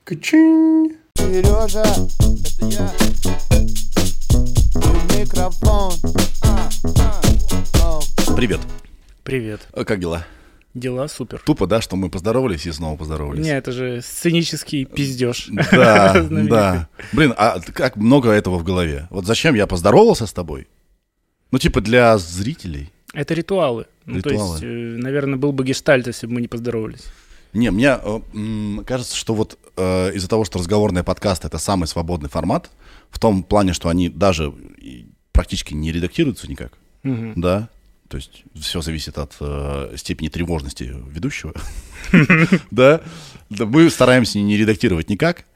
Качинь. Сережа, это я. И микрофон. Привет. Привет. Как дела? Дела супер. Тупо, да, что мы поздоровались и снова поздоровались. Не, это же сценический пиздеж. Да, да. Блин, а как много этого в голове? Вот зачем я поздоровался с тобой? Ну, типа для зрителей. Это ритуалы. Ну, то есть, наверное, был бы гештальт, если бы мы не поздоровались. Не, мне кажется, что вот из-за того, что разговорный подкаст — это самый свободный формат, в том плане, что они даже практически не редактируются никак, да, то есть все зависит от степени тревожности ведущего, да, мы стараемся не редактировать никак,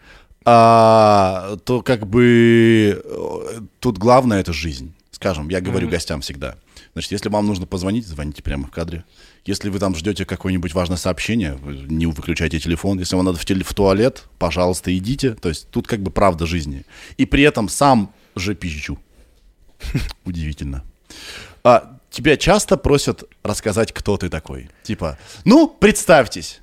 то как бы тут главное — это жизнь. Скажем, я говорю гостям всегда. Значит, если вам нужно позвонить, звоните прямо в кадре. Если вы там ждете какое-нибудь важное сообщение, не выключайте телефон. Если вам надо в туалет, пожалуйста, идите. То есть тут как бы правда жизни. И при этом сам же пизжу. Удивительно. Тебя часто просят рассказать, кто ты такой? Типа, ну, представьтесь.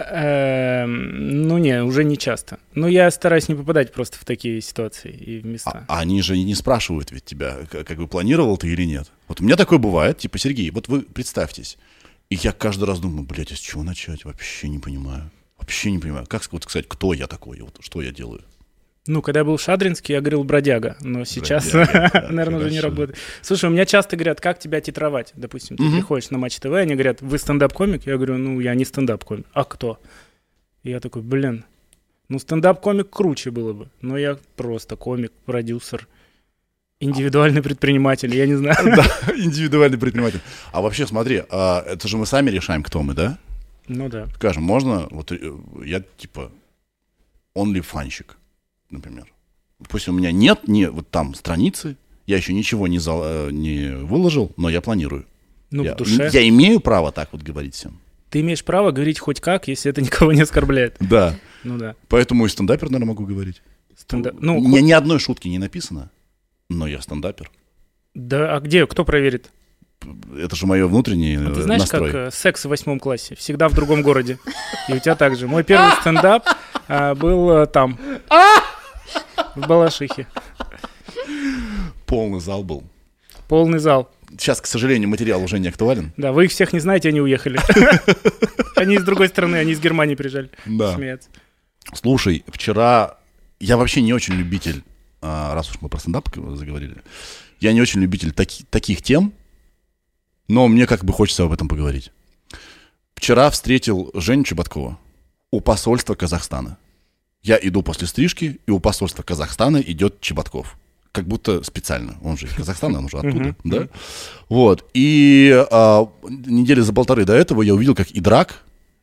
Ну, не, уже не часто. Но я стараюсь не попадать просто в такие ситуации и в места. А они же не спрашивают ведь тебя, как бы планировал ты или нет. Вот у меня такое бывает, типа, Сергей, вот вы представьтесь. И я каждый раз думаю, блядь, а с чего начать? Вообще не понимаю. Вообще не понимаю. Как вот сказать, кто я такой, вот, что я делаю? Ну, когда я был в Шадринске, я говорил бродяга, но сейчас, наверное, уже не работает. Слушай, у меня часто говорят, как тебя титровать? Допустим, ты приходишь на Матч ТВ, они говорят, вы стендап-комик? Я говорю, ну, я не стендап-комик. А кто? И я такой, блин, ну, стендап-комик круче было бы. Но я просто комик, продюсер, индивидуальный предприниматель, я не знаю. Да, индивидуальный предприниматель. А вообще, смотри, это же мы сами решаем, кто мы, да? Ну да. Скажем, можно, вот я типа онли-фанщик, например. Пусть у меня нет вот там страницы, я еще ничего не выложил, но я планирую. Ну, в душе. Я имею право так вот говорить всем. Ты имеешь право говорить хоть как, если это никого не оскорбляет. Да. Ну да. Поэтому и стендапер, наверное, могу говорить. Ну, ни одной шутки не написано, но я стендапер. Да, а где? Кто проверит? Это же мое внутреннее настрой. Ты знаешь, как секс в 8 классе? Всегда в другом городе. И у тебя так же. Мой первый стендап был там. В Балашихе. Полный зал был. Полный зал. Сейчас, к сожалению, материал уже не актуален. Да, вы их всех не знаете, они уехали. Они из другой страны, они из Германии приезжали. Да. Смеяться. Слушай, вчера... Я вообще не очень любитель, раз уж мы про стендап заговорили, я не очень любитель таких тем, но мне как бы хочется об этом поговорить. Вчера встретил Женю Чеботкова у посольства Казахстана. Я иду после стрижки, и у посольства Казахстана идет Чеботков. Как будто специально. Он же из Казахстана, он же оттуда, да? Вот. И недели за полторы до этого я увидел, как Идрак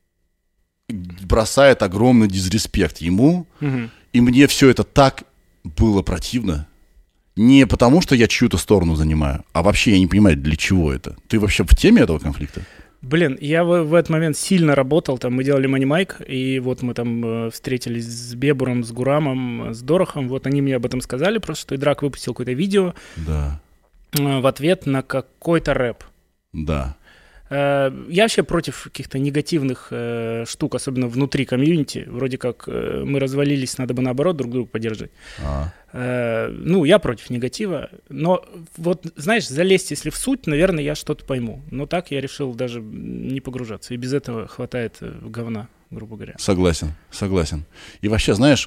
бросает огромный дизреспект ему. И мне все это так было противно. Не потому, что я чью-то сторону занимаю, а вообще я не понимаю, для чего это. Ты вообще в теме этого конфликта? Блин, я в этот момент сильно работал, там мы делали Манимайк, и вот мы там встретились с Бебуром, с Гурамом, с Дорохом, вот они мне об этом сказали, просто что Идрак выпустил какое-то видео в ответ на какой-то рэп. Да. Я вообще против каких-то негативных штук, особенно внутри комьюнити. Вроде как мы развалились, надо бы наоборот друг друга поддержать. Ну, я против негатива. Но вот, знаешь, залезть, если в суть, наверное, я что-то пойму. Но так я решил даже не погружаться. И без этого хватает говна, грубо говоря. Согласен. И вообще, знаешь,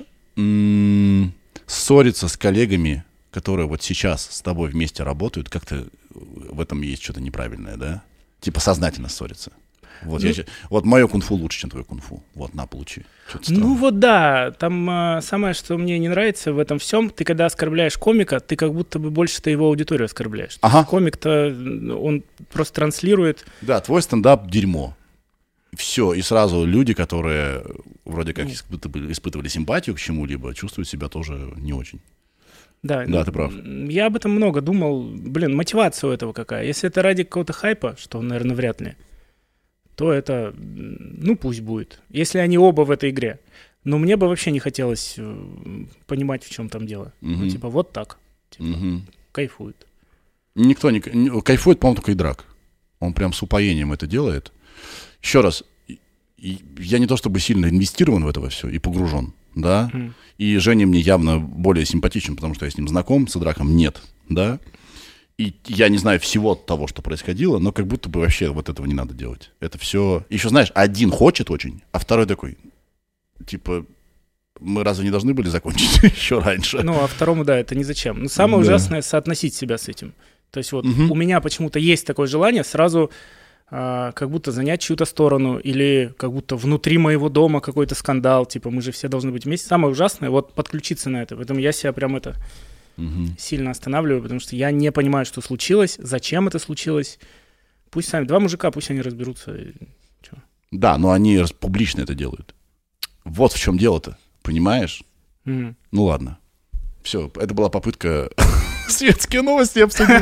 ссориться с коллегами, которые вот сейчас с тобой вместе работают, как-то в этом есть что-то неправильное, да? Типа сознательно ссориться. Вот, вот мое кунг-фу лучше, чем твое кунг-фу. Вот, на, получи. Ну вот да, там самое, что мне не нравится в этом всем, ты когда оскорбляешь комика, ты как будто бы больше-то его аудиторию оскорбляешь. Комик-то, он просто транслирует... Да, твой стендап — дерьмо. Все, и сразу люди, которые вроде как испытывали симпатию к чему-либо, чувствуют себя тоже не очень. Да, ты прав. Я об этом много думал. Блин, мотивация у этого какая? Если это ради какого-то хайпа, что, наверное, вряд ли, то это, ну, пусть будет. Если они оба в этой игре. Но мне бы вообще не хотелось понимать, в чем там дело. Ну, типа, вот так. Типа, кайфует. Никто не кайфует, по-моему, только Идрак. Он прям с упоением это делает. Еще раз, я не то чтобы сильно инвестирован в это все и погружен. да, и Женя мне явно более симпатичен, потому что я с ним знаком, с Идраком нет, да, и я не знаю всего того, что происходило, но как будто бы вообще вот этого не надо делать. Это все... Еще, знаешь, один хочет очень, а второй такой, типа, мы разве не должны были закончить еще раньше? Ну, а второму, да, это не зачем. Но самое ужасное — соотносить себя с этим. То есть вот у меня почему-то есть такое желание сразу как будто занять чью-то сторону, или как будто внутри моего дома какой-то скандал, типа мы же все должны быть вместе. Самое ужасное — вот подключиться на это. Поэтому я себя прям сильно останавливаю, потому что я не понимаю, что случилось, зачем это случилось. Пусть сами, два мужика, пусть они разберутся. Да, но они публично это делают. Вот в чем дело-то, понимаешь? Ну ладно. Все, это была попытка светские новости обсудить.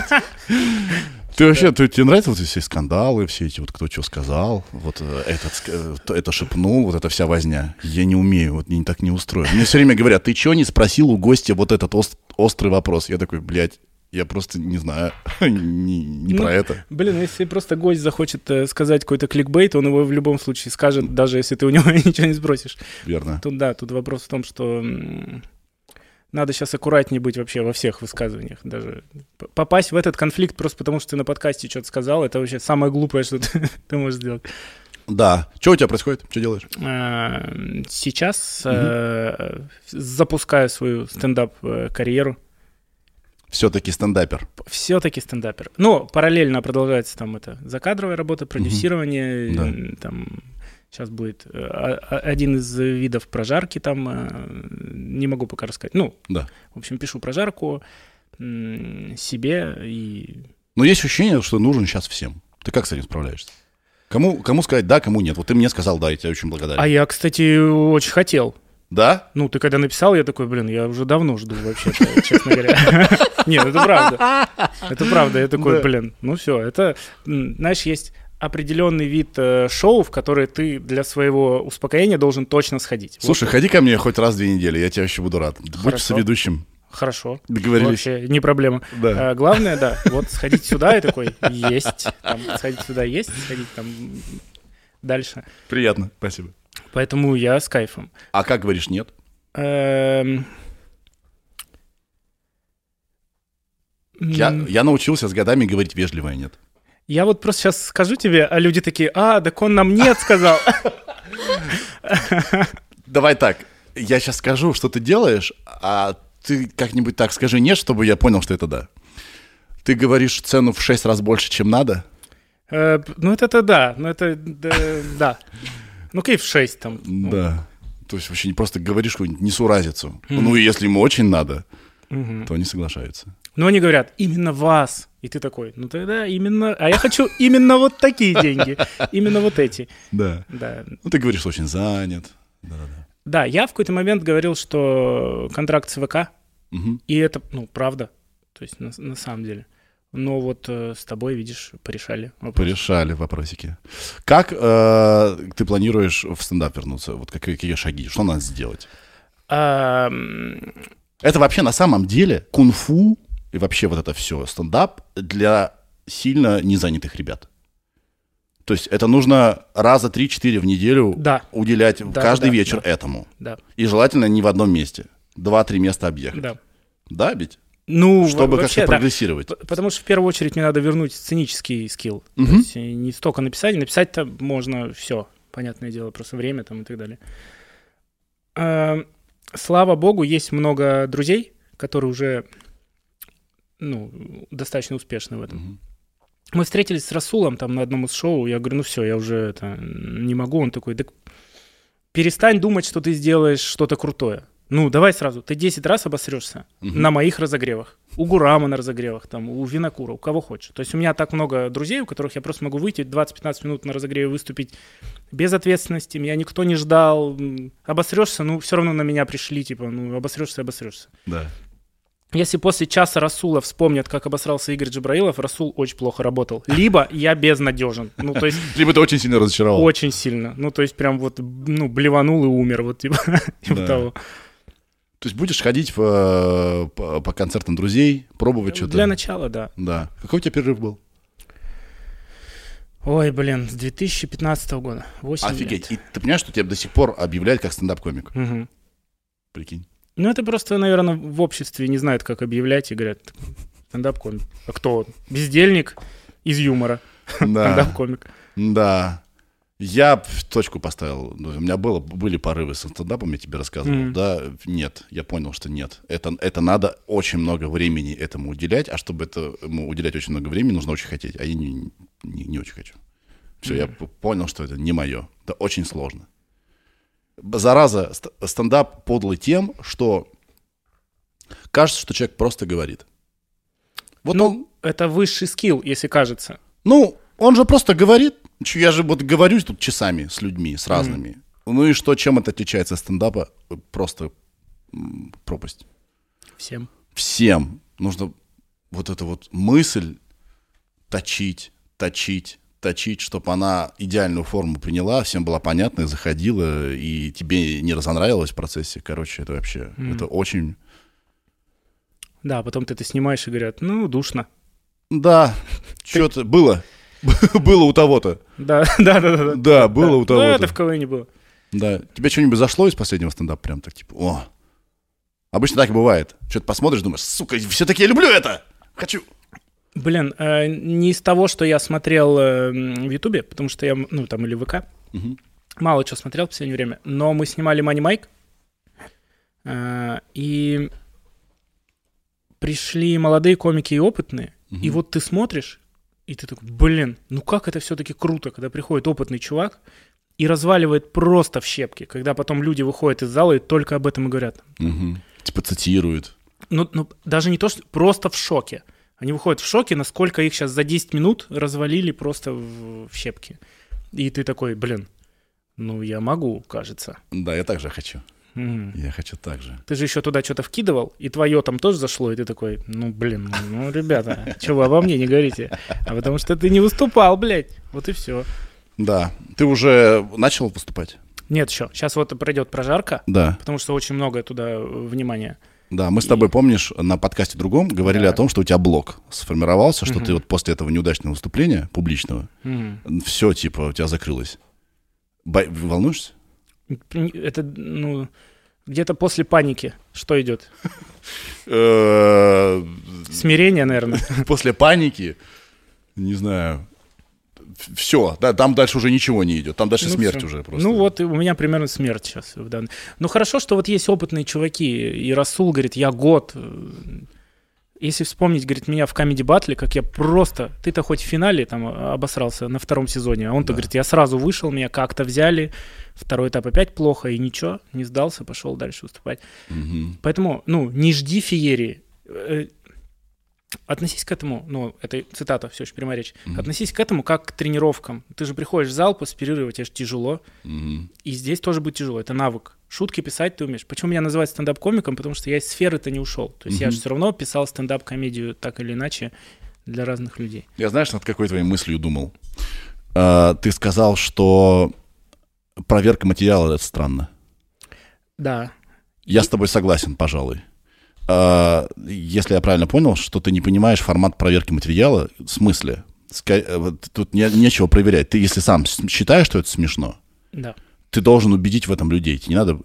Ты вообще, тебе нравятся вот эти все скандалы, все эти вот кто что сказал, вот это шепнул, вот эта вся возня? Я не умею, вот так не устроен. Мне все время говорят, ты чего не спросил у гостя вот этот острый вопрос? Я такой, блядь, я просто не знаю, не про это. Блин, если просто гость захочет сказать какой-то кликбейт, он его в любом случае скажет, даже если ты у него ничего не спросишь. Верно. Тут вопрос в том, что надо сейчас аккуратнее быть вообще во всех высказываниях. Даже попасть в этот конфликт просто потому, что ты на подкасте что-то сказал, это вообще самое глупое, что ты можешь сделать. Да. Что у тебя происходит? Что делаешь? Сейчас запускаю свою стендап-карьеру. Все-таки стендапер. Все-таки стендапер. Но параллельно продолжается там это закадровая работа, продюсирование, там... Сейчас будет один из видов прожарки там, не могу пока рассказать. Ну, в общем, пишу прожарку себе и... Но есть ощущение, что нужен сейчас всем. Ты как с этим справляешься? Кому сказать да, кому нет? Вот ты мне сказал да, я тебе очень благодарен. А я, кстати, очень хотел. Да? Ну, ты когда написал, я такой, блин, я уже давно жду вообще, честно говоря. Нет, это правда. Это правда. Я такой, блин, ну все, это, знаешь, есть... определенный вид шоу, в который ты для своего успокоения должен точно сходить. Слушай, ходи ко мне хоть раз в 2 недели, я тебе вообще буду рад. Будь соведущим. Хорошо. Договорились. Вообще не проблема. Да. Главное, да, вот сходить сюда и такой, есть. Там, сходить сюда есть, сходить там дальше. Приятно, спасибо. Поэтому я с кайфом. А как говоришь нет? Я научился с годами говорить вежливое нет. Я вот просто сейчас скажу тебе, а люди такие, так он нам нет сказал. Давай так, я сейчас скажу, что ты делаешь, а ты как-нибудь так скажи нет, чтобы я понял, что это да. Ты говоришь цену в 6 раз больше, чем надо? Ну это да, да. Ну окей, в 6 там. Да, то есть вообще не просто говоришь какую-нибудь несуразицу. Ну и если ему очень надо, то они соглашаются. Но они говорят, именно вас. И ты такой, ну тогда именно... А я хочу именно вот такие деньги. Именно вот эти. Да. Ну ты говоришь, что очень занят. Да, я в какой-то момент говорил, что контракт с ВК. И это, правда. То есть на самом деле. Но вот с тобой, видишь, порешали вопросики. Порешали вопросики. Как ты планируешь в стендап вернуться? Вот какие шаги? Что надо сделать? Это вообще на самом деле кунг-фу и вообще вот это все стендап для сильно незанятых ребят. То есть это нужно раза 3-4 в неделю уделять каждый вечер этому. Да. И желательно не в одном месте. 2-3 места объехать. Да. Да, ведь? Ну, чтобы вообще, как-то прогрессировать. Потому что в первую очередь мне надо вернуть сценический скилл. То есть не столько написать. Написать-то можно все, понятное дело, просто время там и так далее. Слава богу, есть много друзей, которые уже достаточно успешны в этом. Мы встретились с Расулом там на одном из шоу. Я говорю, ну все, я уже не могу. Он такой, да перестань думать, что ты сделаешь что-то крутое. Ну, давай сразу, ты 10 раз обосрешься на моих разогревах. У Гурама на разогревах, там, у Винокура, у кого хочешь. То есть у меня так много друзей, у которых я просто могу выйти 20-15 минут на разогреве выступить без ответственности. Меня никто не ждал. Обосрешься, все равно на меня пришли, типа, обосрешься. Да. Если после часа Расула вспомнят, как обосрался Игорь Джабраилов, Расул очень плохо работал. Либо я безнадежен. То есть... Либо ты очень сильно разочаровал. Очень сильно. То есть прям блеванул и умер, вот типа того. То есть будешь ходить по концертам друзей, пробовать что-то? Для начала, да. Да. Какой у тебя перерыв был? Ой, блин, с 2015 года. 8 Офигеть. лет. И ты понимаешь, что тебя до сих пор объявляют как стендап-комик? Прикинь. Ну, это просто, наверное, в обществе не знают, как объявлять, и говорят, стендап-комик. А кто он? Бездельник из юмора. Да. Стендап-комик. Да. Я точку поставил. У меня были порывы со стендапом, я тебе рассказывал. Да, нет. Я понял, что нет. Это надо очень много времени этому уделять, а чтобы этому уделять очень много времени, нужно очень хотеть. А я не очень хочу. Все, я понял, что это не мое. Это очень сложно. Зараза, стендап подлый тем, что кажется, что человек просто говорит. Вот это высший скилл, если кажется. Он же просто говорит. Я же вот говорю тут часами с людьми, с разными. Ну и что, чем это отличается от стендапа? Просто пропасть. Всем. Нужно вот эту вот мысль точить, чтобы она идеальную форму приняла, всем была понятна и заходила, и тебе не разонравилось в процессе. Короче, это вообще, это очень... Да, потом ты это снимаешь и говорят, душно. Да, что-то было. Было у того-то. Да. Да, было у того-то. Да, это в КВН было. Да. Тебе что-нибудь зашло из последнего стендапа? Прям так, типа, о. Обычно так и бывает. Что-то посмотришь, думаешь, сука, все-таки я люблю это. Хочу. Блин, не из того, что я смотрел в Ютубе, потому что я, там, или ВК, мало чего смотрел в последнее время, но мы снимали Money Mike, и пришли молодые комики и опытные, и вот ты смотришь, и ты такой, блин, как это все-таки круто, когда приходит опытный чувак и разваливает просто в щепки, когда потом люди выходят из зала и только об этом и говорят. Типа цитируют. Даже не то, что просто в шоке. Они выходят в шоке, насколько их сейчас за 10 минут развалили просто в щепки. И ты такой, блин, я могу, кажется. Да, я так же хочу. Я хочу так же. Ты же еще туда что-то вкидывал, и твое там тоже зашло, и ты такой, ребята, что вы обо мне не говорите? А потому что ты не выступал, блядь. Вот и все. Да. Ты уже начал выступать? Нет еще. Сейчас вот пройдет прожарка, да. Потому что очень много туда внимания. Да, мы с тобой, помнишь, на подкасте другом говорили о том, что у тебя блог сформировался, что ты вот после этого неудачного выступления публичного, все, типа, у тебя закрылось. Волнуешься? Это, где-то после паники. Что идет? Смирение, наверное. После паники, не знаю, все, да, там дальше уже ничего не идет, там дальше смерть все. Уже просто. Вот у меня примерно смерть сейчас. Хорошо, что вот есть опытные чуваки, и Расул говорит, я год. Если вспомнить, говорит, меня в Comedy Battle, как я просто... Ты-то хоть в финале там обосрался на 2-м сезоне, а он-то говорит, я сразу вышел, меня как-то взяли, 2-й этап опять плохо, и ничего, не сдался, пошел дальше выступать. Поэтому, не жди феерии. Относись к этому, это цитата, все еще прямая речь, относись к этому как к тренировкам. Ты же приходишь в зал после перерыва, тебе же тяжело, и здесь тоже будет тяжело, это навык. Шутки писать ты умеешь. Почему меня называют стендап-комиком? Потому что я из сферы-то не ушел. То есть я же все равно писал стендап-комедию так или иначе для разных людей. Я знаешь, над какой твоей мыслью думал? Ты сказал, что проверка материала — это странно. Да. Я с тобой согласен, пожалуй. Если я правильно понял, что ты не понимаешь формат проверки материала, в смысле? Тут нечего проверять. Ты, если сам считаешь, что это смешно, да. Ты должен убедить в этом людей. Тебе не надо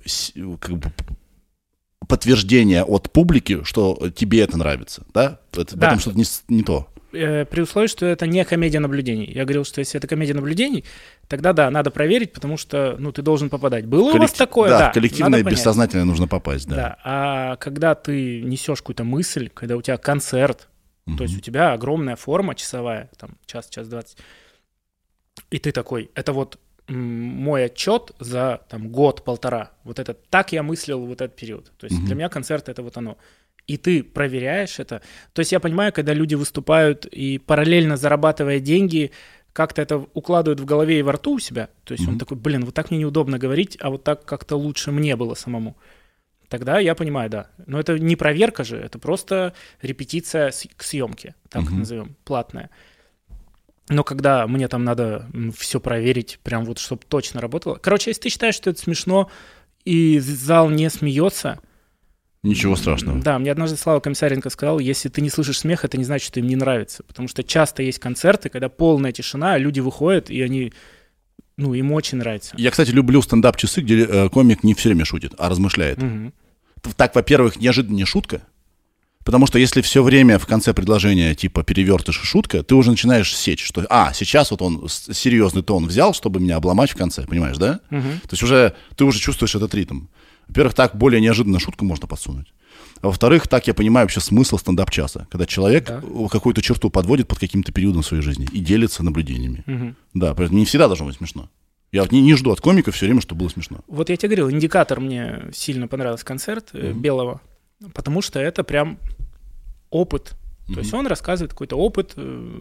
подтверждение от публики, что тебе это нравится. Да? В этом что-то не то. При условии, что это не комедия наблюдений. Я говорил, что если это комедия наблюдений, тогда да, надо проверить, потому что ты должен попадать. Было у вас такое? Да, в коллективное бессознательное нужно попасть. Да. А когда ты несешь какую-то мысль, когда у тебя концерт, то есть у тебя огромная форма часовая, там час 20, и ты такой, это вот мой отчет за год-полтора. Вот это так я мыслил вот этот период. То есть для меня концерт — это вот оно. И ты проверяешь это. То есть я понимаю, когда люди выступают и параллельно зарабатывая деньги, как-то это укладывают в голове и во рту у себя. То есть он такой, вот так мне неудобно говорить, а вот так как-то лучше мне было самому. Тогда я понимаю, да. Но это не проверка же, это просто репетиция к съемке, так назовем, платная. Но когда мне там надо все проверить, прям вот, чтобы точно работало. Короче, если ты считаешь, что это смешно, и зал не смеется... Ничего страшного. Да, мне однажды Слава Комиссаренко сказал, если ты не слышишь смех, это не значит, что им не нравится. Потому что часто есть концерты, когда полная тишина, люди выходят, и они... им очень нравится. Я, кстати, люблю стендап-часы, где комик не все время шутит, а размышляет. Так, во-первых, неожиданная шутка. Потому что если все время в конце предложения типа перевертыш и шутка, ты уже начинаешь сечь, что сейчас вот он серьезный тон взял, чтобы меня обломать в конце, понимаешь, да? То есть ты уже чувствуешь этот ритм. Во-первых, так более неожиданную шутку можно подсунуть. А во-вторых, так я понимаю вообще смысл стендап-часа, когда человек какую-то черту подводит под каким-то периодом своей жизни и делится наблюдениями. Да, поэтому не всегда должно быть смешно. Я вот не жду от комиков все время, чтобы было смешно. Вот я тебе говорил, «Индикатор» мне сильно понравился концерт Белого, потому что это прям опыт. То есть он рассказывает какой-то опыт.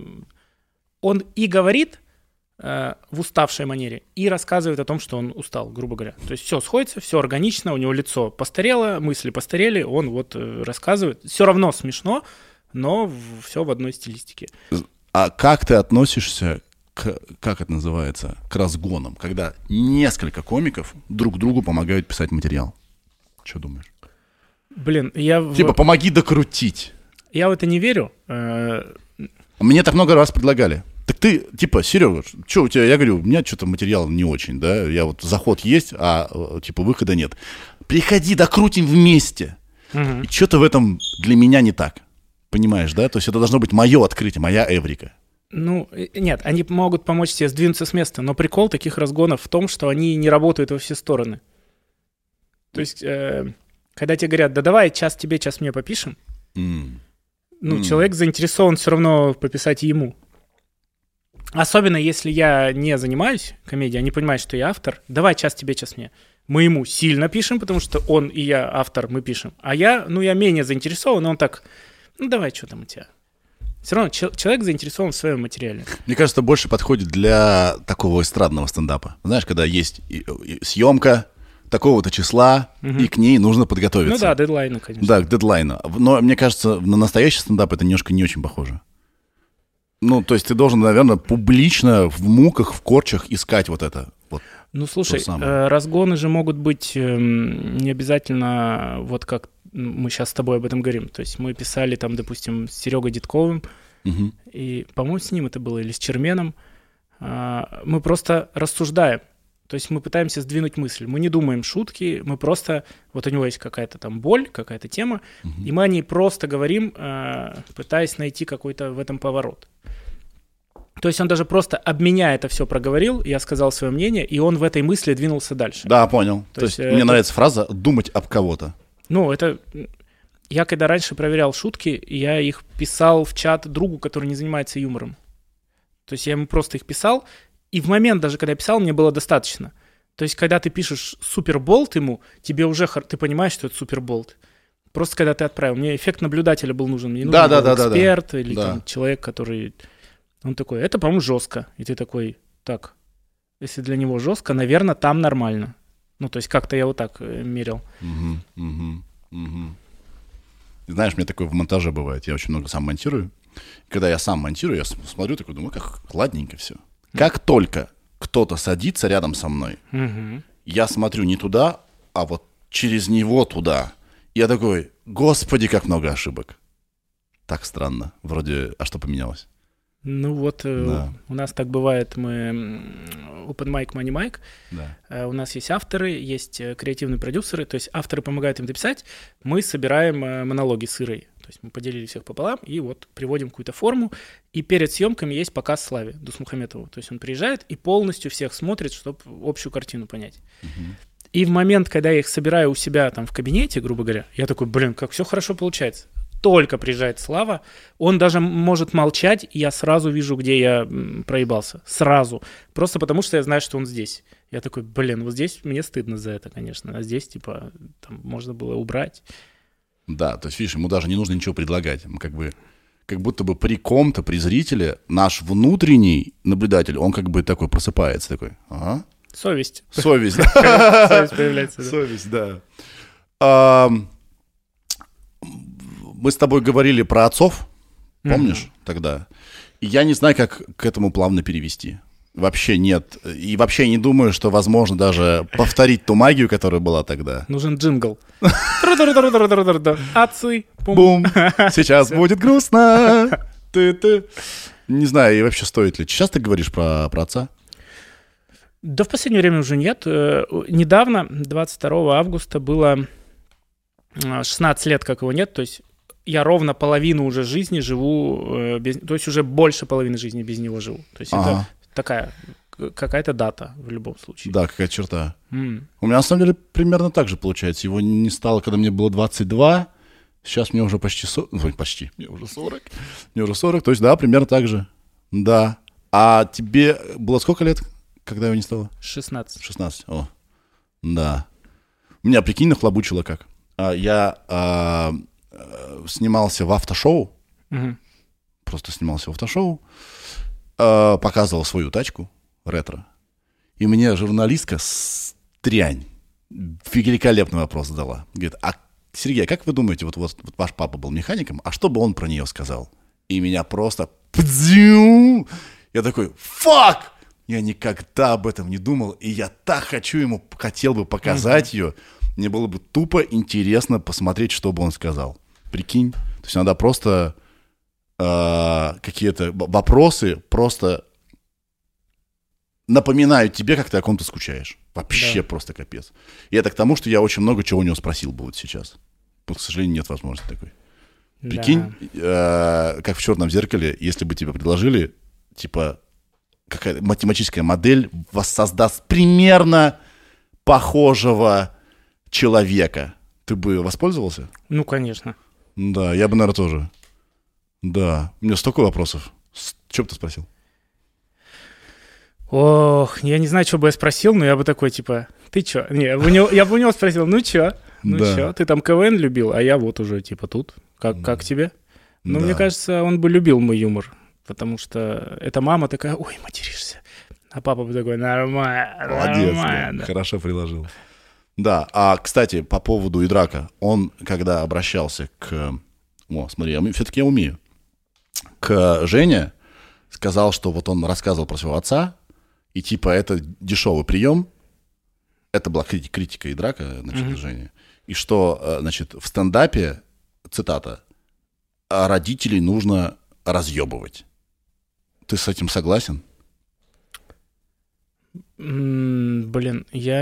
Он и говорит в уставшей манере, и рассказывает о том, что он устал, грубо говоря. То есть все сходится, все органично, у него лицо постарело, мысли постарели, он вот рассказывает. Все равно смешно, но все в одной стилистике. А как ты относишься как это называется, к разгонам, когда несколько комиков друг другу помогают писать материал? Что думаешь? Блин, помоги докрутить. Я в это не верю. Мне так много раз предлагали. Так ты, Серега, что у тебя? Я говорю, у меня что-то материал не очень, да? Я вот заход есть, а выхода нет. Приходи, докрутим вместе. И что-то в этом для меня не так. Понимаешь, да? То есть это должно быть мое открытие, моя эврика. Ну, нет, они могут помочь тебе сдвинуться с места, но прикол таких разгонов в том, что они не работают во все стороны. То есть, когда тебе говорят, да давай, час тебе, час мне попишем, человек заинтересован все равно пописать ему. Особенно, если я не занимаюсь комедией, они понимают, что я автор, давай, час тебе, час мне. Мы ему сильно пишем, потому что он и я автор, мы пишем. А я менее заинтересован, и он так, давай, что там у тебя? Все равно человек заинтересован в своем материале. Мне кажется, больше подходит для такого эстрадного стендапа. Знаешь, когда есть съемка такого-то числа, и к ней нужно подготовиться. Ну да, дедлайну, конечно. Да, к дедлайну. Но мне кажется, на настоящий стендап это немножко не очень похоже. Ну, то есть ты должен, наверное, публично в муках, в корчах искать вот это. Вот, слушай, разгоны же могут быть не обязательно вот как мы сейчас с тобой об этом говорим. То есть мы писали там, допустим, с Серегой Дедковым, и, по-моему, с ним это было, или с Черменом. Мы просто рассуждаем. То есть мы пытаемся сдвинуть мысль. Мы не думаем шутки, мы просто... Вот у него есть какая-то там боль, какая-то тема, и мы о ней просто говорим, пытаясь найти какой-то в этом поворот. То есть он даже просто об меня это все проговорил, я сказал свое мнение, и он в этой мысли двинулся дальше. Да, понял. То есть мне нравится фраза «думать об кого-то». Это... Я когда раньше проверял шутки, я их писал в чат другу, который не занимается юмором. То есть я ему просто их писал, и в момент даже, когда я писал, мне было достаточно. То есть когда ты пишешь суперболт ему, тебе уже... Ты понимаешь, что это суперболт. Просто когда ты отправил. Мне эффект наблюдателя был нужен. Мне нужен был эксперт или там, человек, который... Он такой, это, по-моему, жестко. И ты такой, так, если для него жестко, наверное, там нормально. То есть как-то я вот так мерил. Знаешь, мне такое в монтаже бывает. Я очень много сам монтирую. Когда я сам монтирую, я смотрю, такой думаю, как ладненько все. Как только кто-то садится рядом со мной, я смотрю не туда, а вот через него туда. Я такой, господи, как много ошибок. Так странно. Вроде, а что поменялось? У нас так бывает, мы open mic, money mic, у нас есть авторы, есть креативные продюсеры, то есть авторы помогают им дописать, мы собираем монологи с Ирой, то есть мы поделили всех пополам и вот приводим какую-то форму, и перед съемками есть показ Славе Дусмухаметову, то есть он приезжает и полностью всех смотрит, чтобы общую картину понять. И в момент, когда я их собираю у себя там в кабинете, грубо говоря, я такой, как все хорошо получается. Только приезжает Слава, он даже может молчать, и я сразу вижу, где я проебался. Сразу. Просто потому, что я знаю, что он здесь. Я такой, вот здесь мне стыдно за это, конечно. А здесь, там можно было убрать. Да, то есть, видишь, ему даже не нужно ничего предлагать. Как будто бы при ком-то, при зрителе, наш внутренний наблюдатель, он как бы такой просыпается, такой, ага. Совесть. Совесть. Совесть появляется. Совесть, да. Мы с тобой говорили про отцов, помнишь, тогда? И я не знаю, как к этому плавно перевести. Вообще нет. И вообще не думаю, что возможно даже повторить ту магию, которая была тогда. Нужен джингл. Отцы. Бум. Сейчас будет грустно. Не знаю, и вообще стоит ли. Сейчас ты говоришь про отца? Да в последнее время уже нет. Недавно, 22 августа, было 16 лет, как его нет, то есть я ровно половину уже жизни живу, то есть уже больше половины жизни без него живу. То есть это такая какая-то дата в любом случае. Да, какая-то черта. У меня на самом деле примерно так же получается. Его не стало, когда мне было 22, сейчас мне уже почти 40, мне уже 40. Мне уже 40, то есть да, примерно так же. Да. А тебе было сколько лет, когда его не стало? 16. 16, о. Да. Меня, прикинь, нахлобучило как. Я снимался в автошоу. Просто снимался в автошоу. Показывал свою тачку ретро. И мне журналистка дрянь великолепный вопрос задала. Говорит, а Сергей, как вы думаете, вот ваш папа был механиком, а что бы он про нее сказал? И меня просто... Я такой, фак! Я никогда об этом не думал, и я так хотел бы показать ее. Мне было бы тупо интересно посмотреть, что бы он сказал. Прикинь? То есть иногда просто какие-то вопросы просто напоминают тебе, как ты о ком-то скучаешь. Вообще просто капец. И это к тому, что я очень много чего у него спросил бы вот сейчас. К сожалению, нет возможности такой. Прикинь, как в «Черном зеркале», если бы тебе предложили, типа, какая-то математическая модель воссоздаст примерно похожего человека. Ты бы воспользовался? Ну, конечно. Да, я бы, наверное, тоже. Да, у меня столько вопросов. Что бы ты спросил? Ох, я не знаю, что бы я спросил, но я бы такой, типа, ты чё? Не, я бы у него спросил, ну чё? Ты там КВН любил, а я вот уже, типа, тут. Как тебе? Ну, мне кажется, он бы любил мой юмор, потому что эта мама такая, ой, материшься. А папа бы такой, нормально, молодец, нормально. Да, хорошо приложил. Да, кстати, по поводу Идрака, он, когда обращался к... смотри, все-таки я умею. К Жене сказал, что вот он рассказывал про своего отца, и типа это дешевый прием, это была критика Идрака, значит, Жене, и что, значит, в стендапе, цитата, родителей нужно разъебывать. Ты с этим согласен? Блин,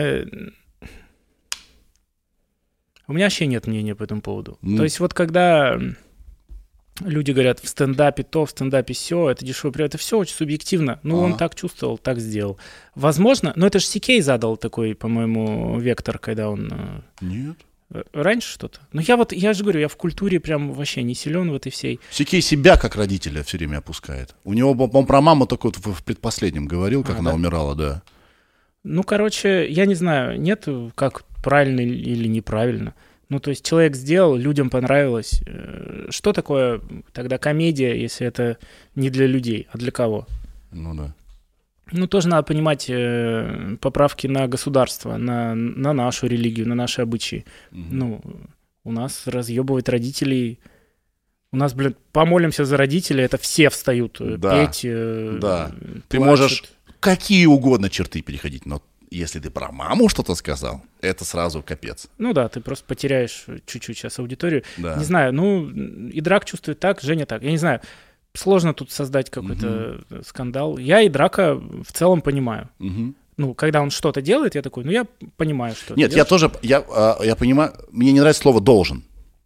у меня вообще нет мнения по этому поводу. То есть вот когда люди говорят в стендапе то, в стендапе сё, это дешевый прием, это все очень субъективно. Ну, он так чувствовал, так сделал. Возможно, но это же Сикей задал такой, по-моему, вектор, когда он... Нет. Раньше что-то? Ну, я же говорю, я в культуре прям вообще не силен в этой всей. Сикей себя как родителя все время опускает. У него, он про маму только вот в предпоследнем говорил, как она умирала, да. Ну, короче, я не знаю, нет, как правильно или неправильно. Ну, то есть человек сделал, людям понравилось. Что такое тогда комедия, если это не для людей, а для кого? Ну, да. Ну, тоже надо понимать поправки на государство, на нашу религию, на наши обычаи. Ну, у нас разъебывать родителей... У нас, помолимся за родителей, это все встают петь. Да, ты можешь какие угодно черты переходить, но если ты про маму что-то сказал, это сразу капец. Ну да, ты просто потеряешь чуть-чуть сейчас аудиторию. Да. Не знаю, Идрак чувствует так, Женя так. Я не знаю, сложно тут создать какой-то скандал. Я Идрака в целом понимаю. Ну, когда он что-то делает, я такой, я понимаю, что... Нет, я тоже, я понимаю, мне не нравится слово «должен».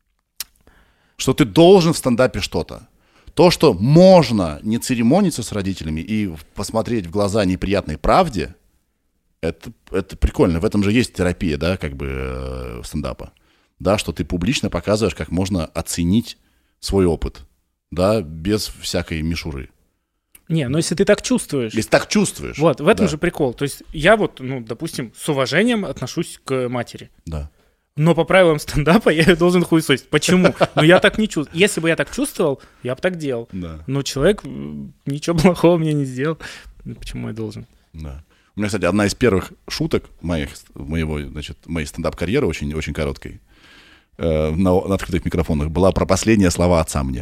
Что ты должен в стендапе что-то. То, что можно не церемониться с родителями и посмотреть в глаза неприятной правде, это прикольно. В этом же есть терапия, да, как бы стендапа. Да, что ты публично показываешь, как можно оценить свой опыт, да, без всякой мишуры. Не, но если ты так чувствуешь... Если так чувствуешь. Вот, в этом же прикол. То есть я допустим, с уважением отношусь к матери. Да. Но по правилам стендапа я ее должен хуесосить. Почему? Ну, я так не чувствую. Если бы я так чувствовал, я бы так делал. Да. Но человек ничего плохого мне не сделал. Почему я должен? Да. У меня, кстати, одна из первых шуток моей стендап-карьеры, очень, очень короткой, на открытых микрофонах, была про последние слова отца мне.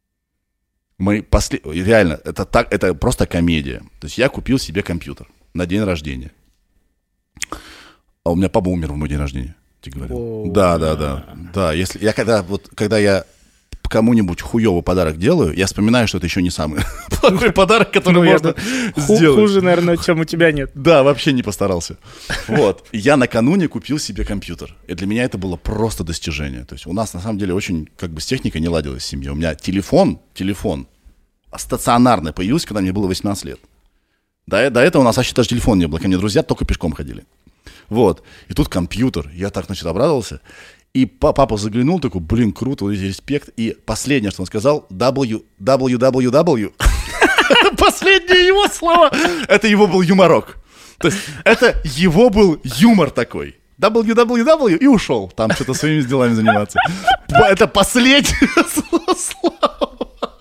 Реально, это просто комедия. То есть я купил себе компьютер на день рождения. А у меня папа умер в мой день рождения. Тебе говорил. Да. Да, когда я кому-нибудь хуёвый подарок делаю, я вспоминаю, что это еще не самый плохой подарок, который Ну, можно сделать. Хуже, наверное, чем у тебя нет. Да, вообще не постарался. Вот. Я накануне купил себе компьютер. И для меня это было просто достижение. То есть у нас, на самом деле, очень как бы с техникой не ладилось в семье. У меня телефон стационарный появился, когда мне было 18 лет. До этого у нас вообще даже телефон не было. Ко мне друзья только пешком ходили. Вот. И тут компьютер. Я так, значит, обрадовался. И папа заглянул, такой, блин, круто, вот здесь респект. И последнее, что он сказал, www. Последние его слова. Это его был юморок. То есть это его был юмор такой. www и ушел. Там что-то своими делами заниматься. Это последнее слово.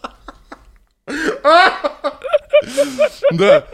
Да.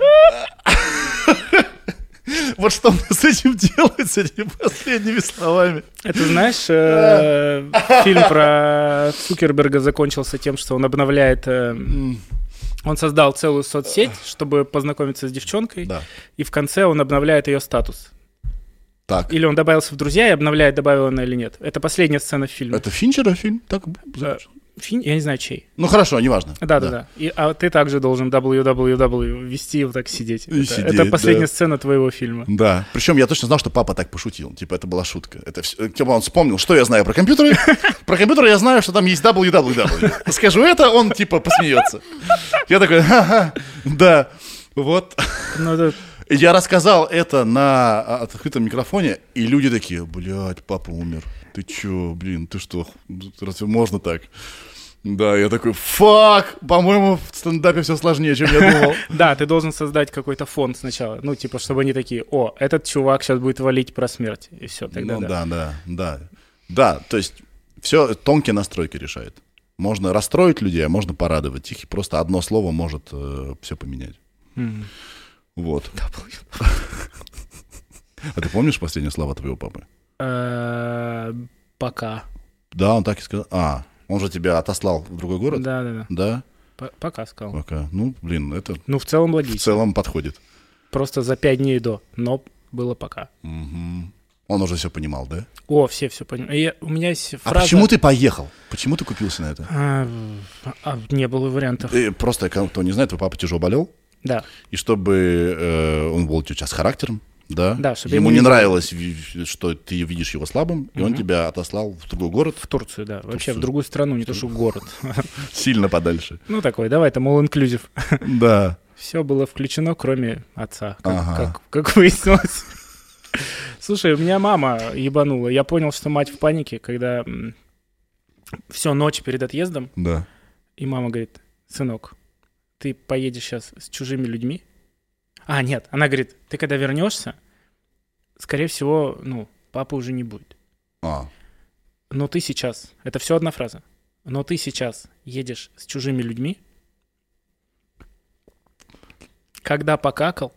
Вот что мне с этим делать, с этими последними словами? Это, знаешь, фильм про Цукерберга закончился тем, что он обновляет... Он создал целую соцсеть, чтобы познакомиться с девчонкой, Да. и в конце он обновляет ее статус. Так. Или он добавился в друзья и обновляет, добавила она или нет. Это последняя сцена в фильме. Это Финчера фильм? Так. Я не знаю, чей. Ну хорошо, неважно. Да. А ты также должен www вести и вот так сидеть. И Это сидеть, последняя да. сцена твоего фильма. Да. Причем я точно знал, что папа так пошутил. Типа это была шутка. Это типа он вспомнил, что я знаю про компьютеры. Про компьютеры я знаю, что там есть www. Скажу это, он типа посмеется. Я такой, ха-ха, да. Вот. Ну, это... Я рассказал это на открытом микрофоне, и люди такие, блядь, папа умер. Ты чё, блин, ты что, разве можно так? Да, я такой, фак, по-моему, в стендапе все сложнее, чем я думал. Да, ты должен создать какой-то фонд сначала. Ну, типа, чтобы они такие, о, этот чувак сейчас будет валить про смерть. И все, тогда Ну да. да. Да, то есть все тонкие настройки решает. Можно расстроить людей, а можно порадовать их. И просто одно слово может все поменять. Вот. А ты помнишь последние слова твоего папы? Пока. Да, он так и сказал. Он же тебя отослал в другой город? Да. Да? Пока сказал. Пока. Ну, блин, это Ну, в целом в логично. целом подходит. Просто за 5 дней до. Но было пока. Угу. Он уже все понимал, да? О, все понимают. У меня есть фраза... А почему ты поехал? Почему ты купился на это? Не было вариантов. Просто, кто не знает, твой папа тяжело болел. Да. И чтобы он был сейчас с характером, да? Да, чтобы Ему я не не нравилось, что ты видишь его слабым, и он тебя отослал в другой город, В Турцию, да. Вообще в другую страну, не то что в город. сильно подальше. Ну, такой, давай, там all-inclusive. Да. Все было включено, кроме отца, Ага. как выяснилось. Слушай, у меня мама ебанула. Я понял, что мать в панике, когда всю ночь перед отъездом, Да. и мама говорит, сынок, ты поедешь сейчас с чужими людьми? Нет, она говорит, ты когда вернешься, скорее всего, папы уже не будет. Но ты сейчас, это все одна фраза, но ты сейчас едешь с чужими людьми, когда покакал,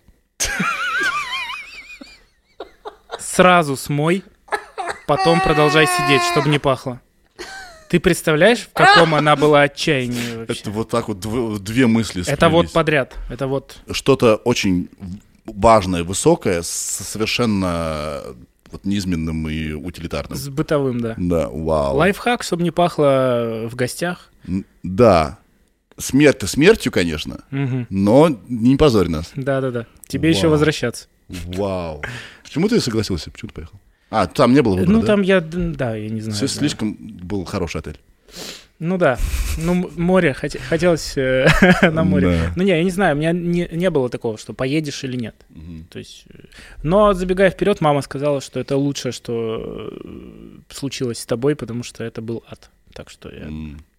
сразу смой, потом продолжай сидеть, чтобы не пахло. Ты представляешь, в каком она была отчаянии вообще? Это вот так вот две мысли сплелись. Это вот подряд, это вот... Что-то очень важное, высокое, совершенно вот низменным и утилитарным. С бытовым, да. Да, вау. Лайфхак, чтобы не пахло в гостях. Да. Смерть-то смертью, конечно, но не позорь нас. Да. Тебе еще Вау. возвращаться. Вау. Почему ты согласился? Почему ты поехал? Там не было выбора, Ну, да? там я не знаю. Все да. слишком был хороший отель. Ну да. Море, хотелось на море. Да. Ну я не знаю, у меня не было такого, что поедешь или нет. То есть, но забегая вперед, мама сказала, что это лучшее, что случилось с тобой, потому что это был ад. Так что я...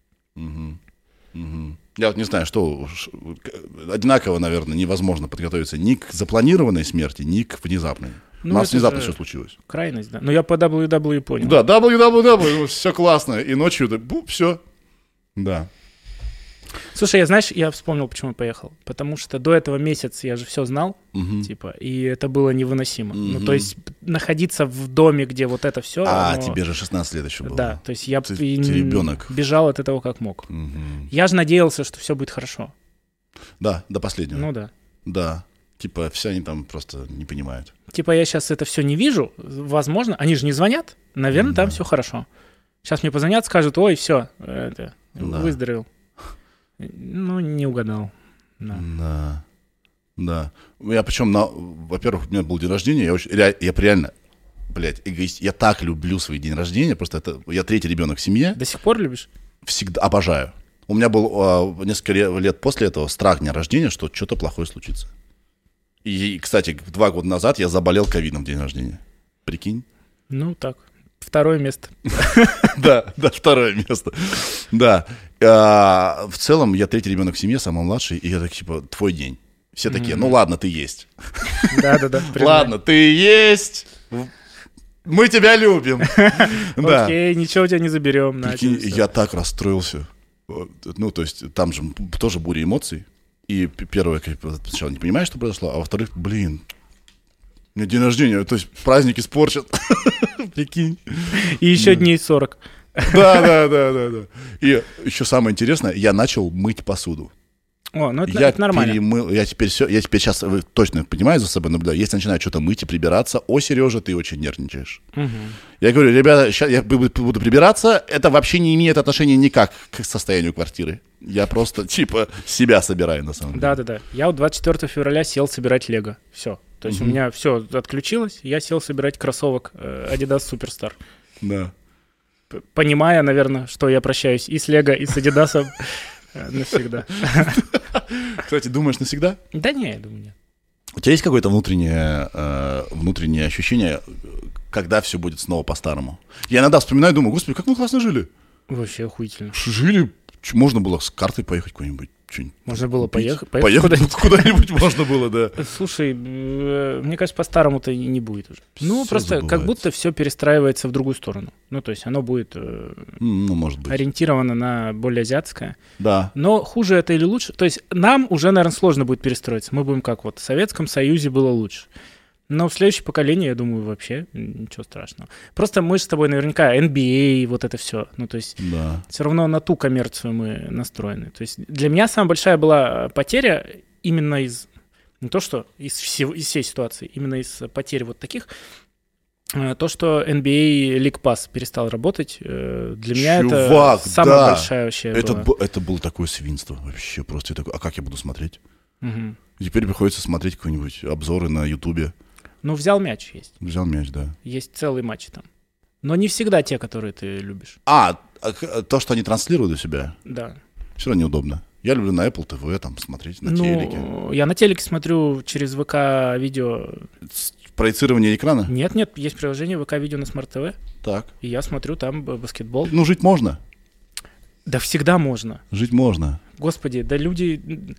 Я вот не знаю, что одинаково, наверное, невозможно подготовиться ни к запланированной смерти, ни к внезапной. Ну, У нас это внезапно же все случилось. Крайность, да. Но я по WW понял. Да, www, все классно. И ночью, все. Да. Слушай, я вспомнил, почему поехал. Потому что до этого месяца я же все знал, типа, и это было невыносимо. Ну, то есть находиться в доме, где вот это все. Тебе же 16 лет еще было. Да, то есть я Ты ребенок. бежал от этого как мог. Я же надеялся, что все будет хорошо. Да, до последнего. Ну да. Да. Типа, все они там просто не понимают. Типа, я сейчас это все не вижу. Возможно, они же не звонят. Наверное, там все хорошо. Сейчас мне позвонят, скажут, ой, все, Да. Выздоровел. Ну, не угадал. Да. Да. Я причем, во-первых, у меня был день рождения, я реально, блядь, эгоист. Я так люблю свой день рождения, просто я третий ребенок в семье. До сих пор любишь? Всегда обожаю. У меня был несколько лет после этого страх дня рождения, что что-то плохое случится. И, кстати, 2 года назад я заболел ковидом в день рождения. Прикинь? Ну, так. 2 место. Да, 2 место. Да. В целом, я третий ребенок в семье, самый младший, и я так, типа, твой день. Все такие, ну ладно, ты есть. Да. Ладно, ты есть. Мы тебя любим. Окей, ничего у тебя не заберем. Прикинь, я так расстроился. Ну, то есть, там же тоже буря эмоций. И первое, сначала не понимаешь, что произошло, а во-вторых, блин, у меня день рождения, то есть праздник испорчен. Прикинь. И еще дней 40. Да. И еще самое интересное, я начал мыть посуду. О, ну это нормально. Я теперь сейчас точно понимаю за собой, наблюдаю. Если начинаю что-то мыть и прибираться, Сережа, ты очень нервничаешь. Я говорю, ребята, сейчас я буду прибираться, это вообще не имеет отношения никак к состоянию квартиры. Я просто, типа, себя собираю, на самом деле. Да. Я вот 24 февраля сел собирать Лего. Все. То есть у меня все отключилось, я сел собирать кроссовок Adidas Superstar. Да. Понимая, наверное, что я прощаюсь и с Лего, и с Adidas навсегда. Кстати, думаешь, навсегда? Да не, я думаю, нет. У тебя есть какое-то внутреннее ощущение, когда все будет снова по-старому? Я иногда вспоминаю, думаю, господи, как мы классно жили. Вообще охуительно. Жили, можно было с картой поехать куда-нибудь. Можно было поехать куда-нибудь можно было, да. Слушай, мне кажется, по-старому-то не будет уже. Ну, просто как будто все перестраивается в другую сторону. Ну, то есть оно будет может быть ориентировано на более азиатское. Да. Но хуже это или лучше? То есть нам уже, наверное, сложно будет перестроиться. Мы будем как вот в Советском Союзе было лучше. Но в следующее поколение, я думаю, вообще ничего страшного. Просто мы же с тобой наверняка NBA, вот это все. Ну, то есть все равно на ту коммерцию мы настроены. То есть для меня самая большая была потеря именно из... Не то, что из всей ситуации, именно из потерь вот таких. То, что NBA League Pass перестал работать, для меня это самая большая вообще была. Это было такое свинство вообще просто. А как я буду смотреть? Теперь приходится смотреть какие-нибудь обзоры на Ютубе. Ну, взял мяч есть. Взял мяч, да. Есть целый матч там. Но не всегда те, которые ты любишь. То, что они транслируют у себя? Да. Все равно неудобно. Я люблю на Apple TV там смотреть, на телеке. Я на телеке смотрю через ВК-видео. Проецирование экрана? Нет, есть приложение ВК-видео на Smart TV. Так. И я смотрю там баскетбол. Ну, жить можно. Да всегда можно. Жить можно. Господи, да люди...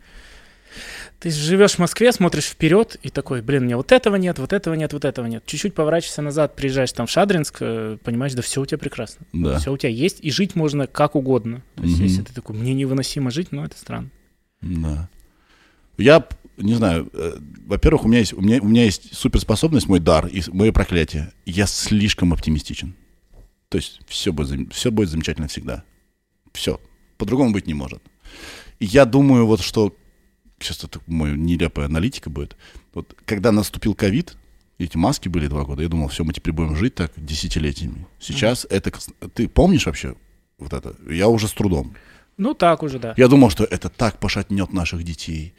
Ты живешь в Москве, смотришь вперед и такой, блин, у меня вот этого нет, вот этого нет, вот этого нет. Чуть-чуть поворачиваешься назад, приезжаешь там в Шадринск, понимаешь, да все у тебя прекрасно. Да. Все у тебя есть, и жить можно как угодно. То есть, если ты такой, мне невыносимо жить, это странно. Да. Я не знаю, во-первых, у меня есть суперспособность, мой дар и мое проклятие. Я слишком оптимистичен. То есть все будет замечательно всегда. Все. По-другому быть не может. И я думаю, вот что... Сейчас это моя нелепая аналитика будет. Вот, когда наступил ковид, эти маски были 2 года, я думал, все, мы теперь будем жить так десятилетиями. Сейчас это... Ты помнишь вообще вот это? Я уже с трудом. Ну, так уже, да. Я думал, что это так пошатнет наших детей.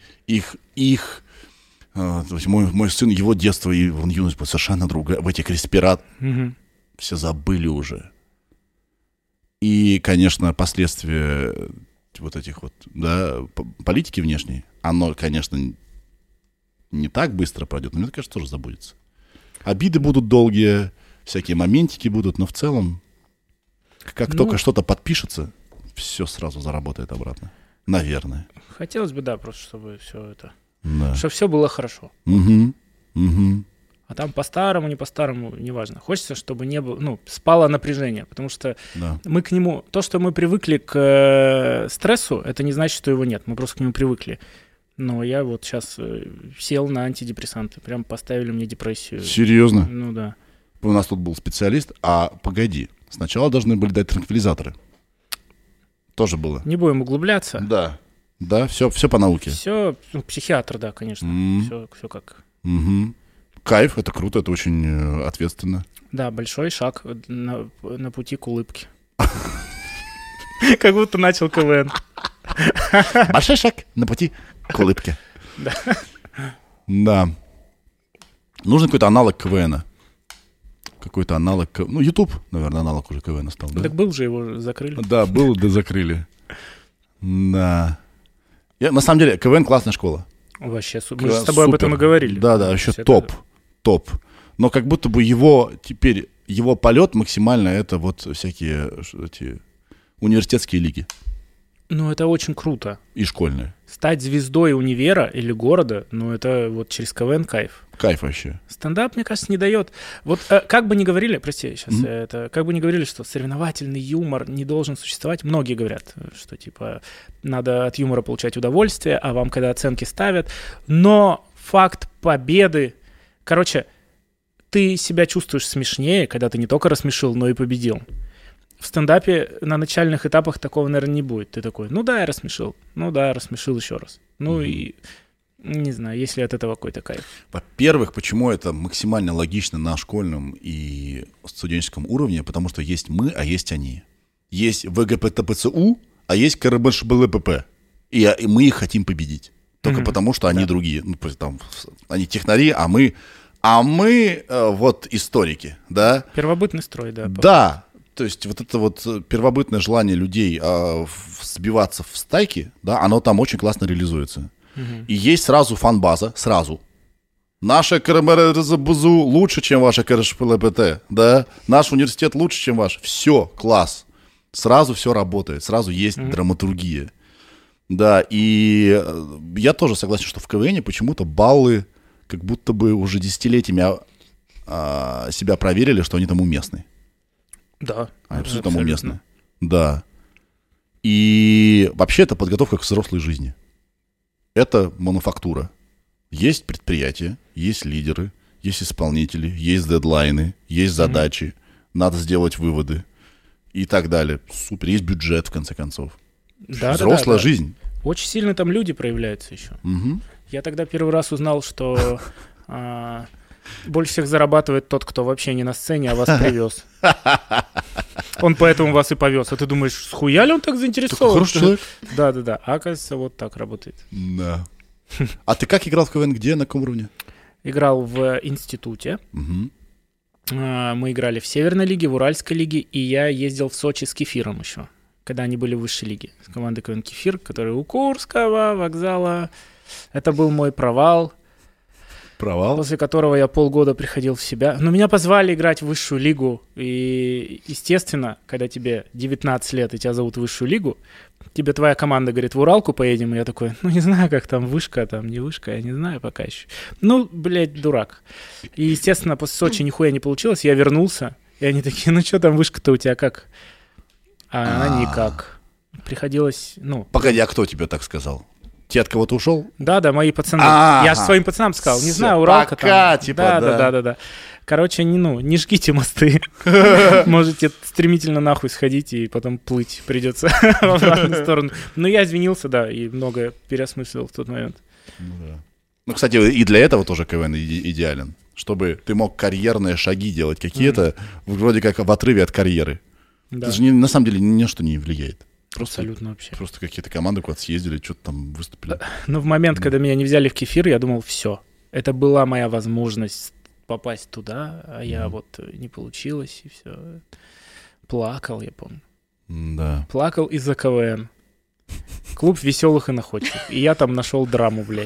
Мой сын, его детство и юность будет совершенно другая. В этих респираторах все забыли уже. И, конечно, последствия вот этих вот, политики внешней, оно, конечно, не так быстро пройдет, но мне кажется, тоже забудется. Обиды будут долгие, всякие моментики будут, но в целом, как только что-то подпишется, все сразу заработает обратно. Наверное. Хотелось бы, просто чтобы все это... Да. Чтобы все было хорошо. Угу. А там по-старому, не по-старому, неважно. Хочется, чтобы не было, спало напряжение, потому что мы к нему... То, что мы привыкли к стрессу, это не значит, что его нет. Мы просто к нему привыкли. Но я вот сейчас сел на антидепрессанты. Прям поставили мне депрессию. Серьезно? Ну да. У нас тут был специалист. Погоди. Сначала должны были дать транквилизаторы. Тоже было. Не будем углубляться. Да, все по науке. Все, психиатр, да, конечно. Все как. Угу. Кайф, это круто, это очень ответственно. Да, большой шаг на пути к улыбке. Как будто начал КВН. Большой шаг на пути к улыбке. Да. Нужен какой-то аналог КВНа. Какой-то аналог... Ну, YouTube, наверное, аналог уже КВНа стал, да? Так был же, его закрыли. Да, был, да закрыли. Да. На самом деле, КВН классная школа. Вообще, мы же с тобой об этом и говорили. Да, вообще топ. Но как будто бы его полет максимально это вот всякие эти университетские лиги. Ну, это очень круто. И школьные. Стать звездой универа или города, ну, это вот через КВН кайф. Кайф вообще. Стендап, мне кажется, не дает. Вот как бы ни говорили, прости, сейчас как бы ни говорили, что соревновательный юмор не должен существовать, многие говорят, что типа надо от юмора получать удовольствие, а вам когда оценки ставят. Но факт победы, короче, ты себя чувствуешь смешнее, когда ты не только рассмешил, но и победил. В стендапе на начальных этапах такого, наверное, не будет. Ты такой, ну да, я рассмешил. Ну да, рассмешил еще раз. Ну и, не знаю, есть ли от этого какой-то кайф. Во-первых, почему это максимально логично на школьном и студенческом уровне? Потому что есть мы, а есть они. Есть ВГПТПЦУ, а есть КРБШБЛПП. И мы их хотим победить. Только потому, что они другие. Ну, там, они технари, а мы вот историки, да? Первобытный строй, да. Да. То есть вот это вот первобытное желание людей сбиваться в стайки, да, оно там очень классно реализуется. И есть сразу фан-база, сразу. Наша КРМРЗБЗУ лучше, чем ваша КРШПЛПТ, да, наш университет лучше, чем ваш. Все, класс. Сразу все работает, сразу есть драматургия. Да, и я тоже согласен, что в КВНе почему-то баллы как будто бы уже десятилетиями себя проверили, что они там уместны. Да. Абсолютно уместно. Да. И вообще это подготовка к взрослой жизни. Это мануфактура. Есть предприятия, есть лидеры, есть исполнители, есть дедлайны, есть задачи, надо сделать выводы и так далее. Супер, есть бюджет, в конце концов. Да, взрослая жизнь. Очень сильно там люди проявляются еще. Я тогда первый раз узнал, что больше всех зарабатывает тот, кто вообще не на сцене, а вас привез. Он поэтому вас и повез. А ты думаешь, схуя ли он так заинтересован? Хороший человек. Да. А оказывается, вот так работает. Да. А ты как играл в КВН? Где? На каком уровне? Играл в институте. Мы играли в Северной лиге, в Уральской лиге, и я ездил в Сочи с Кефиром еще, когда они были в высшей лиге. С командой КВН Кефир, которая у Курского вокзала. Это был мой провал. После которого я полгода приходил в себя. Но меня позвали играть в высшую лигу. И, естественно, когда тебе 19 лет и тебя зовут в высшую лигу, тебе твоя команда говорит, в Уралку поедем. И я такой, ну, не знаю, как там вышка, там не вышка, я не знаю пока еще. Ну, блядь, дурак. И, естественно, после Сочи нихуя не получилось. Я вернулся. И они такие, ну, что там вышка-то у тебя как? А она никак. Приходилось, ну... Погоди, а кто тебе так сказал? Ты от кого-то ушел? Да, мои пацаны. Я же своим пацанам сказал, не знаю, Уралка пока, там. Типа, да. Короче, не жгите мосты. Можете стремительно нахуй сходить и потом плыть придется в обратную сторону. Но я извинился, да, и многое переосмыслил в тот момент. Ну, кстати, и для этого тоже КВН идеален. Чтобы ты мог карьерные шаги делать какие-то, вроде как в отрыве от карьеры. Это же на самом деле ни на что не влияет. Абсолютно вообще. Просто какие-то команды куда-то съездили, что-то там выступили. Но в момент, когда меня не взяли в Кефир, я думал, все. Это была моя возможность попасть туда, а я вот не получилось, и все. Плакал, я помню. Да. Плакал из-за КВН. Клуб веселых и находчивых. И я там нашел драму, блядь.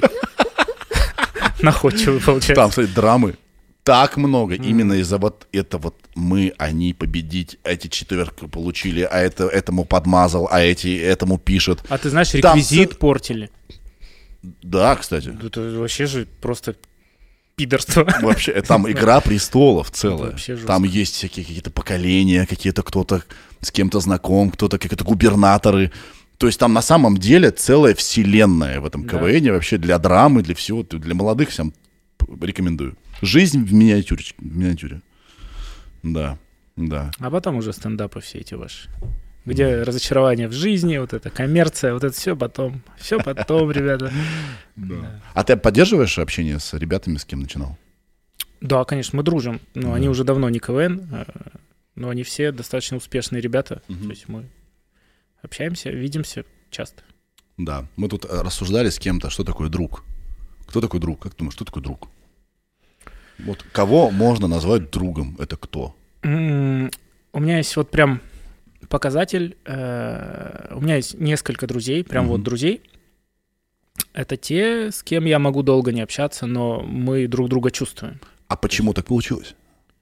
Находчивый, получается. Там, кстати, драмы так много. Именно из-за вот это вот они победить, эти четверку получили, а этому подмазал, а этому пишет. А ты знаешь, реквизит портили. Да, кстати. Это вообще же просто пидорство. Вообще, там «Игра престолов» целая. Там жестко. есть всякие какие-то поколения, какие-то кто-то с кем-то знаком, кто-то какие-то губернаторы. То есть там на самом деле целая вселенная в этом КВНе вообще для драмы, для всего, для молодых всем рекомендую. Жизнь в миниатюре. Да. А потом уже стендапы все эти ваши. Где разочарование в жизни, вот это коммерция, вот это все потом. Все потом, ребята. Да. А ты поддерживаешь общение с ребятами, с кем начинал? Да, конечно, мы дружим. Но они уже давно не КВН, но они все достаточно успешные ребята. То есть мы общаемся, видимся часто. Да, мы тут рассуждали с кем-то, что такое друг. Кто такой друг? Как ты думаешь, что такое друг? Вот кого можно назвать другом? Это кто? У меня есть вот прям показатель. У меня есть несколько друзей, прям вот друзей. Это те, с кем я могу долго не общаться, но мы друг друга чувствуем. А почему так получилось?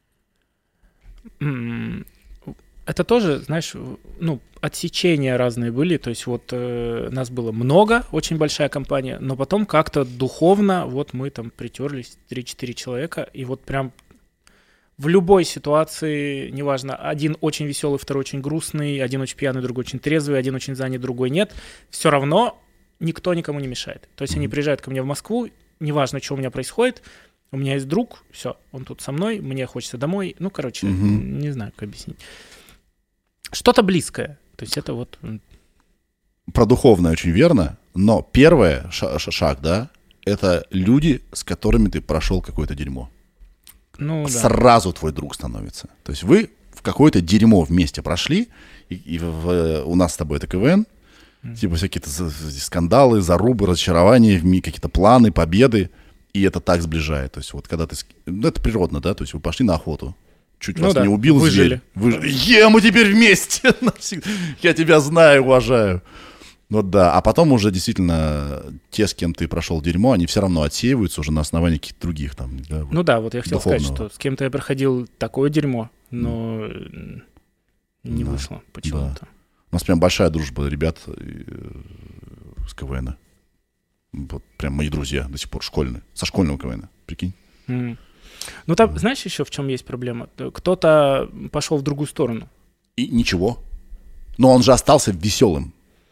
Это тоже, знаешь, отсечения разные были. То есть вот нас было много, очень большая компания, но потом как-то духовно вот мы там притерлись, 3-4 человека, и вот прям в любой ситуации, неважно, один очень веселый, второй очень грустный, один очень пьяный, другой очень трезвый, один очень занят, другой нет, все равно никто никому не мешает. То есть они приезжают ко мне в Москву, неважно, что у меня происходит, у меня есть друг, все, он тут со мной, мне хочется домой, не знаю, как объяснить. Что-то близкое, то есть это вот... Про духовное очень верно, но первый шаг, да, это люди, с которыми ты прошел какое-то дерьмо. Сразу твой друг становится. То есть вы в какое-то дерьмо вместе прошли, и у нас с тобой это КВН, типа всякие скандалы, зарубы, разочарования, какие-то планы, победы, и это так сближает. То есть вот когда ты... это природно, да, то есть вы пошли на охоту, чуть вас не убил выжили. Зверь. Мы теперь вместе! Я тебя знаю, уважаю. Вот да, а потом уже действительно те, с кем ты прошел дерьмо, они все равно отсеиваются уже на основании каких-то других там. Да, вот я хотел сказать, что с кем-то я проходил такое дерьмо, но не вышло почему-то. Да. У нас прям большая дружба ребят с КВН. Вот прям мои друзья до сих пор школьные, со школьного КВН, прикинь. Там, знаешь, еще в чем есть проблема? Кто-то пошел в другую сторону. И ничего. Но он же остался веселым.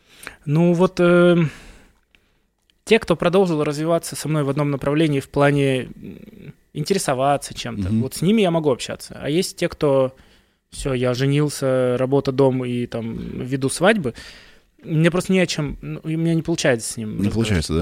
Те, кто продолжил развиваться со мной в одном направлении в плане интересоваться чем-то, вот с ними я могу общаться. А есть те, кто, все, я женился, работа, дом и там веду свадьбы, мне просто не о чем, у меня не получается с ним. Не получается,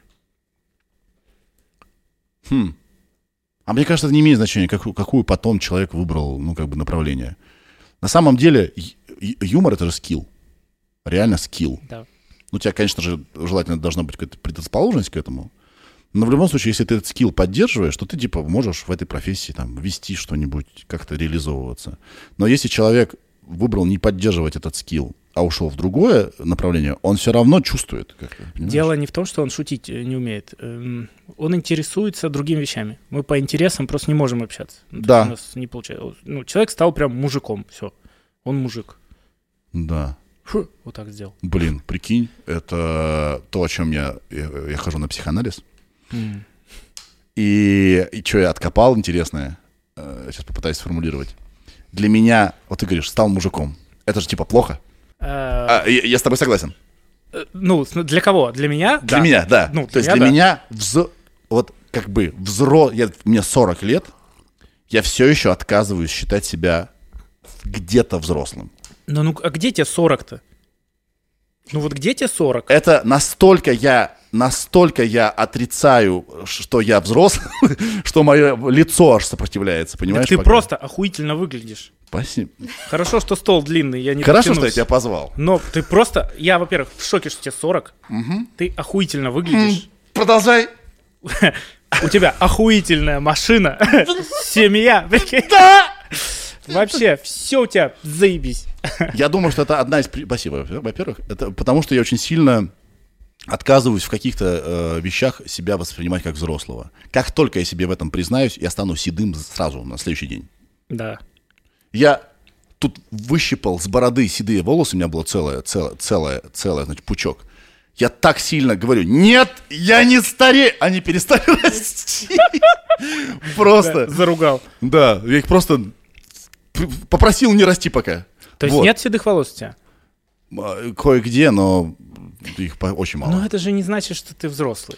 да? А мне кажется, это не имеет значения, какую потом человек выбрал, направление. На самом деле, юмор — это же скилл. Реально скилл. Да. У тебя, конечно же, желательно должна быть какая-то предрасположенность к этому. Но в любом случае, если ты этот скилл поддерживаешь, то ты, можешь в этой профессии вести что-нибудь, как-то реализовываться. Но если человек выбрал не поддерживать этот скилл, а ушел в другое направление, он все равно чувствует. Дело не в том, что он шутить не умеет. Он интересуется другими вещами. Мы по интересам просто не можем общаться. Да. У нас не получается. Человек стал прям мужиком. Все. Он мужик. Да. Вот так сделал. Блин, прикинь, это то, о чем я хожу на психоанализ. И что я откопал интересное, сейчас попытаюсь сформулировать. Для меня, вот ты говоришь, стал мужиком. Это же типа плохо? Я с тобой согласен. Для кого? Для меня? Для меня, да. То есть для меня, мне 40 лет, я все еще отказываюсь считать себя где-то взрослым. А где тебе 40-то? Где тебе 40? Это настолько я отрицаю, что я взрослый, что мое лицо аж сопротивляется, понимаешь? Так ты просто охуительно выглядишь. Спасибо. Хорошо, что стол длинный, я не Хорошо, подтянусь. что я тебя позвал. Но ты просто... Я, во-первых, в шоке, что тебе 40. Ты охуительно выглядишь. Продолжай. У тебя охуительная машина. Семья. Да! Вообще, все у тебя заебись. Я думаю, что это одна из... Спасибо, во-первых. Это потому, что я очень сильно отказываюсь в каких-то вещах себя воспринимать как взрослого. Как только я себе в этом признаюсь, я стану седым сразу на следующий день. Да. Я тут выщипал с бороды седые волосы, у меня было целое, значит, пучок. Я так сильно говорю: нет, я не старею. Они перестали расти. Просто. Заругал. Да, я их просто попросил не расти пока. То есть нет седых волос у тебя? Кое-где, но их очень мало. Но это же не значит, что ты взрослый.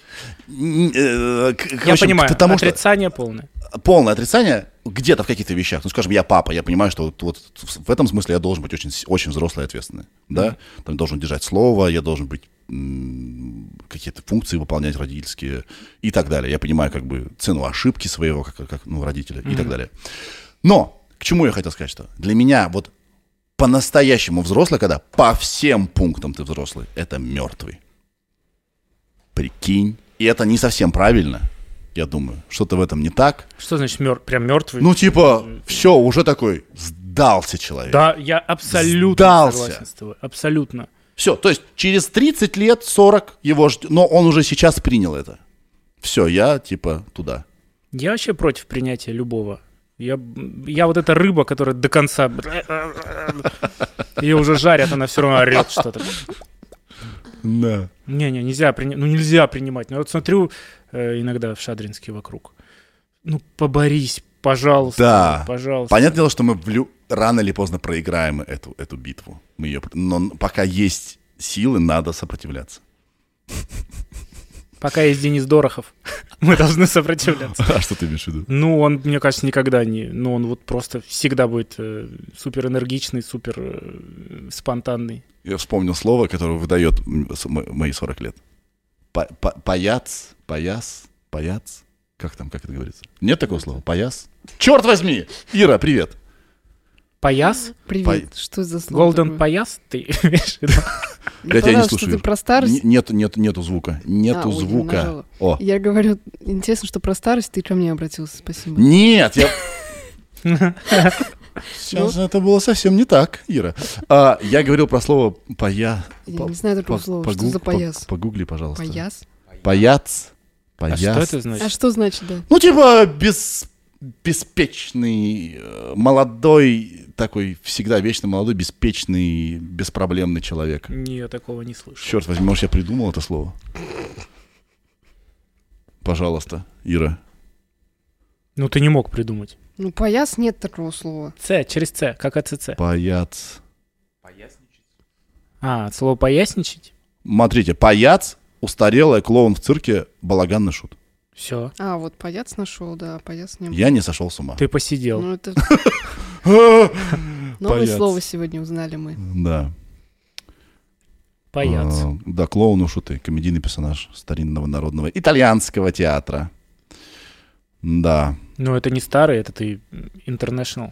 Я понимаю, отрицание полное. Полное отрицание где-то в каких-то вещах. Скажем, я папа, я понимаю, что вот в этом смысле я должен быть очень, очень взрослый и ответственный. Да? Там должен держать слово, я должен быть какие-то функции выполнять родительские и так далее. Я понимаю цену ошибки своего как родителя и так далее. Но к чему я хотел сказать, что для меня по-настоящему взрослый, когда по всем пунктам ты взрослый, это мертвый. Прикинь. И это не совсем правильно, я думаю. Что-то в этом не так. Что значит прям мертвый? Ну, типа, все, уже такой, сдался человек. Да, я абсолютно Сдался. согласен с тобой. Абсолютно. Все, то есть через 30 лет, 40 его ждет, но он уже сейчас принял это. Все, я типа туда. Я вообще против принятия любого. Я вот эта рыба, которая до конца... Ее уже жарят, она все равно орет что-то. Да. Нельзя принимать. Ну, нельзя принимать. Ну, вот смотрю иногда в Шадринске вокруг. Ну, поборись, пожалуйста. Да. Пожалуйста. Понятное дело, что мы рано или поздно проиграем эту битву. Но пока есть силы, надо сопротивляться. Пока есть Денис Дорохов, мы должны сопротивляться. А что ты имеешь в виду? Ну, он, мне кажется, никогда не... Ну, он вот просто всегда будет супер энергичный, супер спонтанный. Я вспомнил слово, которое выдает мои 40 лет. Паяц. Как это говорится? Нет такого слова? Паяц? Черт возьми! Ира, привет! Паяс? Привет. Что за слово Голден такое? Паяс? Ты имеешь в виду? Я тебя не Что слушаю. ты про старость? Нету звука. Нету ой, звука. нажала. О. Я говорю, интересно, что про старость ты ко мне обратился. Спасибо. Нет, я... Сейчас это было совсем не так, Ира. Я говорил про слово пая... Я не знаю такого слова. Что за пояс? Погугли, пожалуйста. Пояс? Паяц. А что это А значит? что значит, да? Ну, типа, беспечный, молодой, такой всегда вечно молодой, беспечный, беспроблемный человек. Не, я такого не слышу. Черт возьми, может, я придумал это слово? Пожалуйста, Ира. Ну, ты не мог придумать. Ну, пояс нет такого слова. Через С, как АЦЦ. Паяц. Слово «поясничать»? Смотрите, паяц, устарелый клоун в цирке, балаганный шут. Все, А, вот паяц нашел, да, пояс не было. Я не сошел с ума. ты посидел. Ну, это новое Паяц. слово сегодня узнали мы. Да. Паяц. Да, клоун у шуты, комедийный персонаж старинного народного итальянского театра. Да. Ну, это не старый, это ты international.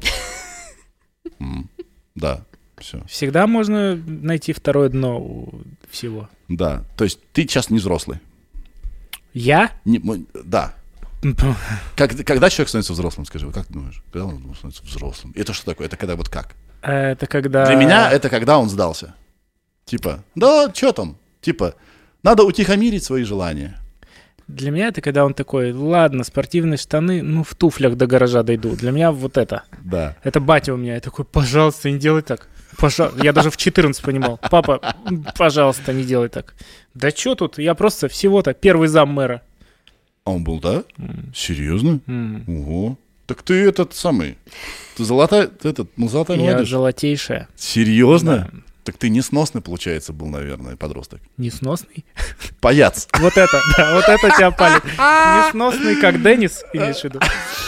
Да, все. Всегда можно найти второе дно у всего. Да, то есть ты сейчас не взрослый. Я? Да. Когда человек становится взрослым, скажи, как ты думаешь? Когда он становится взрослым? Это что такое? Это когда вот как? Это когда... Для меня это когда он сдался. Типа, да, что там? Типа, надо утихомирить свои желания. Для меня это когда он такой, ладно, спортивные штаны, ну, в туфлях до гаража дойду. Для меня вот это. Да. Это батя у меня. Я такой, пожалуйста, не делай так. Я даже в 14 понимал. Папа, пожалуйста, не делай так. Да что тут? Я просто всего-то первый зам мэра. А он был, да? Серьезно? Ого. Так ты этот самый. Ты золотая Я молодежь. золотейшая. Серьезно? Да. Так ты несносный, получается, был, наверное, подросток. Несносный? Паяц. Вот это, да, вот это тебя палит. Несносный, как Деннис, имеешь в виду?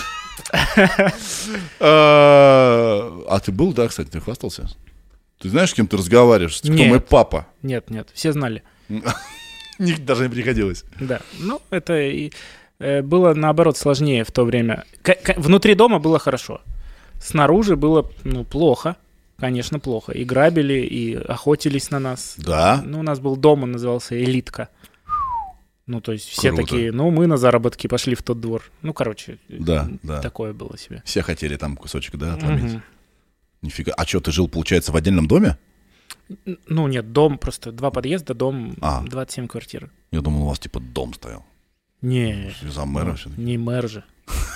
А ты был, да, кстати, ты хвастался? Ты знаешь, с кем ты разговариваешь? Кто Нет. мой папа? Нет, все знали. Даже не приходилось. Да, ну, это и было, наоборот, сложнее в то время. Внутри дома было хорошо. Снаружи было, ну, плохо. Конечно, плохо. И грабили, и охотились на нас. Да? Ну, у нас был дом, он назывался «Элитка». Ну, то есть все Круто. такие, ну, мы на заработки пошли в тот двор. Ну, короче, Да, да. такое было себе. Все хотели там кусочек, да, отломить. Мгм. Нифига. А что, ты жил, получается, в отдельном доме? Ну, нет, дом просто 2 подъезда, дом 27 квартир. Я думал, у вас типа дом стоял. Не, За мэра все-таки. не мэр же.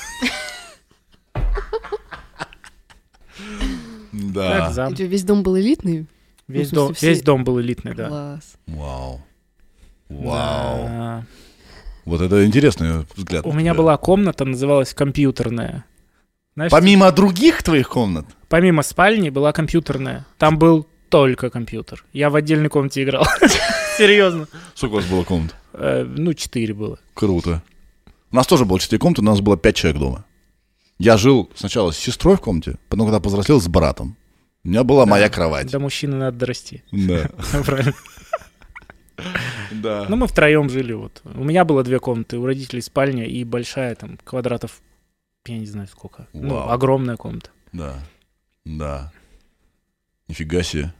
Да. Так, зам. И что, весь дом был элитный? Весь, в смысле, дом, все- весь дом был элитный, да. Класс. Вау. Вау. Да. Вот это интересный взгляд. У меня была комната, называлась компьютерная. Знаешь, Помимо других твоих комнат? помимо спальни была компьютерная. Там был только компьютер. Я в отдельной комнате играл. Серьезно. Сколько у вас было комнат? Ну, 4 было. Круто. У нас тоже было 4 комнаты, у нас было 5 человек дома. Я жил сначала с сестрой в комнате, потом, когда повзрослел, с братом. У меня была моя кровать. До мужчины надо дорасти. Да. Правильно. Да. Ну, мы втроем жили. Вот. У меня было 2 комнаты, у родителей спальня и большая, там, квадратов, я не знаю сколько. Ну, Вау. огромная комната. Да. Да. Нифига себе.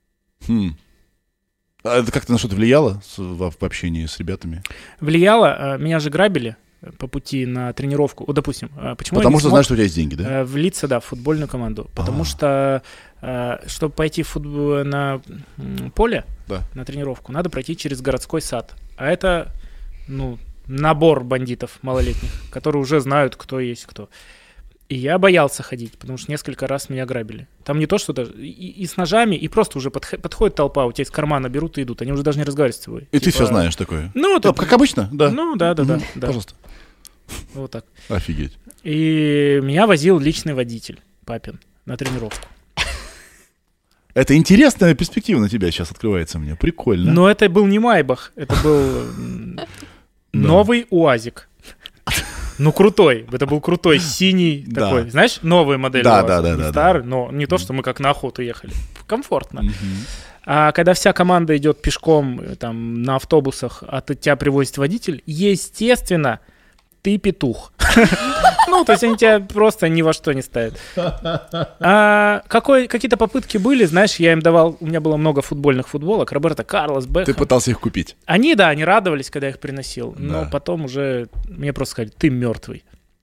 А это как-то на что-то влияло в общении с ребятами? Влияло. Меня же грабили по пути на тренировку. Вот, допустим, почему Потому я не что смог знаешь, что у тебя есть деньги, да? влиться, да, в футбольную команду. Потому что, чтобы пойти на поле, Да. на тренировку, надо пройти через городской сад. А это, набор бандитов малолетних, которые уже знают, кто есть кто. И я боялся ходить, потому что несколько раз меня грабили. Там не то, что даже и с ножами, и просто уже подходит толпа, у тебя из кармана берут и идут. Они уже даже не разговаривают с тобой. И ты все знаешь такое. Ну, Да, как обычно, да. Ну, да. Пожалуйста. Вот так. Офигеть. И меня возил личный водитель, папин, на тренировку. Это интересная перспектива на тебя сейчас открывается мне. Прикольно. Но это был не Майбах, это был новый УАЗик. Ну, крутой. Это был крутой, синий такой. Да. Знаешь, новая модель. Да. Не старый, но не то, что мы как на охоту ехали. Комфортно. А когда вся команда идет пешком там, на автобусах, а тебя привозит водитель, естественно, ты петух. Ну, то есть они тебя просто ни во что не ставят. Какие-то попытки были, знаешь, я им давал, у меня было много футбольных футболок, Роберто Карлос, Бекхэм. Ты пытался их купить. Они радовались, когда я их приносил, но потом уже мне просто сказали, ты мертвый.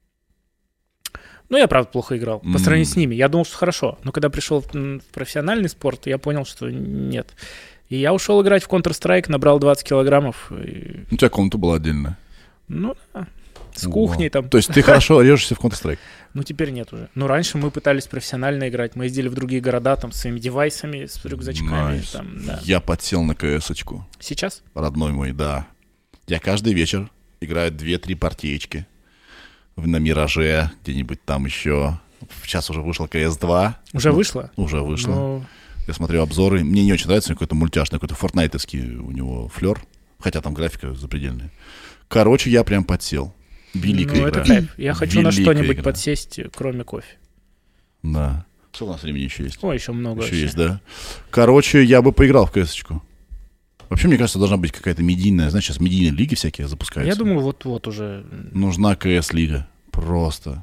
Ну, я, правда, плохо играл по сравнению с ними. Я думал, что хорошо, но когда пришел в профессиональный спорт, я понял, что нет. И я ушел играть в Counter-Strike, набрал 20 килограммов. У тебя комната была отдельная. Ну, да. С кухней там. То есть ты хорошо режешься в Counter-Strike? Ну, теперь нет уже. Но раньше мы пытались профессионально играть. Мы ездили в другие города там с своими девайсами, с рюкзачками. Nice. Там, да. Я подсел на КС-очку. Сейчас? Родной мой, да. Я каждый вечер играю 2-3 партиечки. На Мираже, где-нибудь там еще. Сейчас уже вышел КС-2. Уже вышло? Уже вышло. Ну... Я смотрю обзоры. Мне не очень нравится, какой-то мультяшный, какой-то фортнайтовский у него флер. Хотя там графика запредельная. Короче, я прям подсел. Великая игра. Это кайф. Я хочу на что-нибудь игра. подсесть, кроме кофе. Да. Сколько у нас времени еще есть? О, еще много. Еще вообще. есть, да. Короче, я бы поиграл в КС-очку. Вообще, мне кажется, должна быть какая-то медийная, знаешь, сейчас медийные лиги всякие запускаются. Я думаю, вот уже... Нужна КС-лига. Просто.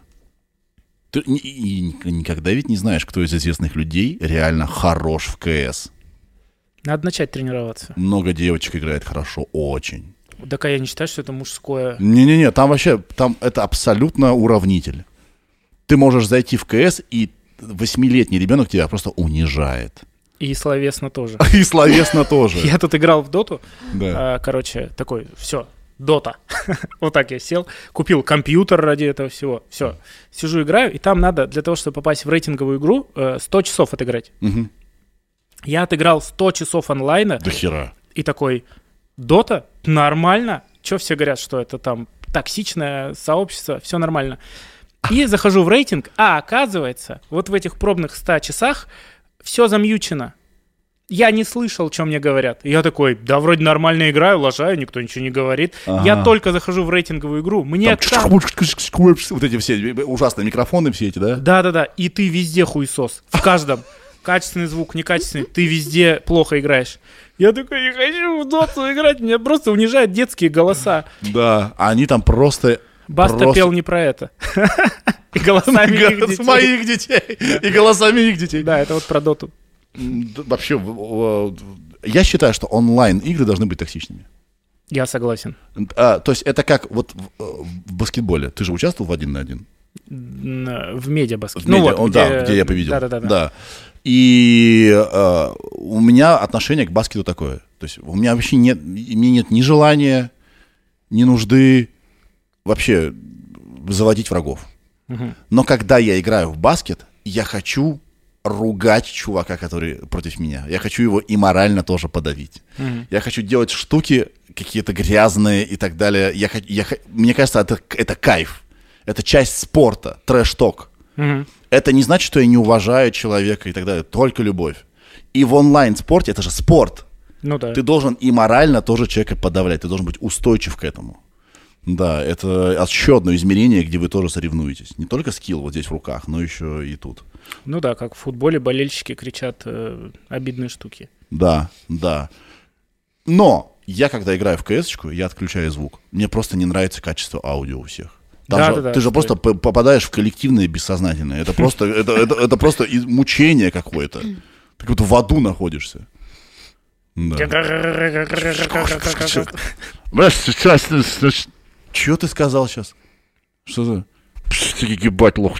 Ты никогда ведь не знаешь, кто из известных людей реально хорош в КС. Надо начать тренироваться. Много девочек играет хорошо, очень. Так а я не считаю, что это мужское... Не-не-не, там вообще, там это абсолютно уравнитель. Ты можешь зайти в КС, и 8-летний ребенок тебя просто унижает. И словесно тоже. И словесно тоже. Я тут играл в доту. Да. Короче, такой, все, дота. Вот так я сел, купил компьютер ради этого всего. Все, сижу, играю, и там надо, для того, чтобы попасть в рейтинговую игру, 100 часов отыграть. Мгм. Я отыграл 100 часов онлайна. До хера. И такой, дота? Нормально? Че все говорят, что это там токсичное сообщество? Все нормально. И захожу в рейтинг, а оказывается, вот в этих пробных 100 часах все замьючено. Я не слышал, что мне говорят. И я такой, да вроде нормально играю, лажаю, никто ничего не говорит. Ага. Я только захожу в рейтинговую игру, мне Там вот эти все ужасные микрофоны все эти, да? Да-да-да, и ты везде хуесос, в каждом. Качественный звук, некачественный, ты везде плохо играешь. Я такой, не хочу в доту играть, меня просто унижают детские голоса. Да, а они там просто... Баста пел не про это. И голосами их детей. С моих детей. И голосами их детей. Да, это вот про доту. Вообще, я считаю, что онлайн-игры должны быть токсичными. Я согласен. То есть это как вот в баскетболе. Ты же участвовал в 1 на 1? В медиабаскете. В медиа, да, где я победил. Да. Да. И у меня отношение к баскету такое. То есть у меня вообще нет ни желания, ни нужды вообще заводить врагов. Угу. Но когда я играю в баскет, я хочу ругать чувака, который против меня. Я хочу его и морально тоже подавить. Угу. Я хочу делать штуки какие-то грязные и так далее. Мне кажется, это кайф. Это часть спорта, трэш-ток. Угу. Это не значит, что я не уважаю человека и так далее. Только любовь. И в онлайн-спорте это же спорт. Ну да. Ты должен и морально тоже человека подавлять. Ты должен быть устойчив к этому. Да, это еще одно измерение, где вы тоже соревнуетесь. Не только скилл вот здесь в руках, но еще и тут. Ну да, как в футболе болельщики кричат обидные штуки. Да. Но я, когда играю в КС-очку, я отключаю звук. Мне просто не нравится качество аудио у всех. Ты же просто попадаешь в коллективное бессознательное. Это просто, это просто мучение какое-то. как будто в аду находишься. Да. Чё ты сказал сейчас? Что за... Ебать, лох.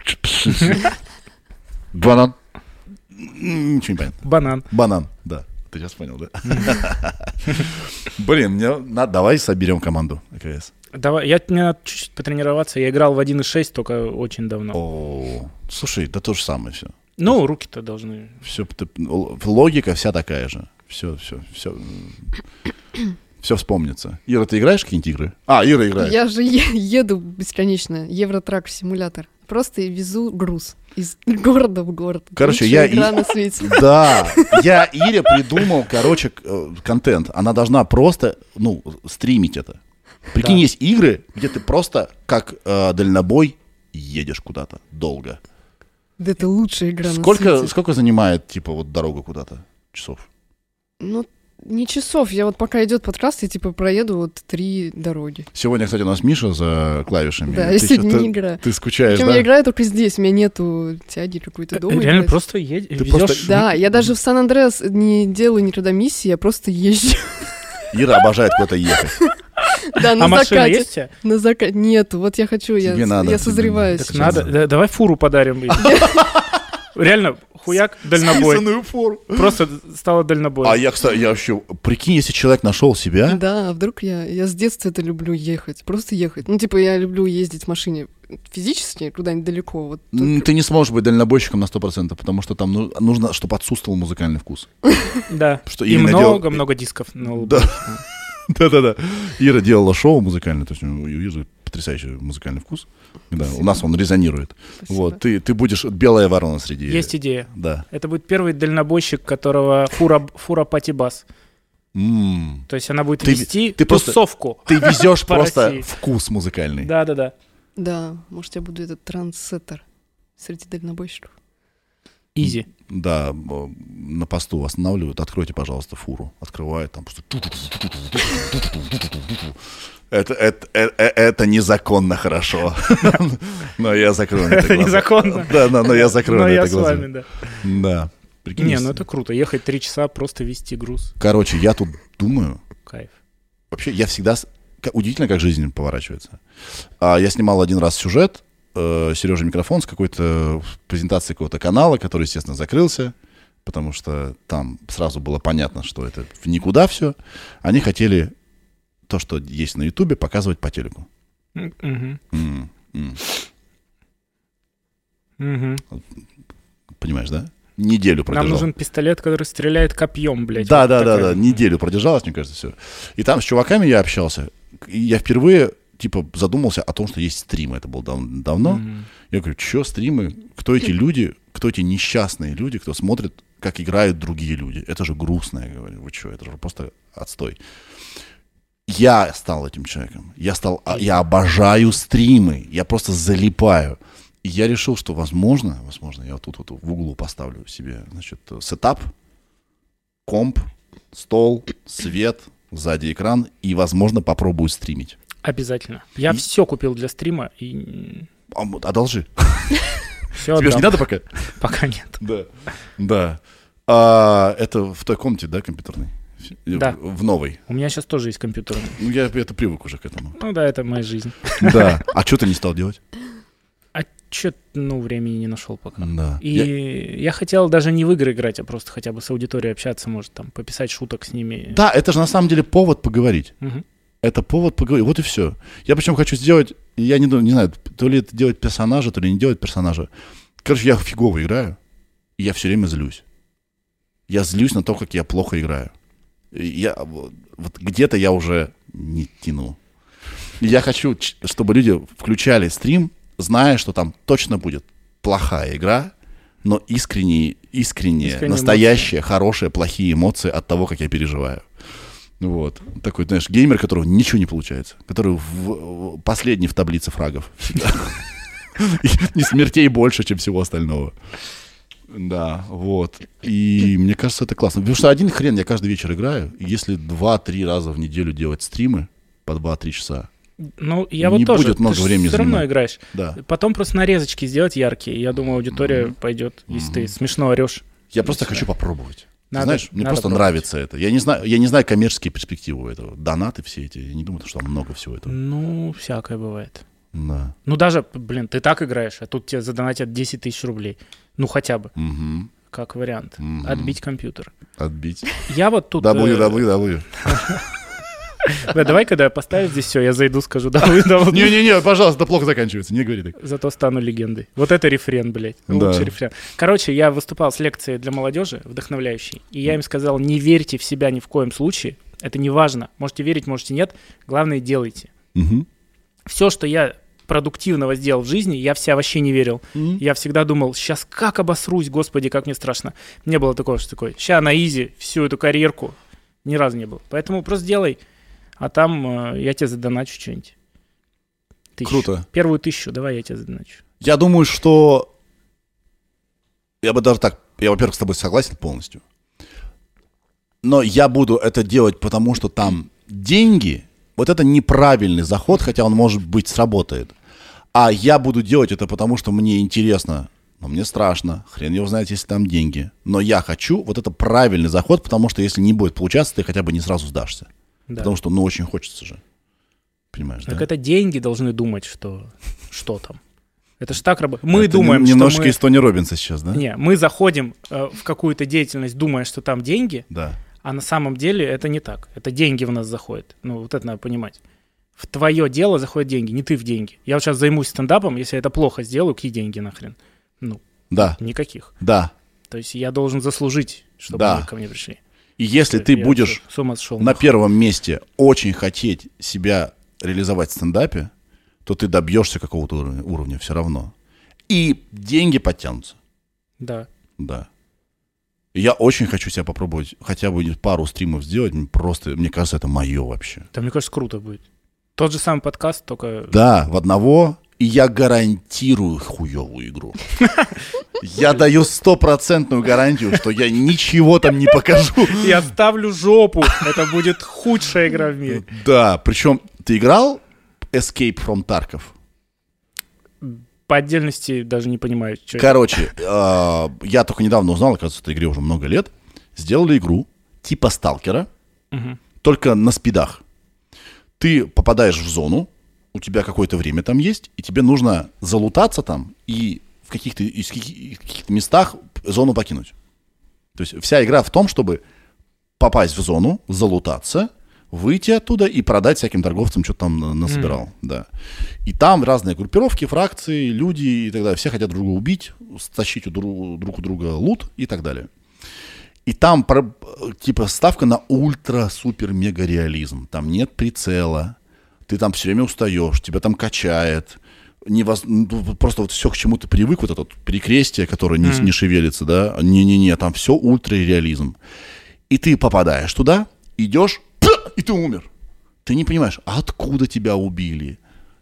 Банан. Ничего не понятно. Банан. Да. Ты сейчас понял, да? Блин, давай соберем команду АКС. Давай, мне надо чуть-чуть потренироваться. Я играл в 1.6 только очень давно. О, слушай, да то же самое все. Ну, руки-то должны... Все, логика вся такая же. Все вспомнится. Ира, ты играешь в какие-нибудь игры? Ира играет. Я же еду бесконечно. Евротрак-симулятор. Просто везу груз из города в город. Короче, Лучшая игра на свете. Да, я Ире придумал, контент. Она должна просто, стримить это. Прикинь, есть игры, где ты просто, как дальнобой, едешь куда-то долго. Да это лучшая игра на свете. Сколько занимает, дорога куда-то? Часов? Ну, не часов. Я пока идет подкаст, я проеду 3 дороги. Сегодня, кстати, у нас Миша за клавишами. Да, я сегодня не играю. Ты скучаешь, причем да? я играю только здесь, у меня нету тяги какой-то дома. Реально играть. просто везёшь. Да, я даже в Сан-Андреас не делаю никогда миссии, я просто езжу. Ира обожает куда-то ехать. Да, на машина закате. есть у тебя? На закате. Нету, вот я хочу, я созреваю. Так сейчас. надо. Давай фуру подарим. Реально, хуяк, дальнобой. Списанную фору. Просто стало дальнобой. А я вообще... Прикинь, если человек нашел себя... Да, а вдруг я с детства это люблю ехать, просто ехать. Я люблю ездить в машине физически куда-нибудь далеко. Вот только. Ты не сможешь быть дальнобойщиком на 100%, потому что там нужно, чтобы отсутствовал музыкальный вкус. Да, Что и именно много дисков на лбу. Да. Ира делала шоу музыкальное, то есть у Иры потрясающий музыкальный вкус. Да, у нас он резонирует. Спасибо. Вот, ты будешь белая ворона среди... Есть идея. Да. Это будет первый дальнобойщик, которого фура пати-бас. То есть она будет вести ты просто- тусовку. Ты везешь По просто России. вкус музыкальный. Да. Да, может, я буду этот трансеттер среди дальнобойщиков. Изи. Да, на посту останавливают. Откройте, пожалуйста, фуру. Открывают, там просто... Это незаконно хорошо. Но я закрою на это Это глаза. незаконно. Да, но я закрою Но на я это с глаза. вами, да. Да. Прикинь, Не, это круто. Ехать 3 часа, просто вести груз. Короче, я тут думаю... Кайф. Вообще, я всегда... Удивительно, как жизнь поворачивается. Я снимал один раз сюжет, Сережа микрофон с какой-то презентацией какого-то канала, который, естественно, закрылся, потому что там сразу было понятно, что это в никуда все. Они хотели то, что есть на Ютубе, показывать по телеку. Мгм. Понимаешь, да? Неделю Нам продержал. нужен пистолет, который стреляет копьем, блядь. Да. Вот такая. Неделю продержалось, мне кажется, все. И там с чуваками я общался. И я впервые, задумался о том, что есть стримы. Это было давно. Я говорю, что стримы? Кто эти люди? Кто эти несчастные люди, кто смотрит, как играют другие люди? Это же грустно, я говорю. Вы что? Это же просто отстой. Я стал этим человеком. Я обожаю стримы. Я просто залипаю. И я решил, что возможно, я вот тут в углу поставлю себе, сетап, комп, стол, свет, сзади экран, и, возможно, попробую стримить. Обязательно. Я все купил для стрима и... Одолжи. Все Тебе же не надо пока? Пока нет. Да. Это в той комнате, да, компьютерной? Да. В новой. У меня сейчас тоже есть компьютер. Я это привык уже к этому. Ну да, это моя жизнь. Да. А что ты не стал делать? А чё, времени не нашел пока. Да. И я хотел даже не в игры играть, а просто хотя бы с аудиторией общаться, может, там, пописать шуток с ними. Да, это же на самом деле повод поговорить. Мгм. Это повод поговорить. Вот и все. Я причем хочу сделать, я не знаю, то ли это делать персонажа, то ли не делать персонажа. Короче, я фигово играю, и я все время злюсь. Я злюсь на то, как я плохо играю. Вот где-то я уже не тяну. И я хочу, чтобы люди включали стрим, зная, что там точно будет плохая игра, но искренние настоящие, хорошие, плохие эмоции от того, как я переживаю. Вот. Такой, знаешь, геймер, которого ничего не получается. Который последний в таблице фрагов всегда. И смертей больше, чем всего остального. Да, вот. И мне кажется, это классно. Потому что один хрен я каждый вечер играю. И если 2-3 раза в неделю делать стримы по 2-3 часа, Ну, я не вот тоже. будет много времени все равно занимать. играешь. Да. Потом просто нарезочки сделать яркие. Я думаю, аудитория пойдет, если ты смешно орешь. Я просто хочу попробовать. Ты знаешь, мне просто пробовать. нравится это. Я не знаю коммерческие перспективы этого. Донаты все эти. Я не думаю, что там много всего этого. Ну, всякое бывает. Да. Ну, даже, блин, ты так играешь, а тут тебе задонатят 10 тысяч рублей. Ну, хотя бы, Мгм. как вариант. Мгм. Отбить компьютер. Отбить. Я вот тут... www. Давай, когда поставишь здесь все, я зайду, скажу www. Не-не-не, пожалуйста, плохо заканчивается. Не говори так. Зато стану легендой. Вот это рефрен, блядь. Да. Лучший рефрен. Короче, я выступал с лекцией для молодежи, вдохновляющей, и я им сказал, не верьте в себя ни в коем случае. Это не важно. Можете верить, можете нет. Главное, делайте. Мгм. Все, что я продуктивного сделал в жизни, я вся вообще не верил. Мгм. Я всегда думал, сейчас как обосрусь, господи, как мне страшно. Не было такого, что такое. Сейчас на изи всю эту карьерку. Ни разу не было. Поэтому просто делай, а там я тебе задоначу что-нибудь. 1000. Круто. Первую 1000, давай я тебе задоначу. Я думаю, что... Я бы даже так... Я, во-первых, с тобой согласен полностью. Но я буду это делать, потому что там деньги... Вот это неправильный заход, хотя он, может быть, сработает. А я буду делать это, потому что мне интересно. Но мне страшно. Хрен его знает, если там деньги. Но я хочу... Вот это правильный заход, потому что если не будет получаться, ты хотя бы не сразу сдашься. Да. Потому что, ну, очень хочется же. Понимаешь, Так да? это деньги должны думать, что там. Это ж так работает. Мы Это думаем, немножко что мы... из Тони Роббинса сейчас, да? Не, мы заходим в какую-то деятельность, думая, что там деньги, Да. а на самом деле это не так. Это деньги в нас заходят. Ну, вот это надо понимать. В твое дело заходят деньги, не ты в деньги. Я вот сейчас займусь стендапом, если я это плохо сделаю, какие деньги нахрен? Ну, Да. никаких. Да. То есть я должен заслужить, чтобы Да. они ко мне пришли. И если ты Я будешь с ума сошел. на первом месте очень хотеть себя реализовать в стендапе, то ты добьешься какого-то уровня все равно. И деньги подтянутся. Да. Да. И я очень хочу себя попробовать хотя бы пару стримов сделать. Просто, мне кажется, это мое вообще. Да, мне кажется, круто будет. Тот же самый подкаст, только... Да, в одного. И я гарантирую хуевую игру. Я даю 100% гарантию, что я ничего там не покажу. Я ставлю жопу. Это будет худшая игра в мире. Да, причем ты играл Escape from Tarkov? По отдельности даже не понимаю, что это. Короче, я только недавно узнал, оказывается, этой игре уже много лет. Сделали игру типа Сталкера, Мгм. только на спидах. Ты попадаешь в зону, у тебя какое-то время там есть, и тебе нужно залутаться там и в каких-то местах зону покинуть. То есть вся игра в том, чтобы попасть в зону, залутаться, выйти оттуда и продать всяким торговцам, что там насобирал. Да. И там разные группировки, фракции, люди и так далее. Все хотят друг друга убить, стащить друг у друга лут и так далее. И там типа ставка на ультра-супер-мега-реализм. Там нет прицела, ты там все время устаешь, тебя там качает. Просто вот все, к чему ты привык, вот это вот перекрестие, которое не шевелится, да, не-не-не, там все ультра-реализм. И ты попадаешь туда, идешь, и ты умер. Ты не понимаешь, откуда тебя убили,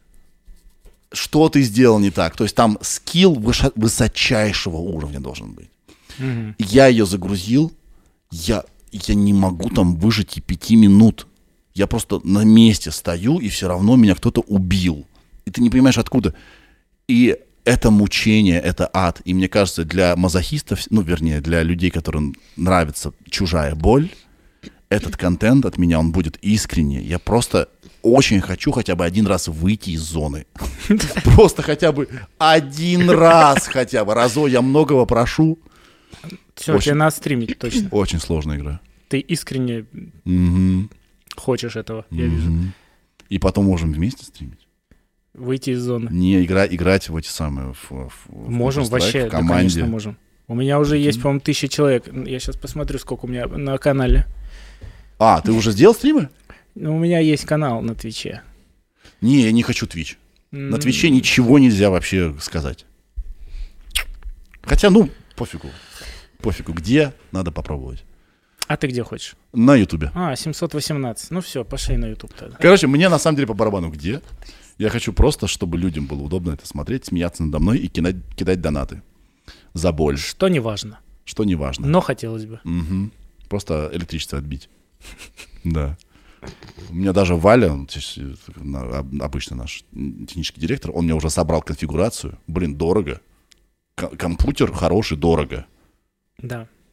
что ты сделал не так. То есть там скилл высочайшего уровня должен быть. Мгм. Я ее загрузил, я не могу там выжить и 5 минут. Я просто на месте стою, и все равно меня кто-то убил. И ты не понимаешь, откуда. И это мучение, это ад. И мне кажется, для мазохистов, ну, вернее, для людей, которым нравится чужая боль, этот контент от меня, он будет искренний. Я просто очень хочу хотя бы один раз выйти из зоны. Просто хотя бы один раз хотя бы. Разок я многого прошу. Все, Очень- тебе надо стримить, точно. Очень сложная игра. Ты искренне Мгм. хочешь этого, я вижу. Мгм. И потом можем вместе стримить. Выйти из зоны. Не играть в эти самые... Можем Counter-Strike, вообще, в да, команде. конечно, можем. У меня уже есть, по-моему, 1000 человек. Я сейчас посмотрю, сколько у меня на канале. А, ты уже сделал стримы? Ну, у меня есть канал на Твиче. Не, я не хочу Twitch. На Твиче ничего нельзя вообще сказать. Хотя, ну, пофигу. Пофигу, где, надо попробовать. А ты где хочешь? На Ютубе. 718. Ну все, пошли на Ютуб тогда. Короче, мне на самом деле по барабану где. Я хочу просто, чтобы людям было удобно это смотреть, смеяться надо мной и кидать донаты. За боль, Что не важно. что не важно. Но хотелось бы. Мгм. Просто электричество отбить. Да. У меня даже Валя, он здесь, обычно наш технический директор, он мне уже собрал конфигурацию. Блин, дорого. Компьютер хороший, дорого. Да.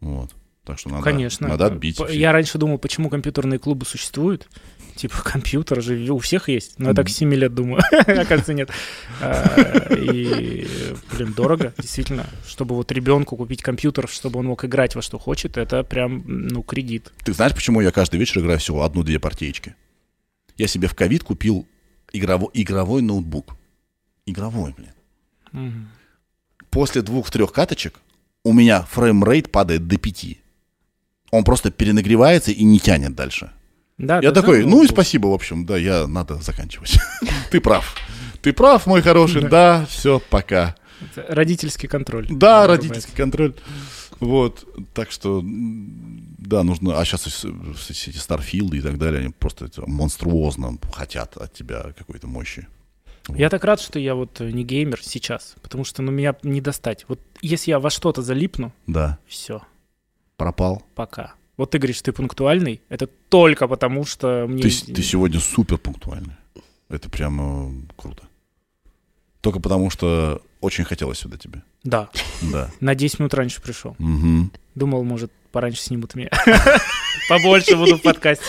Вот. Так что Конечно. Надо отбить. Я раньше думал, почему компьютерные клубы существуют. Типа компьютер же у всех есть. Но я так с 7 лет думаю. Оказывается, нет. И, блин, дорого, действительно. Чтобы вот ребенку купить компьютер, чтобы он мог играть во что хочет, это прям, кредит. Ты знаешь, почему я каждый вечер играю всего 1-2 партиечки? Я себе в ковид купил игровой ноутбук. Игровой, блин. После 2-3 каточек у меня фреймрейт падает до 5. Он просто перенагревается и не тянет дальше. Да, я такой, и спасибо, в общем, да, надо заканчивать. Ты прав. Ты прав, мой хороший, да, все, пока. Это родительский контроль. Да, родительский контроль. Вот, так что, да, нужно... А сейчас эти Старфилды и так далее, они просто монструозно хотят от тебя какой-то мощи. Вот. Я так рад, что я вот не геймер сейчас, потому что меня не достать. Вот если я во что-то залипну, да. Все. Пропал. Пока. Вот ты говоришь, ты пунктуальный, это только потому, что мне... Ты сегодня супер пунктуальный. Это прям круто. Только потому, что очень хотелось сюда тебе. Да. На 10 минут раньше пришел. Угу. Думал, может, пораньше снимут меня. Побольше буду в подкасте.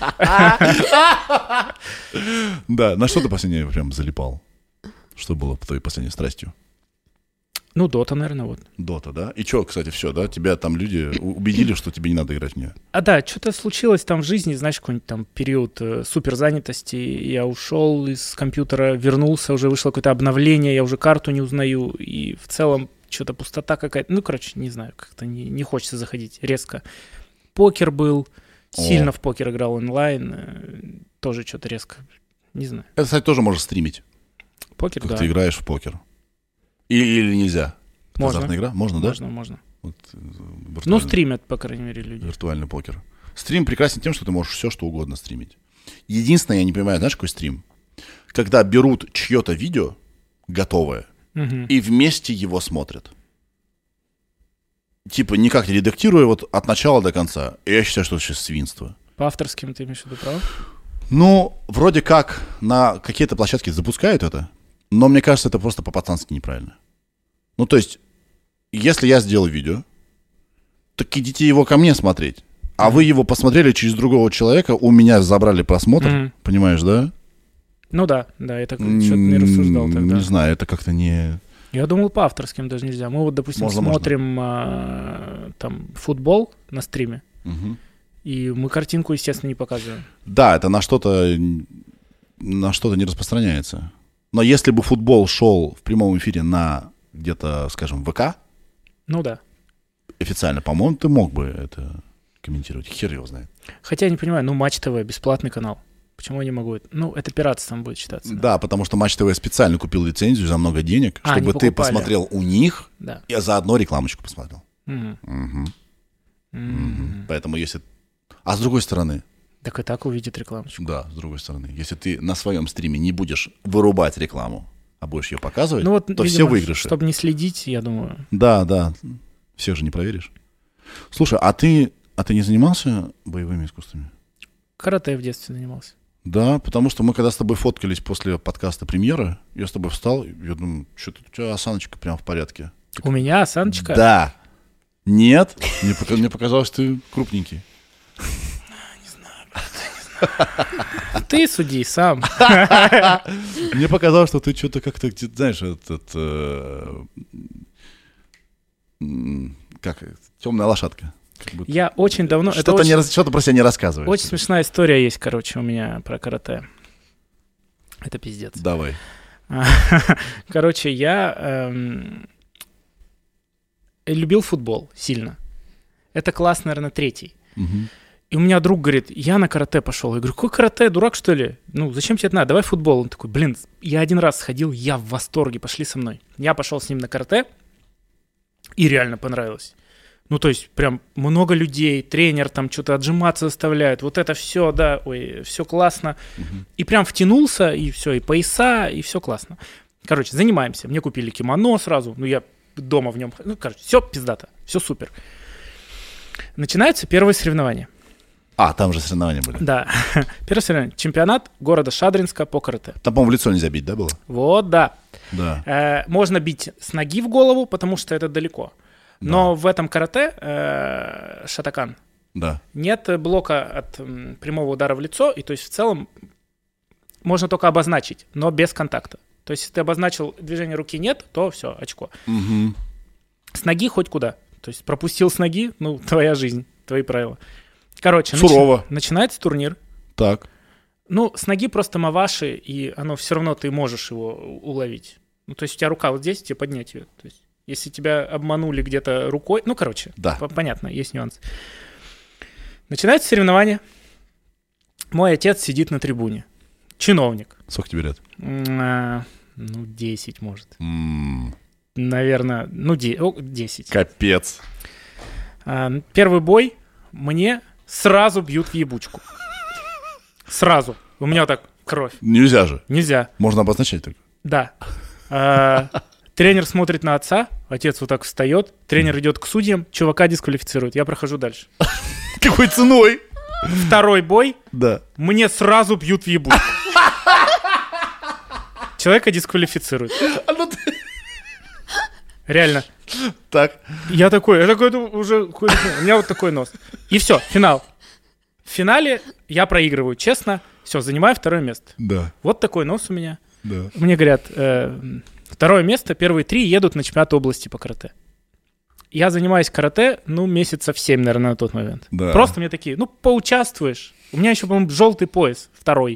Да, на что ты последнее прям залипал? Что было твоей последней страстью? Дота, наверное, вот. Дота, да? И что, кстати, все, да? Тебя там люди убедили, что тебе не надо играть в нее? Да, что-то случилось там в жизни, знаешь, какой-нибудь там период суперзанятости. Я ушел из компьютера, вернулся, уже вышло какое-то обновление, я уже карту не узнаю. И в целом что-то пустота какая-то. Не знаю, как-то не хочется заходить резко. Покер был, сильно в покер играл онлайн, тоже что-то резко, не знаю. Это, кстати, тоже можешь стримить. Покер, как да. Ты играешь в покер. Или нельзя? Можно. Азартная игра? Можно, да? Можно. Вот, стримят, по крайней мере, люди. Виртуальный покер. Стрим прекрасен тем, что ты можешь все, что угодно стримить. Единственное, я не понимаю, знаешь, какой стрим? Когда берут чье-то видео, готовое, и вместе его смотрят. Типа никак не редактируя вот от начала до конца. И я считаю, что это сейчас свинство. По авторским ты имеешь в виду, право? Вроде как на какие-то площадки запускают это, но мне кажется, это просто по-пацански неправильно. То есть, если я сделал видео, так идите его ко мне смотреть. А вы его посмотрели через другого человека, у меня забрали просмотр, понимаешь, да? Да, я так что-то не рассуждал тогда. Не знаю, это как-то не... Я думал, по авторским даже нельзя. Мы вот, допустим, смотрим там футбол на стриме, и мы картинку, естественно, не показываем. Да, это на что-то не распространяется. Но если бы футбол шел в прямом эфире на где-то, скажем, ВК, да. Официально, по-моему, ты мог бы это комментировать. Хер его знает. Хотя я не понимаю, Матч ТВ, бесплатный канал. Почему я не могу это? Это пиратством будет считаться. Да, потому что Матч ТВ специально купил лицензию за много денег, чтобы ты посмотрел у них, и заодно рекламочку посмотрел. Поэтому если... А с другой стороны... Так и так увидит рекламочку. Да, с другой стороны. Если ты на своем стриме не будешь вырубать рекламу, а будешь ее показывать, то видимо, все выигрыши. Чтобы не следить, я думаю. Да. Всех же не проверишь. Слушай, а ты не занимался боевыми искусствами? Карате в детстве занимался. Да, потому что мы когда с тобой фоткались после подкаста «Премьера», я с тобой встал, я думаю, что-то у тебя осаночка прям в порядке. У меня осаночка? Да. Нет? Мне показалось, что ты крупненький. Не знаю, брат. Ты суди сам. Мне показалось, что ты что-то как-то, знаешь, как темная лошадка. Я очень давно... Что-то про себя не рассказываешь. Очень смешная история есть, у меня про карате. Это пиздец. Давай. Я любил футбол сильно. Это класс, наверное, 3. И у меня друг говорит, я на карате пошел. Я говорю, какой карате, дурак, что ли? Зачем тебе это надо? Давай футбол. Он такой, я один раз сходил, я в восторге, пошли со мной. Я пошел с ним на карате, и реально понравилось. То есть прям много людей, тренер там что-то отжиматься заставляет. Вот это все, да, все классно. И прям втянулся, и все, и пояса, и все классно. Занимаемся. Мне купили кимоно сразу, я дома в нем. Все пиздато, все супер. Начинаются первые соревнования. Там же соревнования были. Да. Первое соревнование. Чемпионат города Шадринска по карате. Там, по-моему, в лицо нельзя бить, да, было? Вот, да. Да. Можно бить с ноги в голову, потому что это далеко. Но в этом карате шатакан Да. нет блока от прямого удара в лицо, и то есть в целом можно только обозначить, но без контакта. То есть если ты обозначил, движение руки нет, то все, очко. Мгм. С ноги хоть куда. То есть пропустил с ноги, ну, твоя жизнь, твои правила. Короче, Сурово. начинается турнир. Так. Ну, с ноги просто маваши, и оно все равно ты можешь его уловить. Ну, то есть у тебя рука вот здесь, тебе поднять ее. То есть если тебя обманули где-то рукой... Ну, короче, Да. понятно, есть нюанс. Начинается соревнование. Мой отец сидит на трибуне. Чиновник. Сколько тебе лет? Ну, 10, может. М, Наверное, ну, 10. Капец. Первый бой мне сразу бьют в ебучку. Сразу. У меня так кровь. Нельзя же. Нельзя. Можно обозначать так. Да. Тренер смотрит на отца, отец вот так встает, тренер идет к судьям, чувака дисквалифицирует. Я прохожу дальше. Какой ценой? Второй бой, Да. мне сразу бьют в ебучку. Человека дисквалифицируют. Реально. Так. Я такой, ну, уже, у меня вот такой нос. И все, финал. В финале я проигрываю, честно. Все, занимаю второе место. Да. Вот такой нос у меня. Да. Мне говорят, второе место, первые 3 едут на чемпионат области по карате. Я занимаюсь карате, ну, месяцев 7, наверное, на тот момент. Да. Просто мне такие, ну, поучаствуешь. У меня еще, по-моему, желтый пояс, второй.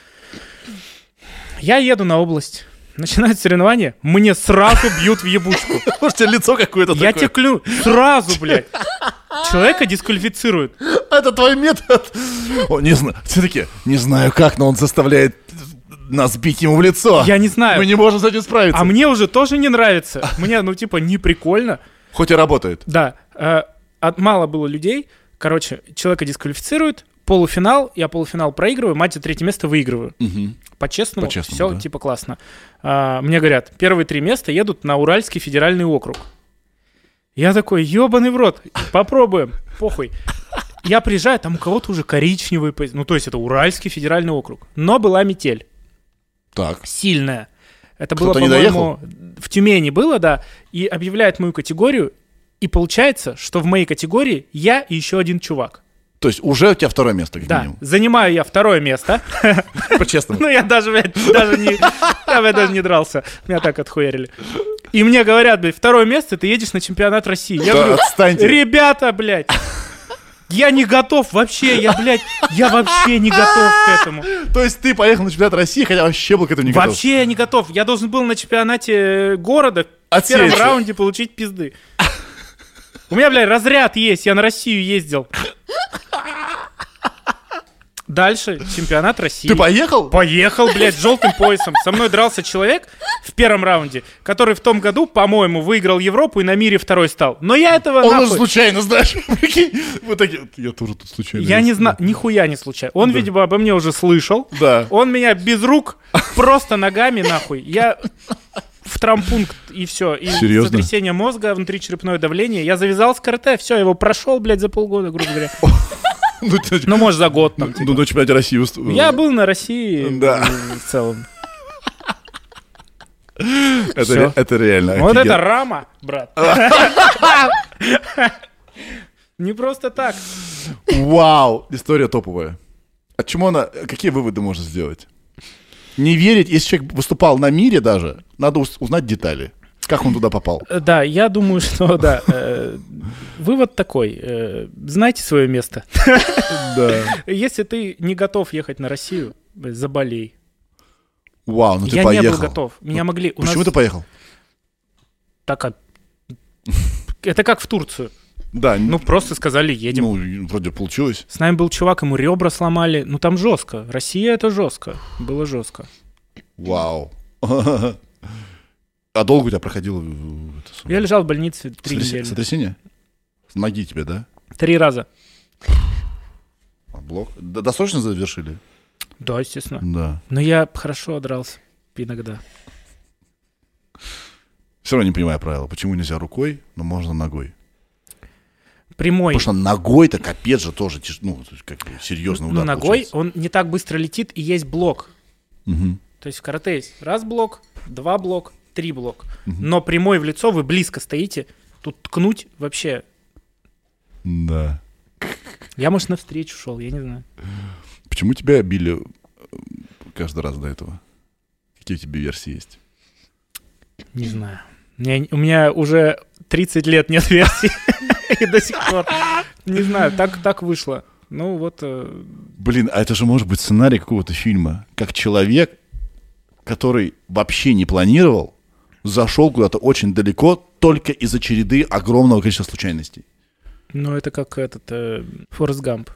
Я еду на область. Начинают соревнования, мне сразу бьют в ебучку. Может, у тебя лицо какое-то Я тебе такое? клянусь, сразу, блядь. Человека дисквалифицируют. Это твой метод. О, не знаю. Все-таки, не знаю как, но он заставляет нас бить ему в лицо. Я не знаю. Мы не можем с этим справиться. А мне уже тоже не нравится. Мне, ну, типа, не прикольно. Хоть и работает. Да, мало было людей. Короче, человека дисквалифицируют, полуфинал, я полуфинал проигрываю, матч за 3 место выигрываю. Мгм. По-честному, По-честному, все, да. типа, классно. Мне говорят, первые 3 места едут на Уральский федеральный округ. Я такой, ебаный в рот, попробуем, похуй. Я приезжаю, там у кого-то уже коричневый, ну, то есть это Уральский федеральный округ. Но была метель, Так. сильная. Это Кто-то было, не по-моему, в Тюмени было, да, и объявляют мою категорию, и получается, что в моей категории я и еще один чувак. То есть уже у тебя второе место, как Да, минимум. занимаю я второе место. По-честному. Ну, я даже, блядь, даже не дрался. Меня так отхуярили. И мне говорят, блядь, второе место, ты едешь на чемпионат России. Я Да, говорю, отстаньте. ребята, блядь, я не готов вообще, я вообще не готов к этому. То есть ты поехал на чемпионат России, хотя вообще был к этому не готов. Вообще я не готов. Я должен был на чемпионате города в первом Отсечься. раунде получить пизды. У меня, блядь, разряд есть, я на Россию ездил. Дальше чемпионат России. Ты поехал? Поехал, блядь, с желтым поясом. Со мной дрался человек в первом раунде, который в том году, по-моему, выиграл Европу и на мире второй стал. Но я этого Он нахуй... уже случайно, знаешь, прикинь. Вот такие, я тоже тут случайно. Я не знаю, нихуя не случайно. Он, видимо, обо мне уже слышал. Да. Он меня без рук, просто ногами нахуй. Я в травмпункт и все. И Серьезно? сотрясение мозга, внутричерепное давление. Я завязал с карате, все, его прошел, блядь, за полгода, грубо говоря. Ну, может, за год там. Ну, на чемпионате России Я был на России Да. в целом. Это реально. Вот офигенно. это рама, брат. Не просто так. Вау, история топовая. От чему она, какие выводы можно сделать? Не верить, если человек выступал на мире даже, надо узнать детали. Как он туда попал? Да, я думаю, что да. Вывод такой. Знайте свое место. Да. Если ты не готов ехать на Россию, заболей. Вау, ну ты Я поехал. не был готов. Меня могли... у Почему нас ты поехал? так, это как в Турцию. Да, Ну, просто сказали, едем. ну, вроде получилось. С нами был чувак, ему ребра сломали. Ну, там жестко. Россия — это жестко. Было жестко. Вау. А долго у тебя проходило? это самое? Я лежал в больнице 3 недели. Сотрясение? С ноги тебе, да? 3 раза. А блок? Досрочно завершили? Да, естественно. Да. Но я хорошо дрался иногда. Все равно не понимаю правила. Почему нельзя рукой, но можно ногой? Прямой. Потому что ногой-то капец же тоже, ну, то есть как бы серьезный удар Ну, ногой получается. он не так быстро летит, и есть блок. Мгм. То есть в карате есть раз блок, 2 блок, 3 блок. Но прямой в лицо вы близко стоите, Тут ткнуть вообще... Да. Я, может, навстречу шел, я не знаю. Почему тебя били каждый раз до этого? Какие у тебя версии есть? Не знаю. У меня уже 30 лет нет версий. И до сих пор. Не знаю, так вышло. Ну вот... Блин, а это же может быть сценарий какого-то фильма. Как человек, который вообще не планировал, зашел куда-то очень далеко только из-за череды огромного количества случайностей. Ну, это как Форрест Гамп.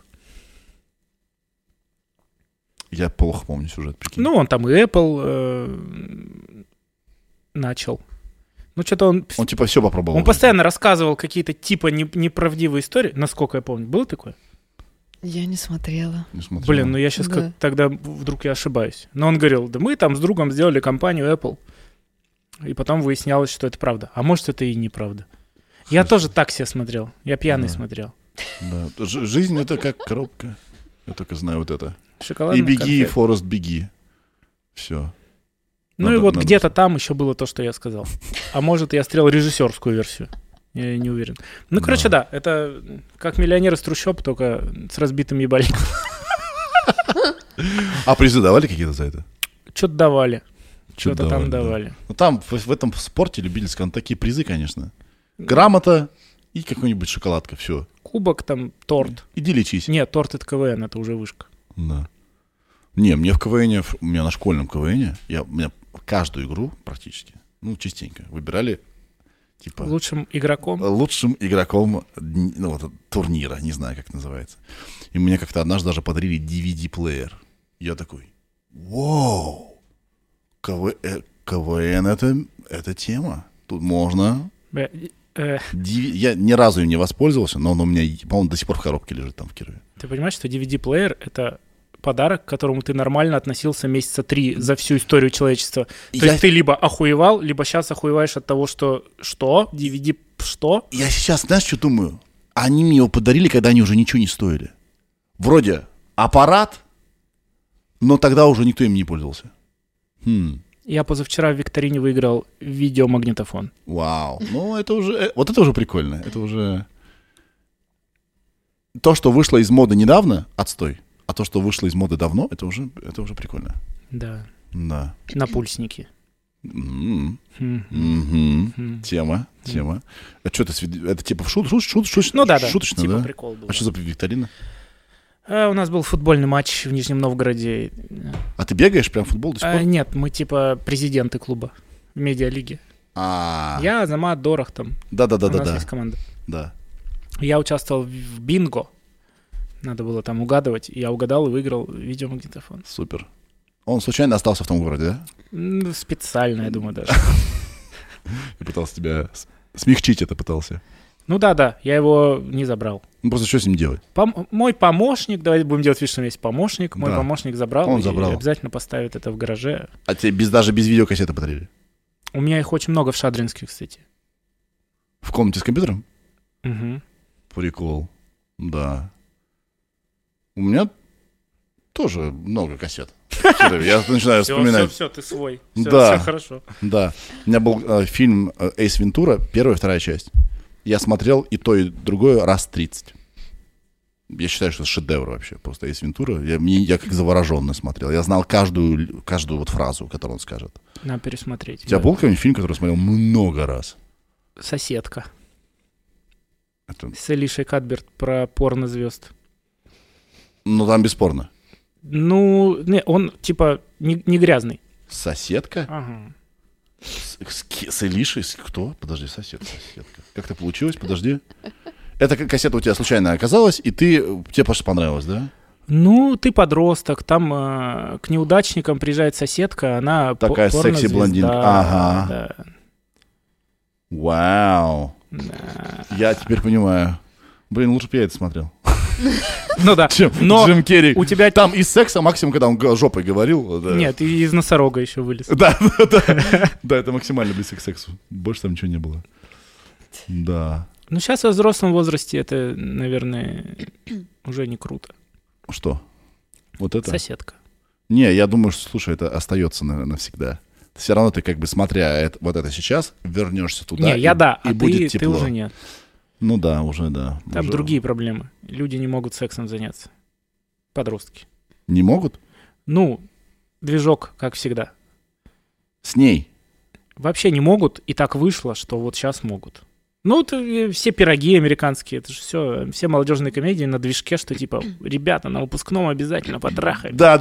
Я плохо помню сюжет, прикинь. Ну, он там и Apple начал. Ну, что-то он типа все попробовал. Он постоянно рассказывал какие-то типа неправдивые истории, насколько я помню. Было такое? Я не смотрела. Не смотрел. Блин, ну я сейчас тогда вдруг я ошибаюсь. Но он говорил, да мы там с другом сделали компанию Apple. И потом выяснялось, что это правда. А может, это и неправда. Я тоже так себе смотрел. Я пьяный смотрел. Да. Жизнь — это как коробка. Я только знаю вот это. Шоколадный и беги, конфет. и Форест, беги. Все. Ну и вот где-то там еще было то, что я сказал. А может, я стрелял режиссерскую версию. Я не уверен. Ну, короче, да, это как «Миллионер из трущоб», только с разбитым ебальником. А призы давали какие-то за это? Что-то давали. Что-то там давали. Ну, там в этом спорте любительском такие призы, конечно. Грамота и какой-нибудь шоколадка, все. Кубок, там, торт. Иди лечись. Нет, торт — это КВН, это уже вышка. Да. Не, мне в КВН, у меня на школьном КВН, у меня каждую игру практически, ну, частенько, выбирали, типа... Лучшим игроком турнира, не знаю, как это называется. И мне как-то однажды даже подарили DVD-плеер. Я такой, вау, КВН это тема, тут можно... Я ни разу им не воспользовался, но он у меня, по-моему, до сих пор в коробке лежит там в Кирове. Ты понимаешь, что DVD-плеер — это подарок, к которому ты нормально относился месяца 3 за всю историю человечества. То есть ты либо охуевал, либо сейчас охуеваешь от того, что... Что? DVD что? Я сейчас, знаешь, что думаю? Они мне его подарили, когда они уже ничего не стоили. Вроде аппарат, но тогда уже никто им не пользовался. Я позавчера в викторине выиграл видеомагнитофон. Вау. Ну, это уже... Вот это уже прикольно. Это уже... То, что вышло из моды недавно, отстой. А то, что вышло из моды давно, это уже прикольно. Да. Да. Напульсники. Тема. А что это типа шуточно? Ну да. Шуточно, типа да? прикол был. А что за викторина? У нас был футбольный матч в Нижнем Новгороде. А ты бегаешь прям в футбол до сих пор? Нет, мы типа президенты клуба в медиалиге. Я, Азамат, Дорох там. Да. У нас есть команда. Да. Я участвовал в бинго. Надо было там угадывать. Я угадал и выиграл видеомагнитофон. Супер. Он случайно остался в том городе, да? Специально, я думаю, даже. Я пытался тебя смягчить, это пытался. Ну да, я его не забрал. Ну просто что с ним делать? Мой помощник, давайте будем делать вид, что у меня есть помощник. Мой помощник забрал. Он забрал. И обязательно поставит это в гараже. А тебе даже без видеокассеты подарили? У меня их очень много в Шадринске, кстати. В комнате с компьютером? Угу. Прикол. Да. У меня тоже много кассет. Я начинаю вспоминать. Все, ты свой. Да. Все хорошо. Да. У меня был фильм «Эйс Вентура», первая и вторая часть. Я смотрел и то, и другое раз 30. Я считаю, что это шедевр вообще. Просто «Эйс Вентура». Я как завороженный смотрел. Я знал каждую вот фразу, которую он скажет. Надо пересмотреть. У тебя был какой-нибудь фильм, который смотрел много раз? «Соседка». С Элишей Кадберт про порнозвезд. Ну, там бесспорно. Ну, не, он типа не грязный. Соседка? Ага. С Элишей? Кто? Подожди, соседка. Как это получилось? Подожди. Эта кассета у тебя случайно оказалась, и тебе просто понравилось, да? Ну, ты подросток, там к неудачникам приезжает соседка, она такая секси-блондинка. Ага. Да. Вау. Да. Я теперь понимаю. Блин, лучше бы я это смотрел. Ну да. Но Джим Керри. У тебя там из секса максимум, когда он жопой говорил. Да. Нет, и из носорога еще вылез. Да, это максимально близко к сексу. Больше там ничего не было. Да. Ну, сейчас во взрослом возрасте это, наверное, уже не круто. Что? Вот это? Соседка. Не, я думаю, что, слушай, это остается навсегда. Все равно ты как бы, смотря вот это сейчас, вернешься туда. Не, я да, и а будет ты тепло. уже нет. Ну да, уже да. Там уже. другие проблемы. Люди не могут сексом заняться. Подростки. Не могут? Ну, движок, как всегда. С ней? Вообще не могут, и так вышло, что вот сейчас могут. Ну, это все пироги американские, это же все молодежные комедии на движке, что типа, ребята, на выпускном обязательно потрахаем. Да.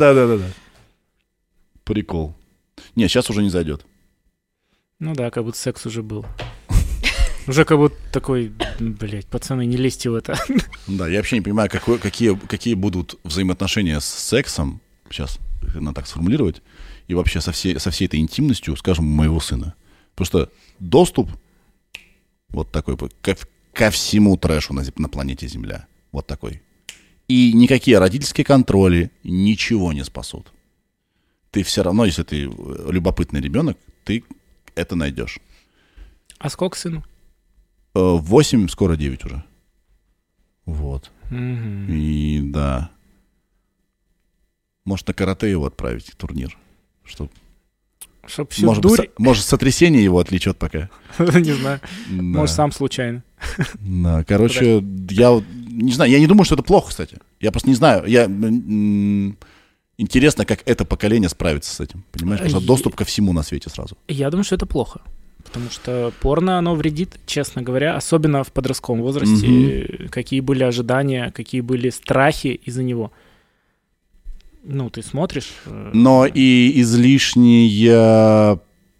Прикол. Не, сейчас уже не зайдет. Ну да, как будто секс уже был. Уже как будто такой, блядь, пацаны, не лезьте в это. Да, я вообще не понимаю, какие будут взаимоотношения с сексом, сейчас надо так сформулировать, и вообще со всей этой интимностью, скажем, моего сына. Потому что доступ вот такой ко всему трэшу на планете Земля. Вот такой. И никакие родительские контроли ничего не спасут. Ты все равно, если ты любопытный ребенок, ты это найдешь. А сколько сыну? 8, скоро 9 уже. Вот. Угу. И да. Может, на карате его отправить в турнир. Чтоб всю может, дурь... может, сотрясение его отвлечет пока. Не знаю. Да. Может, сам случайно. Да, короче, я не знаю, я не думаю, что это плохо, кстати. Я просто не знаю. Интересно, как это поколение справится с этим. Понимаешь? Потому что доступ ко всему на свете сразу. Я думаю, что это плохо. Потому что порно, оно вредит, честно говоря, особенно в подростковом возрасте. Какие были ожидания, какие были страхи из-за него. Ну, ты смотришь... Но и излишняя...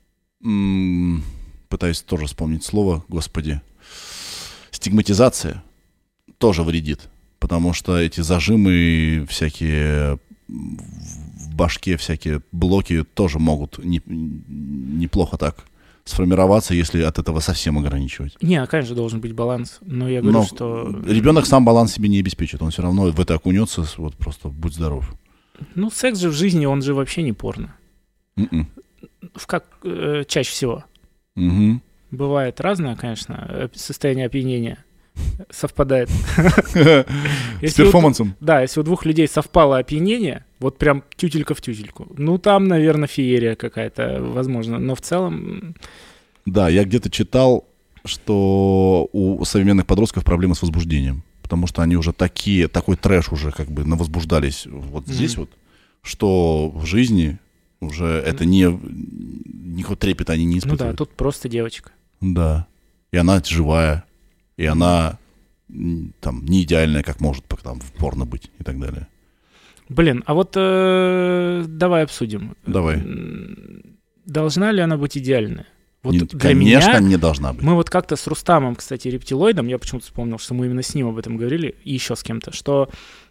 Пытаюсь тоже вспомнить слово, господи. Стигматизация тоже вредит. Потому что эти зажимы всякие в башке, всякие блоки тоже могут неплохо так сформироваться, если от этого совсем ограничивать. Не, конечно, должен быть баланс. Но я говорю, что... Ребенок сам баланс себе не обеспечит. Он все равно в это окунется, вот просто будь здоров. Ну, секс же в жизни, он же вообще не порно. Чаще всего. Бывает разное, конечно, состояние опьянения совпадает. С перформансом? Да, если у двух людей совпало опьянение, вот прям тютелька в тютельку, ну, там, наверное, феерия какая-то, возможно, но в целом... Да, я где-то читал, что у современных подростков проблемы с возбуждением, потому что они уже такой трэш уже как бы навозбуждались вот здесь вот, что в жизни уже это никакого трепета они не испытывают. Ну да, тут просто девочка. Да, и она живая, и она там не идеальная, как может там в порно быть и так далее. Блин, а вот давай обсудим. Давай. Должна ли она быть идеальная? Вот для конечно, меня, не должна быть. Мы вот как-то с Рустамом, кстати, рептилоидом, я почему-то вспомнил, что мы именно с ним об этом говорили, и еще с кем-то, что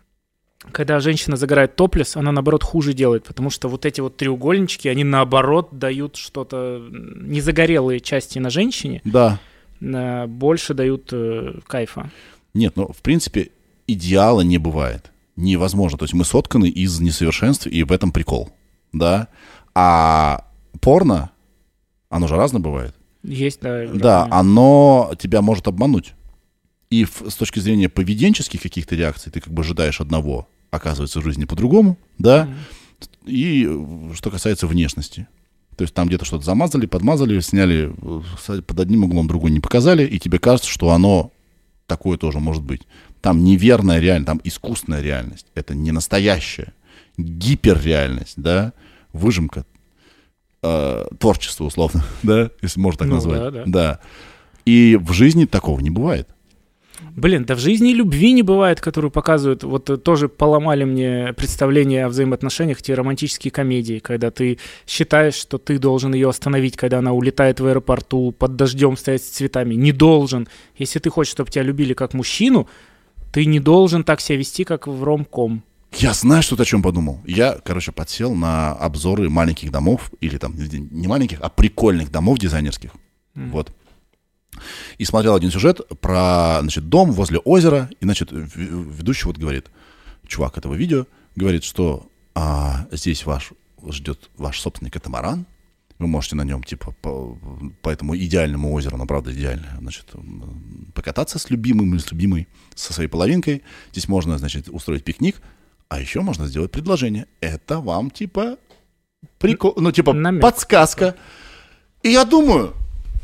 когда женщина загорает топлес, она, наоборот, хуже делает, потому что вот эти вот треугольнички, они, наоборот, дают что-то, незагорелые части на женщине, да. Больше дают кайфа. Нет, ну, в принципе, идеала не бывает. Невозможно. То есть мы сотканы из несовершенств, и в этом прикол. Да? А порно, оно же разное бывает. Есть, да. Да, оно тебя может обмануть. И с точки зрения поведенческих каких-то реакций ты как бы ожидаешь одного, оказывается в жизни по-другому, да? И что касается внешности. То есть там где-то что-то замазали, подмазали, сняли под одним углом, другой не показали, и тебе кажется, что оно такое тоже может быть. Там неверная реальность, там искусственная реальность. Это не настоящая. Гиперреальность, да? Выжимка. Творчество, условно, да? Если можно так назвать. Да. И в жизни такого не бывает. Блин, да в жизни и любви не бывает, которую показывают. Вот тоже поломали мне представление о взаимоотношениях, те романтические комедии, когда ты считаешь, что ты должен ее остановить, когда она улетает в аэропорту, под дождем стоять с цветами. Не должен. Если ты хочешь, чтобы тебя любили как мужчину, ты не должен так себя вести, как в ромком. Я знаю, что ты о чем подумал. Я, подсел на обзоры маленьких домов, или там не маленьких, а прикольных домов дизайнерских. Вот. И смотрел один сюжет про, дом возле озера, и, ведущий вот говорит, чувак этого видео, говорит, что здесь вас ждет ваш собственный катамаран, вы можете на нем, по этому идеальному озеру, но правда идеальное, покататься с любимым или с любимой, со своей половинкой, здесь можно, устроить пикник, а еще можно сделать предложение, это вам, прикол, ну, типа, намек. подсказка. И я думаю,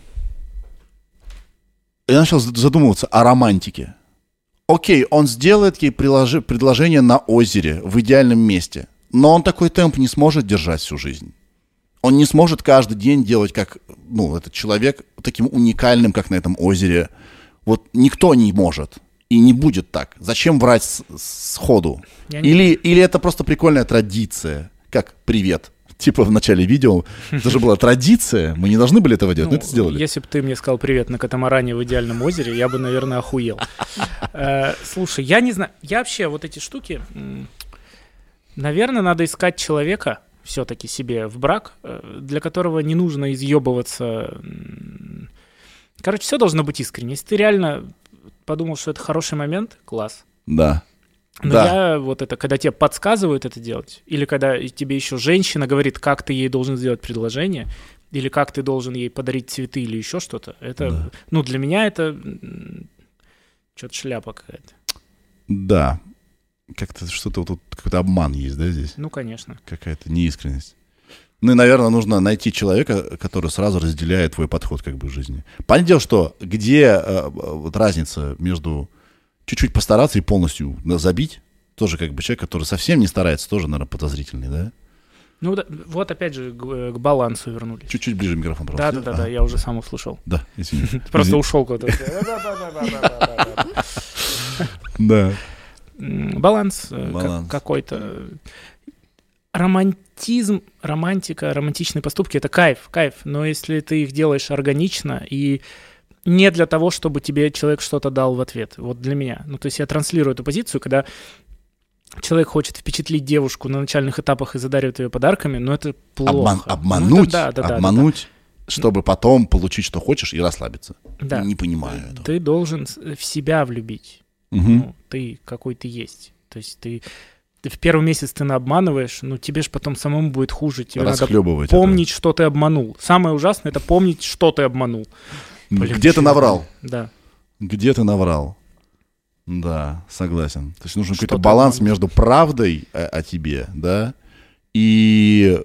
я начал задумываться о романтике. Окей, он сделает ей предложение на озере, в идеальном месте. Но он такой темп не сможет держать всю жизнь. Он не сможет каждый день делать как, ну, этот человек таким уникальным, как на этом озере. Вот никто не может. И не будет так. Зачем врать сходу? Или это просто прикольная традиция. Как «привет». Типа в начале видео. Это же была традиция. Мы не должны были этого делать, но это сделали. Если бы ты мне сказал «привет» на катамаране в идеальном озере, я бы, наверное, охуел. Слушай, я не знаю. Я вообще вот эти штуки... Наверное, надо искать человека все-таки себе в брак, для которого не нужно изъебываться. Короче, все должно быть искренне. Если ты реально подумал, что это хороший момент, класс. Да. Но я вот это, когда тебе подсказывают это делать, или когда тебе еще женщина говорит, как ты ей должен сделать предложение, или как ты должен ей подарить цветы или еще что-то, это, ну, для меня это что-то шляпа какая-то. Да. Как-то что-то вот тут, какой-то обман есть, да, здесь? Ну, конечно. Какая-то неискренность. Ну и, наверное, нужно найти человека, который сразу разделяет твой подход как бы в жизни. Понятное дело, что где вот разница между чуть-чуть постараться и полностью забить, тоже как бы человек, который совсем не старается, тоже, наверное, подозрительный, да? Ну, да, вот опять же к балансу вернулись. Чуть-чуть ближе микрофон, пожалуйста. Да, я уже сам услышал. Да, извини. Просто ушел куда-то. Да. Баланс какой-то. Романтизм, романтика, романтичные поступки — это кайф. Но если ты их делаешь органично и не для того, чтобы тебе человек что-то дал в ответ. Вот для меня. Ну, то есть я транслирую эту позицию, когда человек хочет впечатлить девушку на начальных этапах и задаривает ее подарками, но это плохо. Обмануть, ну, обмануть, чтобы потом получить, что хочешь, и расслабиться. Да. Не понимаю этого. Ты должен в себя влюбить. Угу. Ну, ты какой ты есть. То есть ты в первый месяц ты обманываешь, но тебе же потом самому будет хуже. Тебе надо помнить, что ты обманул. Самое ужасное — это помнить, что ты обманул. Блин, где ты наврал? Да. Где ты наврал? Да, согласен. То есть нужен какой-то баланс между правдой о тебе, да, и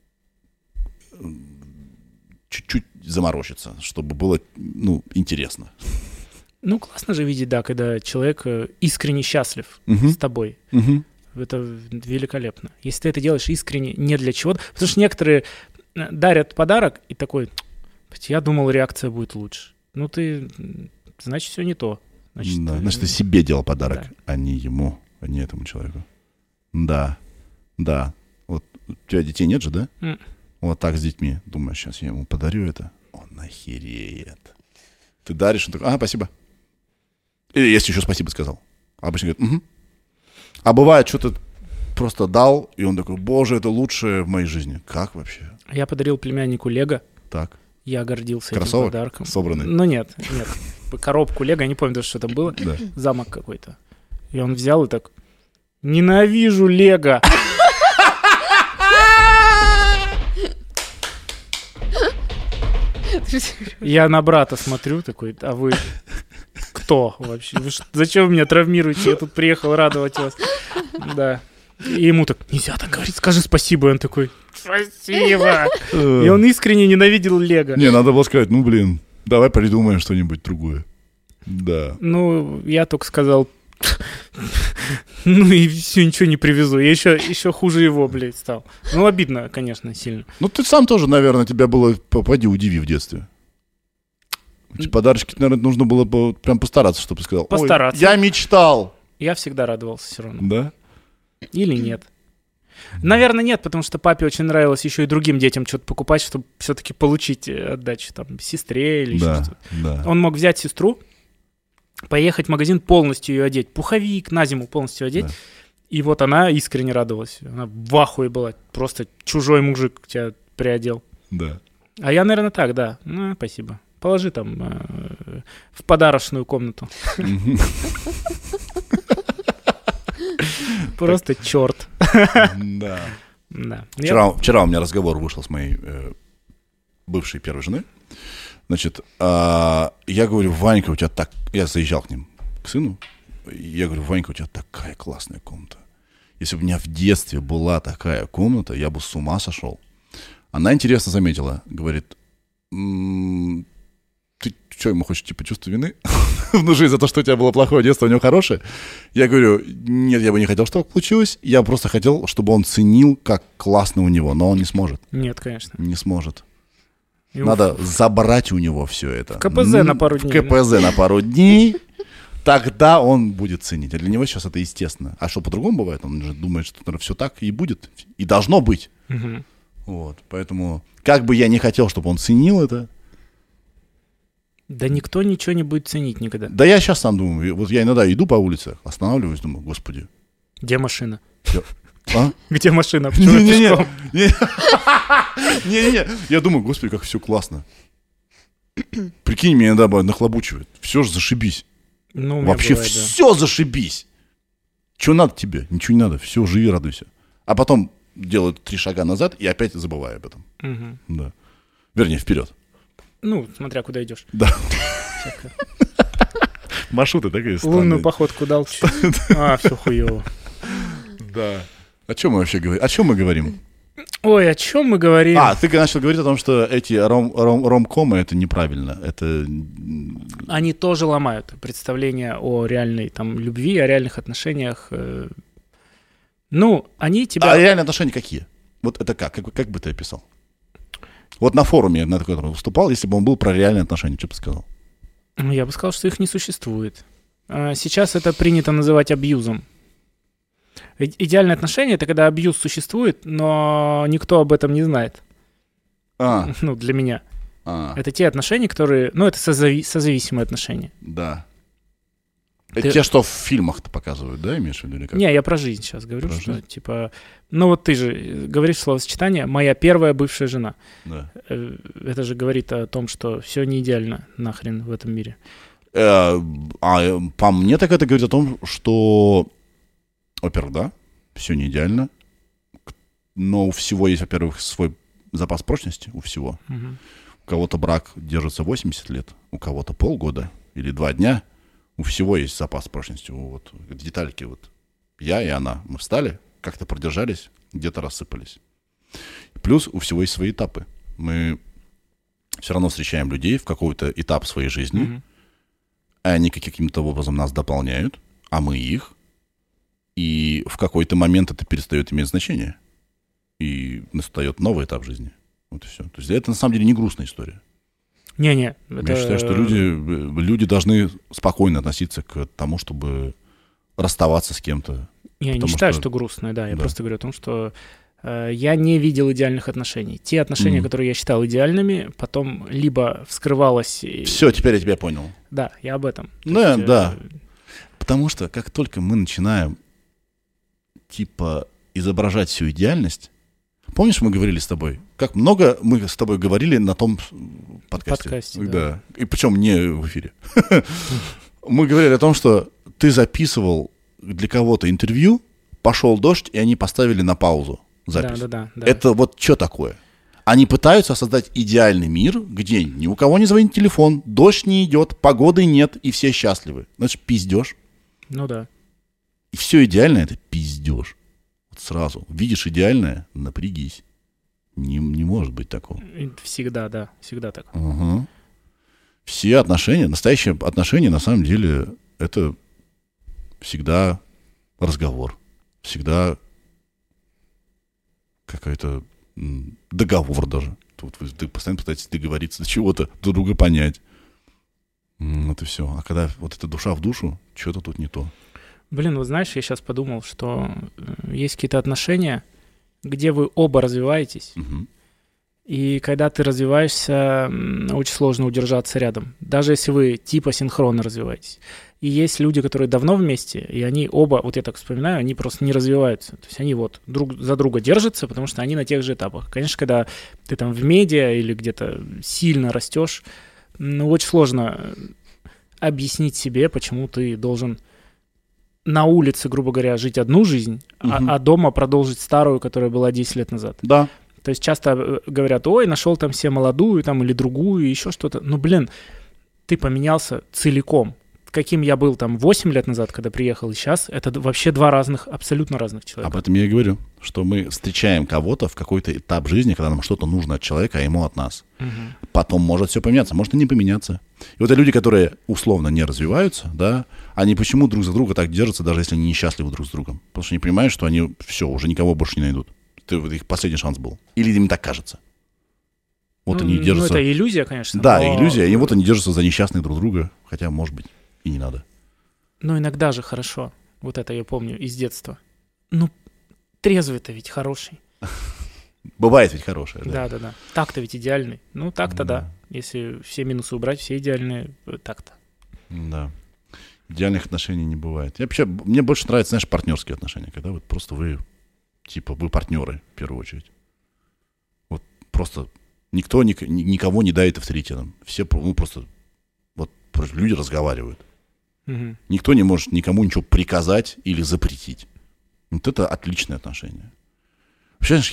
чуть-чуть заморочиться, чтобы было, ну, интересно. Ну, классно же видеть, да, когда человек искренне счастлив с тобой. Это великолепно. Если ты это делаешь искренне, не для чего-то. Потому что некоторые дарят подарок и такой, я думал, реакция будет лучше. Ну, значит, все не то. Значит, ты себе делал подарок, а не ему, а не этому человеку. Да. Вот у тебя детей нет же, да? Вот так с детьми. Думаешь, сейчас я ему подарю это. Он охереет. Ты даришь, он такой, спасибо. Или если еще спасибо сказал. Обычно говорит, угу. А бывает, что-то просто дал, и он такой, боже, это лучшее в моей жизни. Как вообще? Я подарил племяннику Лего. Так. Я гордился Кроссовок этим подарком. Собранный? Ну нет. Коробку Лего, я не помню даже, что там было. Да. Замок какой-то. И он взял и так, ненавижу Лего. Я на брата смотрю такой, а вы кто вообще? Зачем вы меня травмируете? Я тут приехал радовать вас. Да. И ему так, нельзя так говорить, скажи спасибо. И он такой, спасибо. И он искренне ненавидел Лего. Не, надо было сказать, давай придумаем что-нибудь другое. Да. Ну, я только сказал, ну и все, ничего не привезу. Я еще хуже его, блядь, стал. Ну, обидно, конечно, сильно. Ну, ты сам тоже, наверное, тебя было, попади, удиви в детстве. Эти подарочки, наверное, нужно было бы прям постараться, чтобы ты сказал. Постараться. Я мечтал. Я всегда радовался все равно. Да? Или нет? Наверное, нет, потому что папе очень нравилось еще и другим детям что-то покупать, чтобы все-таки получить отдачу, там, сестре или еще что-то. Да. Он мог взять сестру, поехать в магазин, полностью ее одеть, пуховик на зиму полностью одеть, да. И вот она искренне радовалась. Она в ахуе была. Просто чужой мужик тебя приодел. Да. А я, наверное, так, да. Ну, спасибо. Положи там в подарочную комнату. Просто черт. Да. Да. Вчера у меня разговор вышел с моей бывшей первой женой. Значит, я говорю, Ванька, у тебя так... Я заезжал к ним, к сыну. Я говорю, Ванька, у тебя такая классная комната. Если бы у меня в детстве была такая комната, я бы с ума сошел. Она интересно заметила, говорит, ты что, ему хочешь, типа, чувство вины внушить за то, что у тебя было плохое детство, у него хорошее? Я говорю, нет, я бы не хотел, чтобы так получилось. Я просто хотел, чтобы он ценил, как классно у него, но он не сможет. Нет, конечно. Не сможет. И Надо забрать у него все это. В КПЗ на пару дней. В КПЗ на пару дней. Тогда он будет ценить. А для него сейчас это естественно. А что по-другому бывает? Он же думает, что все так и будет. И должно быть. Мгм. Вот. Поэтому, как бы я не хотел, чтобы он ценил это, Да никто ничего не будет ценить никогда. да я сейчас сам думаю. Вот я иногда иду по улице, останавливаюсь, думаю, господи. Где машина? А? Где машина? Почему я Не-не-не. пешком? Не-не-не. Я думаю, господи, как все классно. Прикинь, меня иногда нахлобучивает. Все же зашибись. Ну, у меня Вообще бывает, да. все зашибись. Что надо тебе? Ничего не надо. Все, живи, радуйся. А потом делаю 3 шага назад и опять забываю об этом. Мгм. Да. Вернее, вперед. Ну, смотря куда идешь. Да. Всякое. Маршруты такие Лунную странные. походку дал. А, все хуево. Да. О чем мы вообще говорим? О чем мы говорим? Ой, о чем мы говорим? А, ты начал говорить о том, что эти ромкомы это неправильно. Это Они тоже ломают представление о реальной там любви, о реальных отношениях. Ну, они тебя... А реальные отношения какие? Вот это как? Как бы ты описал? Вот на форуме, на котором выступал, если бы он был про реальные отношения, что бы ты сказал? Ну, я бы сказал, что их не существует. Сейчас это принято называть абьюзом. Идеальные отношения — это когда абьюз существует, но никто об этом не знает. А, Ну, для меня. Это те отношения, которые... Ну, это созависимые отношения. да. Ты- Это те, что в фильмах-то показывают, да, имеешь в виду или как? Не, я про жизнь сейчас говорю, Про что, жизнь? типа... Ну, вот ты же говоришь словосочетание «моя первая бывшая жена». Да. Это же говорит о том, что все не идеально нахрен в этом мире. По мне так это говорит о том, что, во-первых, да, все не идеально, но у всего есть, во-первых, свой запас прочности, у всего. Мгм. У кого-то брак держится 80 лет, у кого-то полгода или 2 дня. У всего есть запас прочности. Вот детальки вот. Я и она. Мы встали, как-то продержались, где-то рассыпались. Плюс у всего есть свои этапы. Мы все равно встречаем людей в какой-то этап своей жизни, Мгм. а они каким-то образом нас дополняют, а мы их. И в какой-то момент это перестает иметь значение. И настает новый этап жизни. Вот и все. То есть это на самом деле не грустная история. Не-не. Я считаю, что люди должны спокойно относиться к тому, чтобы расставаться с кем-то. Я не потому считаю, что- что грустное, да. Я Да. просто говорю о том, что я не видел идеальных отношений. Те отношения, Мгм. которые я считал идеальными, потом либо вскрывалось... Все, теперь я тебя понял. Да, я об этом. То Да, есть, да. Потому что как только мы начинаем типа изображать всю идеальность, помнишь, мы говорили с тобой, как много мы с тобой говорили на том подкасте. Подкасте, да. да. И причем не в эфире. Мы говорили о том, что ты записывал для кого-то интервью, пошел дождь, и они поставили на паузу запись. Да. Это вот что такое? Они пытаются создать идеальный мир, где ни у кого не звонит телефон, дождь не идет, погоды нет, и все счастливы. Значит, пиздеж. Ну да. И все идеальное — это пиздеж. Вот сразу. Видишь идеальное — напрягись. Не может быть такого. И всегда, да. Всегда так. Ага. Все отношения, настоящие отношения, на самом деле, это всегда разговор. Всегда какой-то договор даже. Тут вы постоянно пытаетесь договориться до чего-то, друг друга понять. Вот и все. А когда вот эта душа в душу, что-то тут не то. Блин, вот знаешь, я сейчас подумал, что есть какие-то отношения, где вы оба развиваетесь, Мгм. и когда ты развиваешься, очень сложно удержаться рядом, даже если вы типа синхронно развиваетесь. И есть люди, которые давно вместе, и они оба, вот я так вспоминаю, они просто не развиваются. То есть они вот друг за друга держатся, потому что они на тех же этапах. Конечно, когда ты там в медиа или где-то сильно растешь, ну, очень сложно объяснить себе, почему ты должен на улице, грубо говоря, жить одну жизнь, Мгм. а дома продолжить старую, которая была 10 лет назад. Да. То есть часто говорят, ой, нашел там себе молодую там, или другую, еще что-то. Ну, блин, ты поменялся целиком. каким я был там 8 лет назад, когда приехал, и сейчас, это вообще абсолютно разных человека. Об этом я и говорю, что мы встречаем кого-то в какой-то этап жизни, когда нам что-то нужно от человека, а ему от нас. Потом может все поменяться, может и не поменяться. И вот люди, которые условно не развиваются, да, они почему друг за друга так держатся, даже если они несчастливы друг с другом? Потому что они понимают, что они все, уже никого больше не найдут. Это их последний шанс был. Или им так кажется. Вот они держатся... это иллюзия, конечно. Да, иллюзия. И вот они держатся за несчастных друг друга, хотя, может быть, и не надо. Но иногда же хорошо. Вот это я помню из детства. Трезвый-то ведь хороший. Бывает ведь хорошее, да? Да. Так-то ведь идеальный. Так-то да. Если все минусы убрать, все идеальные, так-то. Да. Идеальных отношений не бывает. Мне больше нравятся, знаешь, партнерские отношения, когда вот просто вы партнеры, в первую очередь. Вот просто никто никого не давит авторитетом. Все просто люди разговаривают. Никто не может никому ничего приказать или запретить. Вот это отличное отношение. Вообще, знаешь,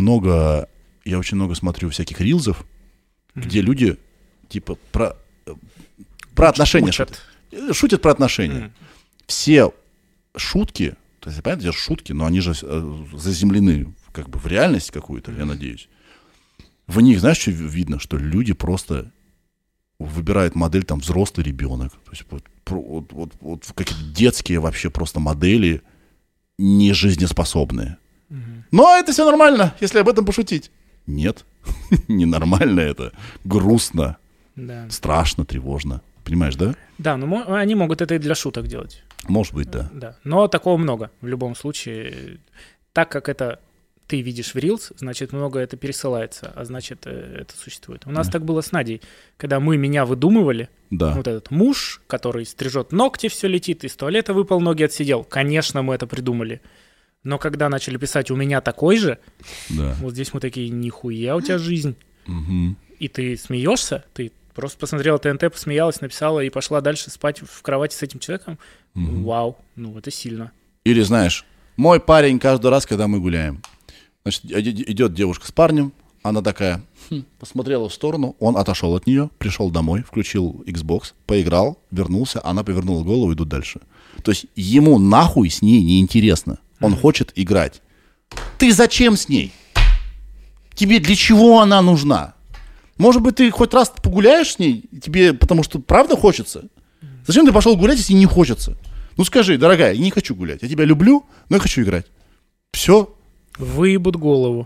я очень много смотрю всяких рилзов, где люди про отношения шутят про отношения. Все шутки, то есть, понятно, это шутки, но они же заземлены как бы в реальность какую-то, я надеюсь. В них, знаешь, что видно? Что люди просто выбирают модель там взрослый ребенок. То есть вот какие-то детские вообще просто модели не жизнеспособные. Но это все нормально, если об этом пошутить. Нет, ненормально это. Грустно, страшно, тревожно. Понимаешь, да? Да, но они могут это и для шуток делать. Может быть, да. Да. Но такого много в любом случае. Так как это ты видишь в Reels, значит, много это пересылается, а значит, это существует. У нас так было с Надей, когда меня выдумывали, вот этот муж, который стрижет ногти, все летит, из туалета выпал, ноги отсидел. Конечно, мы это придумали. Но когда начали писать «у меня такой же», вот здесь мы такие «нихуя у тебя жизнь». И ты смеешься, ты просто посмотрела ТНТ, посмеялась, написала и пошла дальше спать в кровати с этим человеком. Вау, это сильно. Или знаешь, мой парень каждый раз, когда мы гуляем, значит, идет девушка с парнем, она такая, посмотрела в сторону, он отошел от нее, пришел домой, включил Xbox, поиграл, вернулся, она повернула голову, идут дальше. То есть ему нахуй с ней неинтересно. Он хочет играть. Ты зачем с ней? Тебе для чего она нужна? Может быть, ты хоть раз погуляешь с ней, тебе потому что правда хочется? Зачем ты пошел гулять, если не хочется? Скажи, дорогая, я не хочу гулять. Я тебя люблю, но я хочу играть. Все. Выебут голову.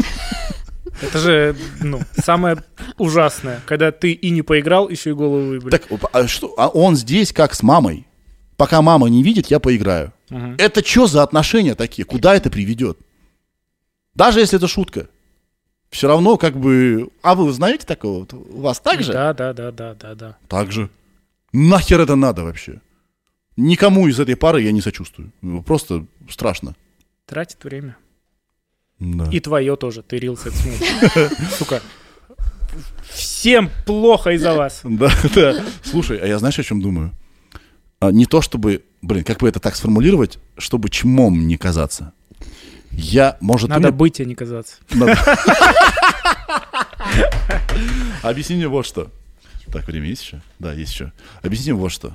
Это же, самое ужасное, когда ты и не поиграл, еще и голову выебали. Так, а он здесь как с мамой. Пока мама не видит, я поиграю. Это что за отношения такие? Куда это приведет? Даже если это шутка. Все равно как бы... А вы знаете такого? У вас так же? Да. Так же. Нахер это надо вообще? Никому из этой пары я не сочувствую. Просто страшно. Тратит время. Да. И твое тоже. Ты рилс это смотришь. Сука. Всем плохо из-за вас. Да. Слушай, а я знаешь, о чем думаю? Не то чтобы... как бы это так сформулировать, чтобы чмом не казаться. Надо быть, а не казаться. Объясни мне вот что. Так, время есть еще? Да, есть еще. Объясни мне вот что.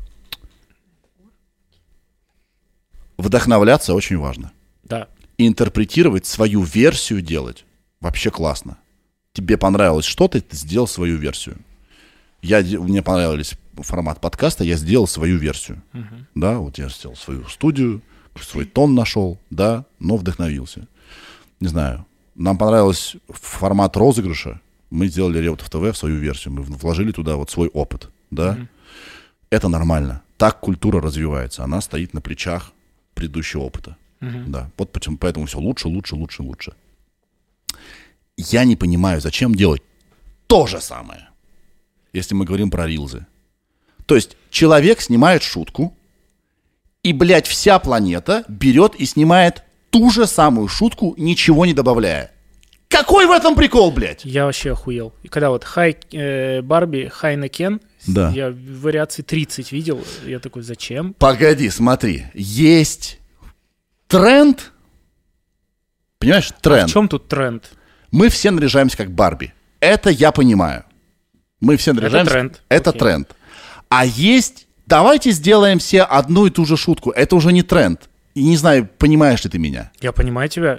Вдохновляться очень важно. Да. Интерпретировать свою версию делать вообще классно. Тебе понравилось что-то, ты сделал свою версию. Мне понравился формат подкаста, я сделал свою версию. Да, вот я сделал свою студию, свой тон нашел, да, но вдохновился. Не знаю, нам понравился формат розыгрыша, мы сделали Реутов ТВ в свою версию, мы вложили туда вот свой опыт, да. Это нормально. Так культура развивается, она стоит на плечах предыдущего опыта. Да, вот почему, поэтому все лучше. Я не понимаю, зачем делать то же самое, если мы говорим про рилзы. То есть человек снимает шутку, и, блядь, вся планета берет и снимает ту же самую шутку, ничего не добавляя. Какой в этом прикол, блядь? Я вообще охуел. И когда вот Барби, Хайнекен, да. Я вариаций 30 видел, я такой, зачем? Погоди, смотри, есть тренд. Понимаешь, тренд. А в чем тут тренд? Мы все наряжаемся как Барби. Это я понимаю. Мы все наряжаемся. Это тренд. Это тренд. А есть давайте сделаем все одну и ту же шутку. Это уже не тренд. И не знаю, понимаешь ли ты меня. Я понимаю тебя.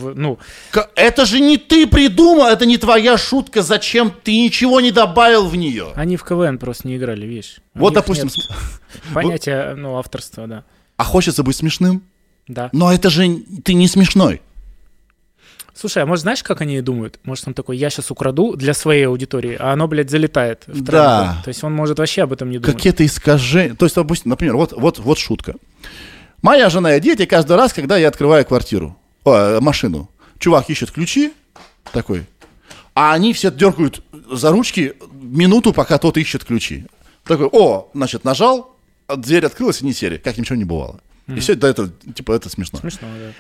Это же не ты придумал, это не твоя шутка. Зачем ты ничего не добавил в нее? Они в КВН просто не играли, видишь. Вот, допустим... Понятие, авторства, да. А хочется быть смешным? Да. Но это же ты не смешной. Слушай, а может, знаешь, как они думают? Может, он такой, я сейчас украду для своей аудитории, а оно, блядь, залетает в тренд. Да. То есть он может вообще об этом не думать. Какие-то искажения. То есть, допустим, например, вот шутка. Моя жена и дети каждый раз, когда я открываю машину, чувак ищет ключи, такой, а они все дергают за ручки минуту, пока тот ищет ключи. Такой, значит, нажал, дверь открылась, и не сели, как ничего не бывало. И все до этого, это смешно. Смешно, да.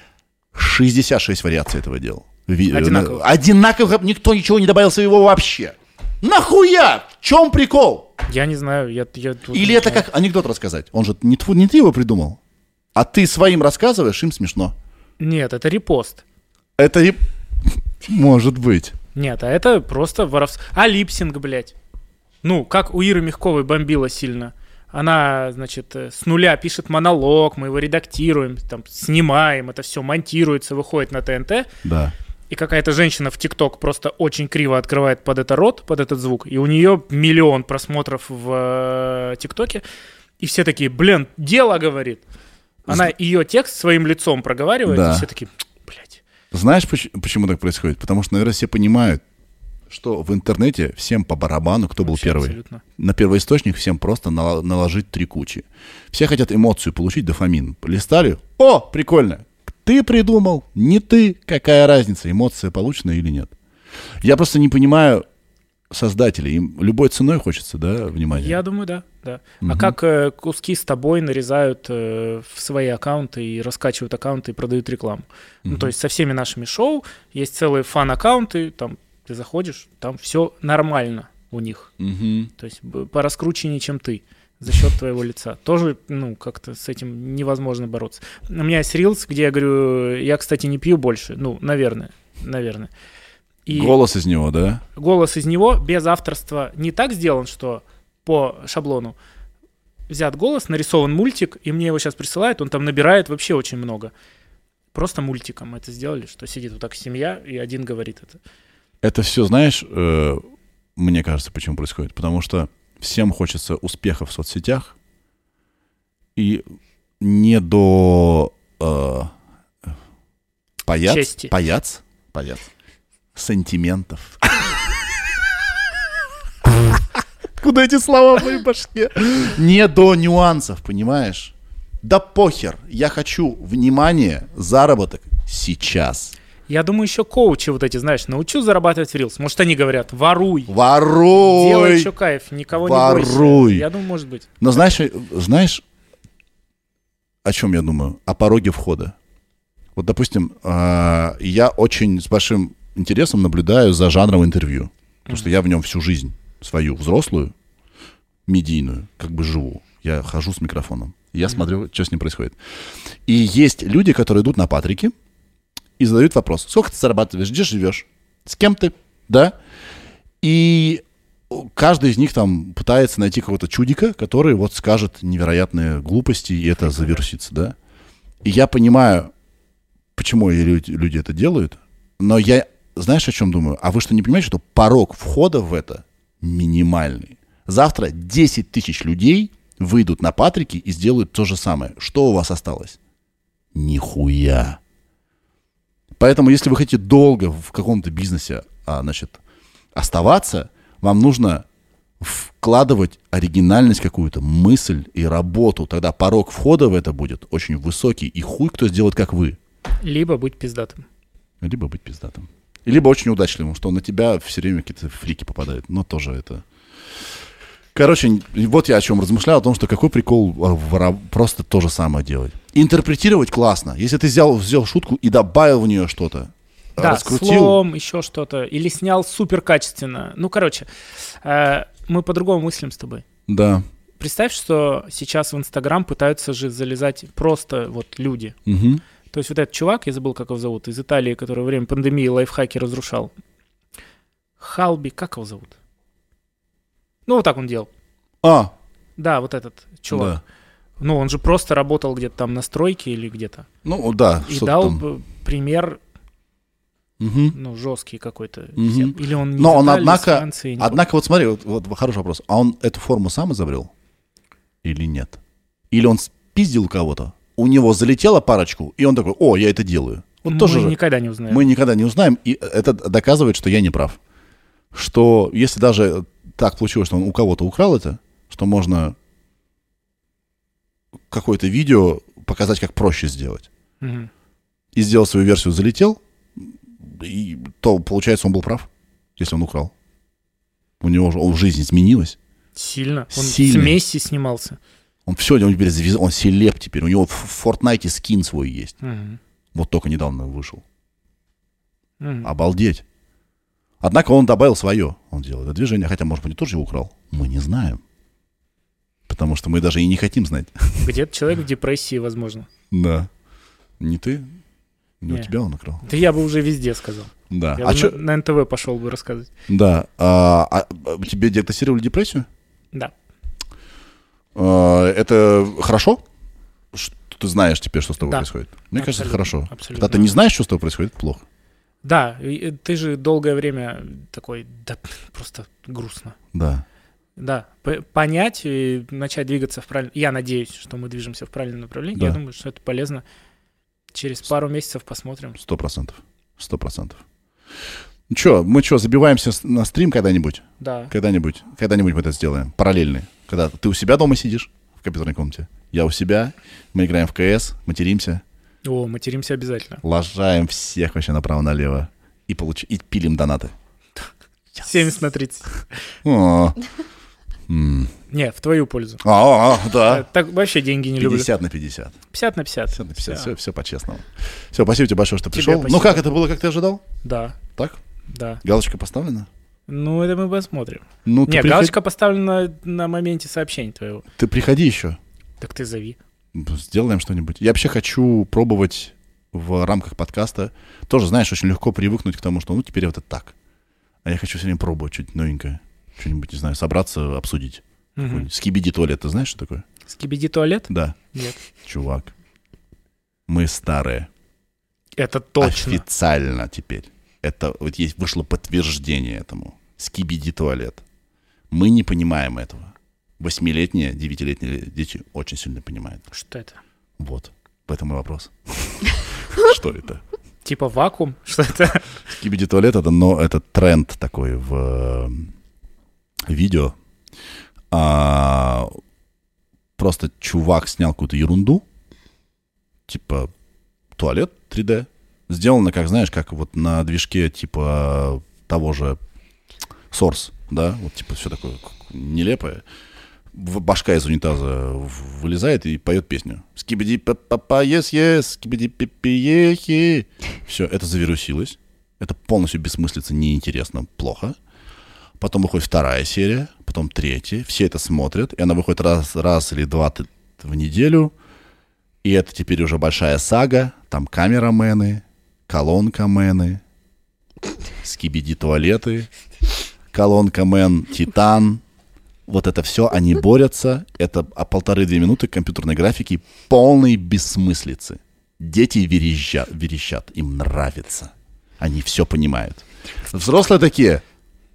66 вариаций этого делал. Одинаково. Одинаково, никто ничего не добавил своего вообще. Нахуя? В чем прикол? Я не знаю, Или это как анекдот рассказать? Он же не ты его придумал, а ты своим рассказываешь, им смешно. Нет, это репост. Это может быть. Нет, а это просто воровство. А липсинг, блядь. Как у Иры Мягковой бомбила сильно. Она, значит, с нуля пишет монолог, мы его редактируем, там, снимаем, это все монтируется, выходит на ТНТ. Да. И какая-то женщина в ТикТок просто очень криво открывает под это рот, под этот звук, и у нее 1 миллион просмотров в ТикТоке. И все такие, блин, дело, говорит. Она ее текст своим лицом проговаривает, да. И все такие, блядь. Знаешь, почему так происходит? Потому что, наверное, все понимают, что в интернете всем по барабану, кто был первый. Абсолютно. На первоисточник всем просто наложить 3 кучи. Все хотят эмоцию получить, дофамин. Листали? О, прикольно. Ты придумал, не ты. Какая разница, эмоция получена или нет? Я просто не понимаю создателей. Им любой ценой хочется, да, внимания? Я думаю, да. Угу. А как куски с тобой нарезают в свои аккаунты и раскачивают аккаунты и продают рекламу. Угу. То есть со всеми нашими шоу есть целые фан-аккаунты, там ты заходишь, там все нормально у них. Угу. То есть пораскрученнее, чем ты, за счет твоего лица. Тоже, как-то с этим невозможно бороться. У меня есть рилс, где я говорю, я, кстати, не пью больше. Наверное. И голос из него, да? Голос из него без авторства не так сделан, что по шаблону взят голос, нарисован мультик, и мне его сейчас присылают, он там набирает вообще очень много. Просто мультиком это сделали, что сидит вот так семья, и один говорит это. Это все, знаешь, мне кажется, почему происходит. Потому что всем хочется успеха в соцсетях, и не до паяц, сантиментов. Куда эти слова в моей башке? Не до нюансов, понимаешь? Да похер, я хочу внимание, заработок сейчас. Я думаю, еще коучи вот эти, знаешь, научу зарабатывать в Reels. Может, они говорят, воруй. Воруй. Делай еще кайф, никого воруй. Не бойся. Я думаю, может быть. Но знаешь, о чем я думаю? О пороге входа. Вот, допустим, я очень с большим интересом наблюдаю за жанром интервью. Потому что я в нем всю жизнь свою взрослую, медийную, как бы живу. Я хожу с микрофоном. Я смотрю, что с ним происходит. И есть люди, которые идут на Патрики и задают вопрос. Сколько ты зарабатываешь? Где живешь? С кем ты? Да? И каждый из них там пытается найти какого-то чудика, который вот скажет невероятные глупости, и это завершится, да? И я понимаю, почему люди это делают, но я, знаешь, о чем думаю? А вы что, не понимаете, что порог входа в это минимальный? Завтра 10 тысяч людей выйдут на Патрики и сделают то же самое. Что у вас осталось? Нихуя. Поэтому, если вы хотите долго в каком-то бизнесе, оставаться, вам нужно вкладывать оригинальность какую-то, мысль и работу. Тогда порог входа в это будет очень высокий. И хуй кто сделает, как вы. Либо быть пиздатым. Либо очень удачливым, что на тебя все время какие-то фрики попадают. Но тоже это... Короче, вот я о чем размышлял, о том, что какой прикол просто то же самое делать. Интерпретировать классно. Если ты взял шутку и добавил в нее что-то, да, раскрутил... словом, еще что-то, или снял супер качественно. Мы по-другому мыслим с тобой. Да. Представь, что сейчас в Инстаграм пытаются же залезать просто вот люди. Угу. То есть вот этот чувак, я забыл, как его зовут, из Италии, который во время пандемии лайфхаки разрушал. Халби, как его зовут? Вот так он делал. Да, вот этот чувак. Да. Ну, он же просто работал где-то там на стройке или где-то. Ну, да. И что-то дал там. пример, Мгм. ну, жесткий какой-то. Мгм. Или он не Но он, из Италии, из однако, Франции, я не помню. однако, вот смотри, вот хороший вопрос. А он эту форму сам изобрел? Или нет? Или он спиздил у кого-то, у него залетела парочку, и он такой, о, я это делаю. Вот Мы тоже же никогда не узнаем. мы никогда не узнаем, и это доказывает, что я не прав. Что если даже так получилось, что он у кого-то украл это, что можно какое-то видео показать, как проще сделать. Мгм. И сделал свою версию, залетел, и то, получается, он был прав, если он украл. У него же жизнь изменилась. Сильно. Он Сильно. с Месси снимался. Он все, он теперь он селеб теперь. У него в Fortnite скин свой есть. Мгм. Вот только недавно вышел. Мгм. Обалдеть. Однако он добавил свое. Он делал это движение. Хотя, может быть, он тоже его украл. Мы не знаем. Потому что мы даже и не хотим знать. Где-то человек в депрессии, возможно. Да. Не ты? Не у Не. тебя он украл. Да я бы уже везде сказал. Да. Я А бы чё- на НТВ пошел бы рассказывать. Да. Тебе диагностировали депрессию? Да. Это хорошо? Что ты знаешь теперь, что с тобой Да. происходит? Мне кажется, это Абсолютно, хорошо. абсолютно. Когда ты не знаешь, что с тобой происходит, это плохо. Да, и ты же долгое время такой, да, просто грустно. Да. Да, понять и начать двигаться в правильном... Я надеюсь, что мы движемся в правильном направлении. Да. Я думаю, что это полезно. Через пару месяцев посмотрим. 100%. 100%. Ну что, мы что, забиваемся на стрим когда-нибудь? Да. Когда-нибудь мы это сделаем. Параллельный. Когда ты у себя дома сидишь, в компьютерной комнате, я у себя, мы играем в КС, материмся, О, материмся обязательно. лажаем всех вообще направо-налево и пилим донаты. 70/30. О, Не, в твою пользу. да. Так вообще деньги не люблю. 50/50. 50/50. 50/50. Все по-честному. Все, спасибо тебе большое, что Тебе пришел. Ну спасибо. как, это было, как ты ожидал? Да, Так? да. Галочка поставлена? Ну, это мы посмотрим. Ну, ты Не, приходи- галочка поставлена на моменте сообщения твоего. Ты приходи еще. Так ты зови. Сделаем что-нибудь. Я вообще хочу пробовать в рамках подкаста. Тоже, знаешь, очень легко привыкнуть к тому, что ну теперь вот это так. А я хочу все время пробовать что-нибудь новенькое. Что-нибудь, не знаю, собраться, обсудить. Мгм. Скибиди туалет, ты знаешь, что такое? Скибиди туалет? Да. Нет. Чувак. Мы старые. Это точно. Официально теперь. Это вот есть, вышло подтверждение этому. Скибиди туалет. Мы не понимаем этого. 8-летние, 9-летние дети очень сильно понимают. Что это? Вот. Поэтому и вопрос. Что это? Типа вакуум? Что это? Скибиди туалет это тренд такой в видео. Просто чувак снял какую-то ерунду, типа туалет 3D, сделано, как знаешь, как вот на движке типа того же Source, да, вот типа все такое нелепое. Башка из унитаза вылезает и поет песню. Скибиди папа ес, скибиди пипи. Все, это завирусилось. Это полностью бессмыслица, неинтересно, плохо. Потом выходит вторая серия, потом третья. Все это смотрят, и она выходит раз или два в неделю. И это теперь уже большая сага. Там камерамены, колонкамены, скибиди туалеты, колонкамен, Титан. Вот это все, они борются. Это 1,5-2 минуты компьютерной графики полной бессмыслицы. Дети верещат, им нравится. Они все понимают. Взрослые такие...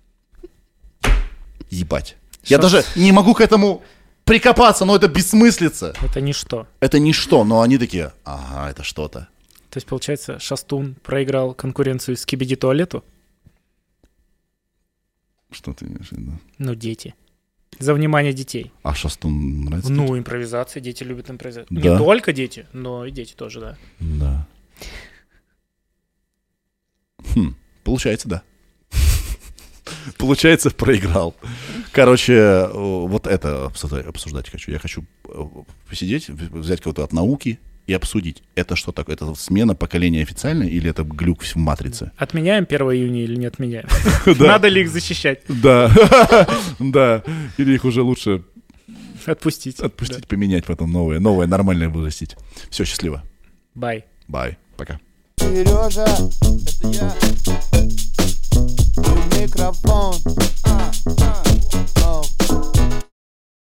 Ебать. Я даже не могу к этому прикопаться, но это бессмыслица. Это ничто. Это ничто, но они такие, ага, это что-то. То есть, получается, Шастун проиграл конкуренцию Скибиди туалету? Что ты имеешь в виду? Ну, дети. За внимание детей. А Шастун нравится? Ну, импровизация, дети любят импровизацию. Да. Не только дети, но и дети тоже, да. Да. Получается, да. Получается, проиграл. Короче, вот это обсуждать хочу. Я хочу посидеть, взять кого-то от науки и обсудить. Это что такое? Это смена поколения официальная или это глюк в матрице? Отменяем 1 июня или не отменяем? Надо ли их защищать? Да. Да. Или их уже лучше Отпустить. отпустить, поменять потом новое нормальное вырастить. Все, счастливо. Бай. Бай. Пока. Сережа, это я. И микрофон.